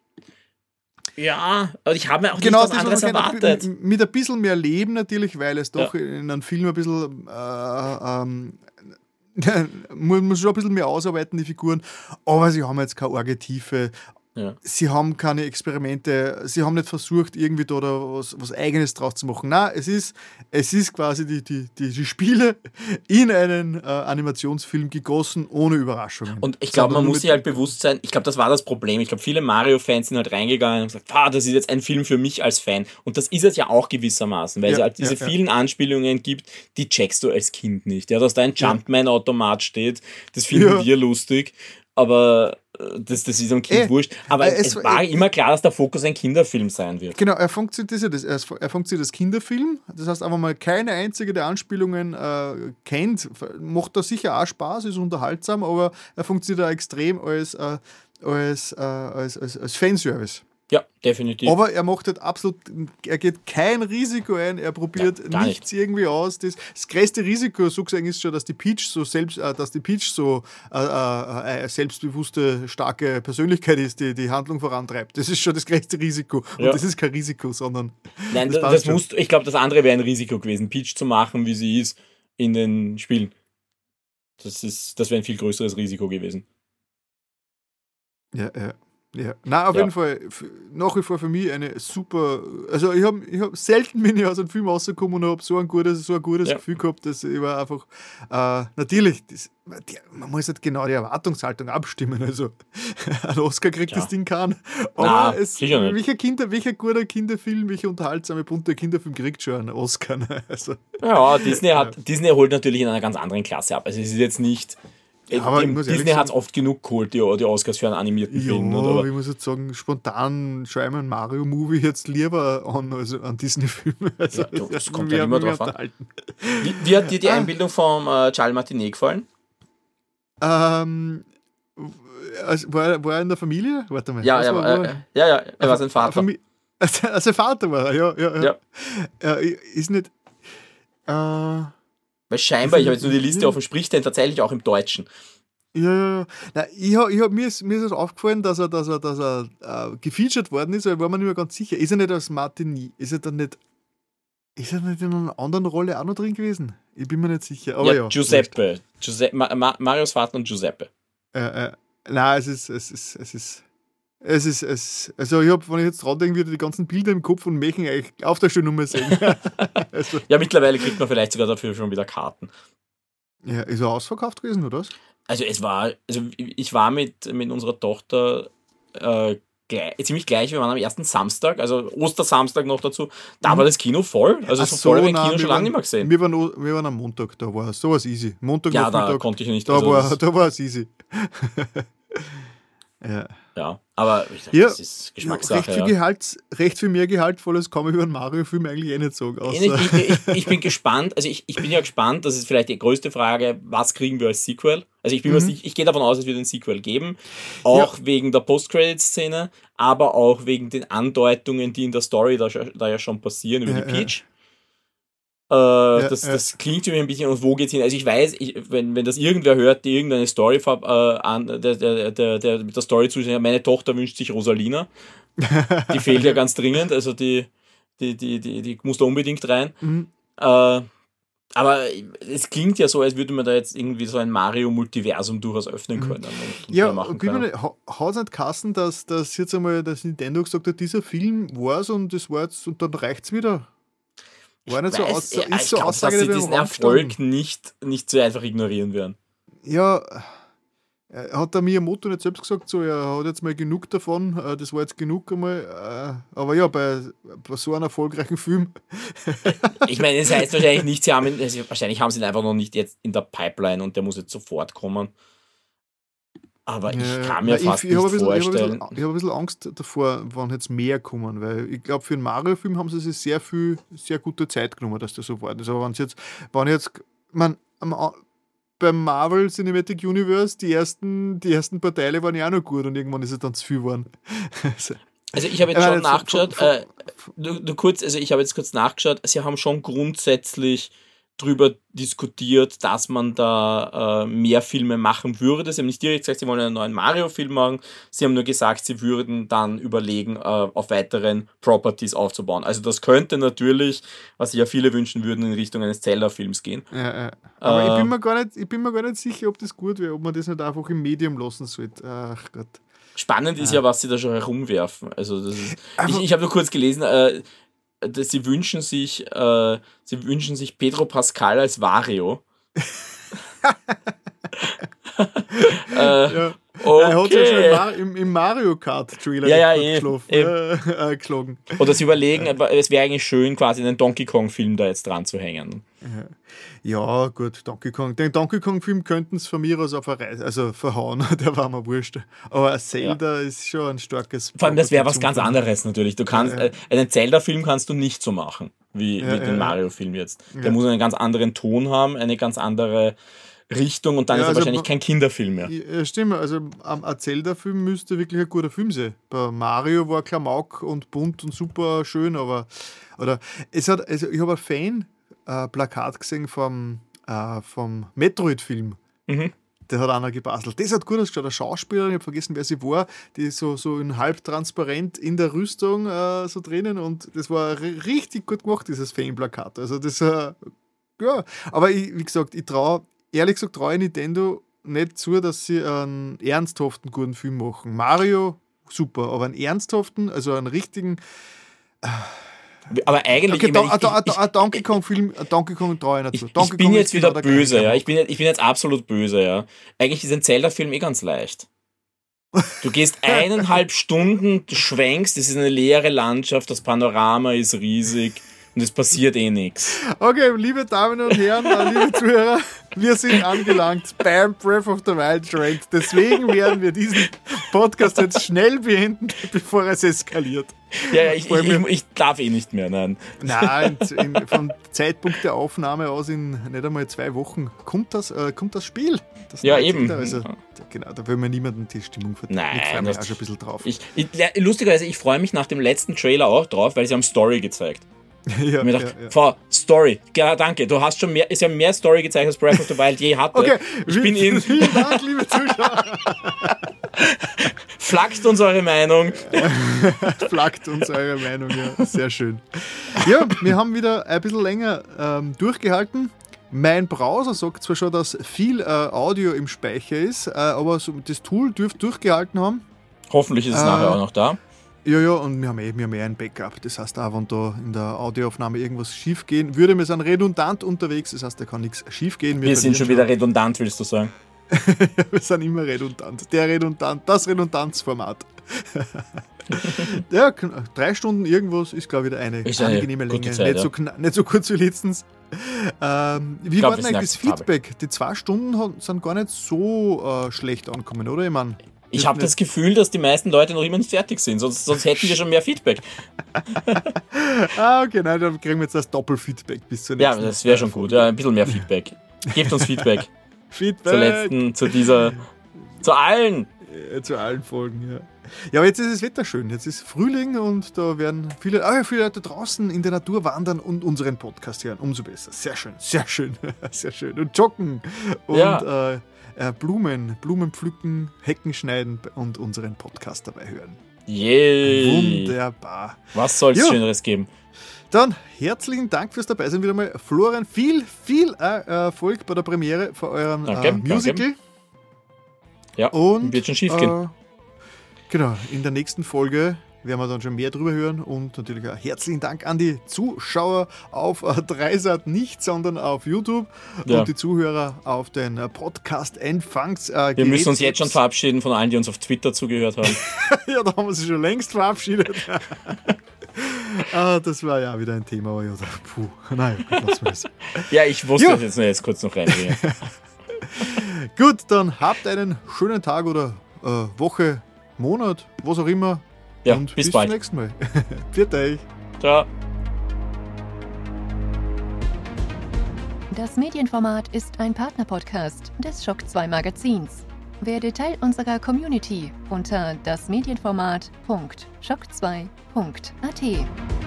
Ja, aber ich habe mir auch nicht was anderes erwartet. Mit ein bisschen mehr Leben natürlich, weil es doch in einem Film ein bisschen man muss schon ein bisschen mehr ausarbeiten, die Figuren, aber sie haben jetzt keine arge Tiefe. Ja. Sie haben keine Experimente, sie haben nicht versucht, irgendwie da was Eigenes draus zu machen. Nein, es ist quasi die Spiele in einen Animationsfilm gegossen, ohne Überraschungen. Und ich glaube, man muss sich halt bewusst sein, ich glaube, das war das Problem. Ich glaube, viele Mario-Fans sind halt reingegangen und gesagt, das ist jetzt ein Film für mich als Fan. Und das ist es ja auch gewissermaßen, weil es halt diese vielen Anspielungen gibt, die checkst du als Kind nicht. Ja, dass da ein Jumpman-Automat steht, das finden wir lustig. Aber das ist einem Kind wurscht. Aber es war immer klar, dass der Fokus ein Kinderfilm sein wird. Genau, er funktioniert als Kinderfilm. Das heißt, einfach mal keine einzige der Anspielungen kennt. Macht da sicher auch Spaß, ist unterhaltsam, aber er funktioniert auch extrem als Fanservice. Ja, definitiv. Aber er macht halt er geht kein Risiko ein, er probiert nichts irgendwie aus. Das größte Risiko, so gesagt, ist schon, dass die Peach so selbstbewusste, starke Persönlichkeit ist, die Handlung vorantreibt. Das ist schon das größte Risiko. Und das ist kein Risiko, sondern. Nein, ich glaube, das andere wäre ein Risiko gewesen, Peach zu machen, wie sie ist in den Spielen. Das wäre ein viel größeres Risiko gewesen. Ja. Na, auf jeden Fall nach wie vor für mich eine super. Also ich hab selten bin ich aus einem Film rausgekommen und habe so ein gutes Gefühl gehabt, dass ich war einfach natürlich, man muss halt genau die Erwartungshaltung abstimmen. Also ein Oscar kriegt das Ding keinen. Aber welcher guter Kinderfilm, welcher unterhaltsame, bunte Kinderfilm kriegt schon einen Oscar? Ne? Also, Disney holt natürlich in einer ganz anderen Klasse ab. Also es ist jetzt nicht. Aber Disney hat es oft genug geholt, die Oscars für einen animierten Film. Ja, ich muss jetzt sagen, spontan schaue ich mir einen Mario-Movie jetzt lieber an, als an Disney-Filme. Also, das kommt ja immer drauf an. Wie hat dir die Einbildung vom Charles Martinet gefallen? War er in der Familie? Warte mal. Ja, er war sein Vater. Sein Vater war er, ja. Ist nicht... Weil scheinbar, ich habe jetzt nur die Liste offen, spricht er tatsächlich auch im Deutschen. Ja. Mir ist das aufgefallen, dass er gefeatured worden ist, aber ich war mir nicht mehr ganz sicher. Ist er nicht als Martini? Ist er nicht in einer anderen Rolle auch noch drin gewesen? Ich bin mir nicht sicher. Aber Giuseppe. Marios Vater und Giuseppe. Nein, es ist. Also wenn ich jetzt dran denke, wieder die ganzen Bilder im Kopf und Mächen eigentlich auf der Schulnummer sehen. Also. Ja, mittlerweile kriegt man vielleicht sogar dafür schon wieder Karten. Ja, ist er ausverkauft gewesen, oder was? Also ich war mit unserer Tochter ziemlich gleich, wir waren am ersten Samstag, also Ostersamstag noch dazu, da war das Kino voll, also voll habe ich Kino schon lange nicht mehr gesehen. Wir waren am Montag, da war sowas easy. Montag, ja, da konnte ich nicht. Da war es easy. Ja, aber das ist Geschmackssache. Recht viel mehr gehaltvolles kann man über einen Mario-Film eigentlich nicht sagen. Ich bin gespannt, also ich bin ja gespannt, das ist vielleicht die größte Frage, was kriegen wir als Sequel? Also ich gehe davon aus, es wird ein Sequel geben, auch wegen der Post-Credit-Szene, aber auch wegen den Andeutungen, die in der Story da ja schon passieren über die Peach. Das klingt für mich ein bisschen, und wo geht's hin? Also ich weiß, wenn das irgendwer hört, die irgendeine Story der Story zusehen, meine Tochter wünscht sich Rosalina. Die fehlt ja ganz dringend, also die muss da unbedingt rein. Aber es klingt ja so, als würde man da jetzt irgendwie so ein Mario-Multiversum durchaus öffnen können. Hat es nicht geheißen, dass jetzt einmal das Nintendo gesagt hat, dieser Film war's und das war jetzt und dann reicht's wieder? War nicht ich glaube, dass sie diesen Erfolg nicht so einfach ignorieren werden. Ja, hat der Miyamoto nicht selbst gesagt, so, er hat jetzt mal genug davon, das war jetzt genug einmal, aber ja, bei so einem erfolgreichen Film. Ich meine, das heißt wahrscheinlich nicht, wahrscheinlich haben sie ihn einfach noch nicht jetzt in der Pipeline und der muss jetzt sofort kommen. Aber ich kann mir fast nicht vorstellen. Ich habe ein bisschen Angst davor, wann jetzt mehr kommen, weil ich glaube, für einen Mario-Film haben sie sich sehr gute Zeit genommen, dass das so war. Aber beim Marvel Cinematic Universe, die ersten paar Teile waren ja auch noch gut und irgendwann ist es dann zu viel geworden. Also ich habe jetzt schon nachgeschaut, ich habe jetzt kurz nachgeschaut, sie haben schon grundsätzlich drüber diskutiert, dass man da mehr Filme machen würde. Sie haben nicht direkt gesagt, sie wollen einen neuen Mario-Film machen. Sie haben nur gesagt, sie würden dann überlegen, auf weiteren Properties aufzubauen. Also das könnte natürlich, was sich ja viele wünschen würden, in Richtung eines Zelda-Films gehen. Ja. Aber ich bin mir gar nicht sicher, ob das gut wäre, ob man das nicht einfach im Medium lassen sollte. Ach Gott. Spannend ist ja, was sie da schon herumwerfen. Also das ist, ich habe nur kurz gelesen, sie wünschen sich Pedro Pascal als Wario. Ja. Okay. Er hat ja schon im Mario Kart Trailer geschlagen. Oder sie überlegen, es wäre eigentlich schön, quasi einen Donkey Kong Film da jetzt dran zu hängen. Ja, gut, den Donkey Kong Film könnten es von mir aus verhauen, der war mir wurscht. Aber Zelda ist schon ein starkes... Vor allem, das wäre was ganz anderes natürlich. Du kannst einen Zelda Film kannst du nicht so machen. wie den Mario-Film jetzt. Der muss einen ganz anderen Ton haben, eine ganz andere Richtung und dann ist er wahrscheinlich kein Kinderfilm mehr. Ja, stimmt. Also am Zelda-Film müsste wirklich ein guter Film sein. Bei Mario war Klamauk und bunt und super schön, aber ich habe ein Fan-Plakat gesehen vom Metroid-Film. Mhm. Der hat einer gebastelt. Das hat gut ausgeschaut. Eine Schauspielerin, ich habe vergessen, wer sie war, die ist so in halbtransparent in der Rüstung so drinnen und das war richtig gut gemacht, dieses Fan-Plakat. Also das, aber wie gesagt, ehrlich gesagt traue Nintendo nicht zu, dass sie einen ernsthaften, guten Film machen. Mario, super, aber einen ernsthaften, also einen richtigen... Aber eigentlich... Ein Donkey Kong-Film, Donkey Kong traue ich nicht zu. Ich bin jetzt wieder böse, ja. Ich bin jetzt absolut böse, ja. Eigentlich ist ein Zelda-Film ganz leicht. Du gehst 1,5 Stunden, du schwenkst, es ist eine leere Landschaft, das Panorama ist riesig und es passiert nichts. Okay, liebe Damen und Herren, liebe Zuhörer, wir sind angelangt beim Breath of the Wild Trend. Deswegen werden wir diesen Podcast jetzt schnell beenden, bevor es eskaliert. Ja, ich darf nicht mehr, nein. Nein, vom Zeitpunkt der Aufnahme aus in nicht einmal 2 Wochen kommt das Spiel. Das eben. Also, genau, da will man niemanden die Stimmung verdienen. Nein, ich freue mich auch schon ein bisschen drauf. Lustigerweise, ich freue mich nach dem letzten Trailer auch drauf, weil sie haben Story gezeigt. Ja, mir gedacht, Story. Ja, danke. Du hast schon mehr Story gezeigt, als Breath of the Wild je hatte. Okay, vielen Dank, liebe Zuschauer. Flaggt uns eure Meinung. Flaggt uns eure Meinung, ja. Sehr schön. Ja, wir haben wieder ein bisschen länger durchgehalten. Mein Browser sagt zwar schon, dass viel Audio im Speicher ist, aber das Tool dürfte durchgehalten haben. Hoffentlich ist es nachher auch noch da. Ja, und wir haben ein Backup. Das heißt, auch wenn da in der Audioaufnahme irgendwas schief gehen würde, wir sind redundant unterwegs. Das heißt, da kann nichts schief gehen. Wir sind schon wieder redundant, willst du sagen? Wir sind immer redundant. Das Redundanzformat. Ja, 3 Stunden irgendwas ist, glaube ich, wieder eine angenehme Länge. Zeit, nicht so kurz wie letztens. Wie war denn eigentlich das Feedback? Die 2 Stunden sind gar nicht so schlecht angekommen, oder? Ich habe das Gefühl, dass die meisten Leute noch immer nicht fertig sind, sonst hätten wir schon mehr Feedback. Okay, nein, dann kriegen wir jetzt das Doppelfeedback bis zur nächsten. Ja, das wäre schon gut. Ja, ein bisschen mehr Feedback. Gebt uns Feedback. Zu allen. Zu allen Folgen, ja. Ja, aber jetzt ist das Wetter schön. Jetzt ist Frühling und da werden viele Leute draußen in der Natur wandern und unseren Podcast hören. Umso besser. Sehr schön, sehr schön, sehr schön. Und joggen und Blumen pflücken, Hecken schneiden und unseren Podcast dabei hören. Yay! Wunderbar. Was soll es Schöneres geben? Dann herzlichen Dank fürs Dabeisein wieder mal. Florian, viel Erfolg bei der Premiere für euren Musical. Danke. Ja, und wird schon schief gehen. Genau, in der nächsten Folge werden wir dann schon mehr drüber hören und natürlich auch herzlichen Dank an die Zuschauer auf Dreisat nicht, sondern auf YouTube und die Zuhörer auf den Podcast-Empfangs. Wir müssen uns jetzt schon verabschieden von allen, die uns auf Twitter zugehört haben. Ja, da haben wir sie schon längst verabschiedet. Das war ja wieder ein Thema, aber nein, lassen wir das. Ja, ich wusste das jetzt kurz noch reinbringen. Gut, dann habt einen schönen Tag oder Woche, Monat, was auch immer. Ja, und bis bald. Zum nächsten Mal. Pfiat euch. Ciao. Das Medienformat ist ein Partnerpodcast des Schock 2 Magazins. Werde Teil unserer Community unter dasmedienformat.schock2.at.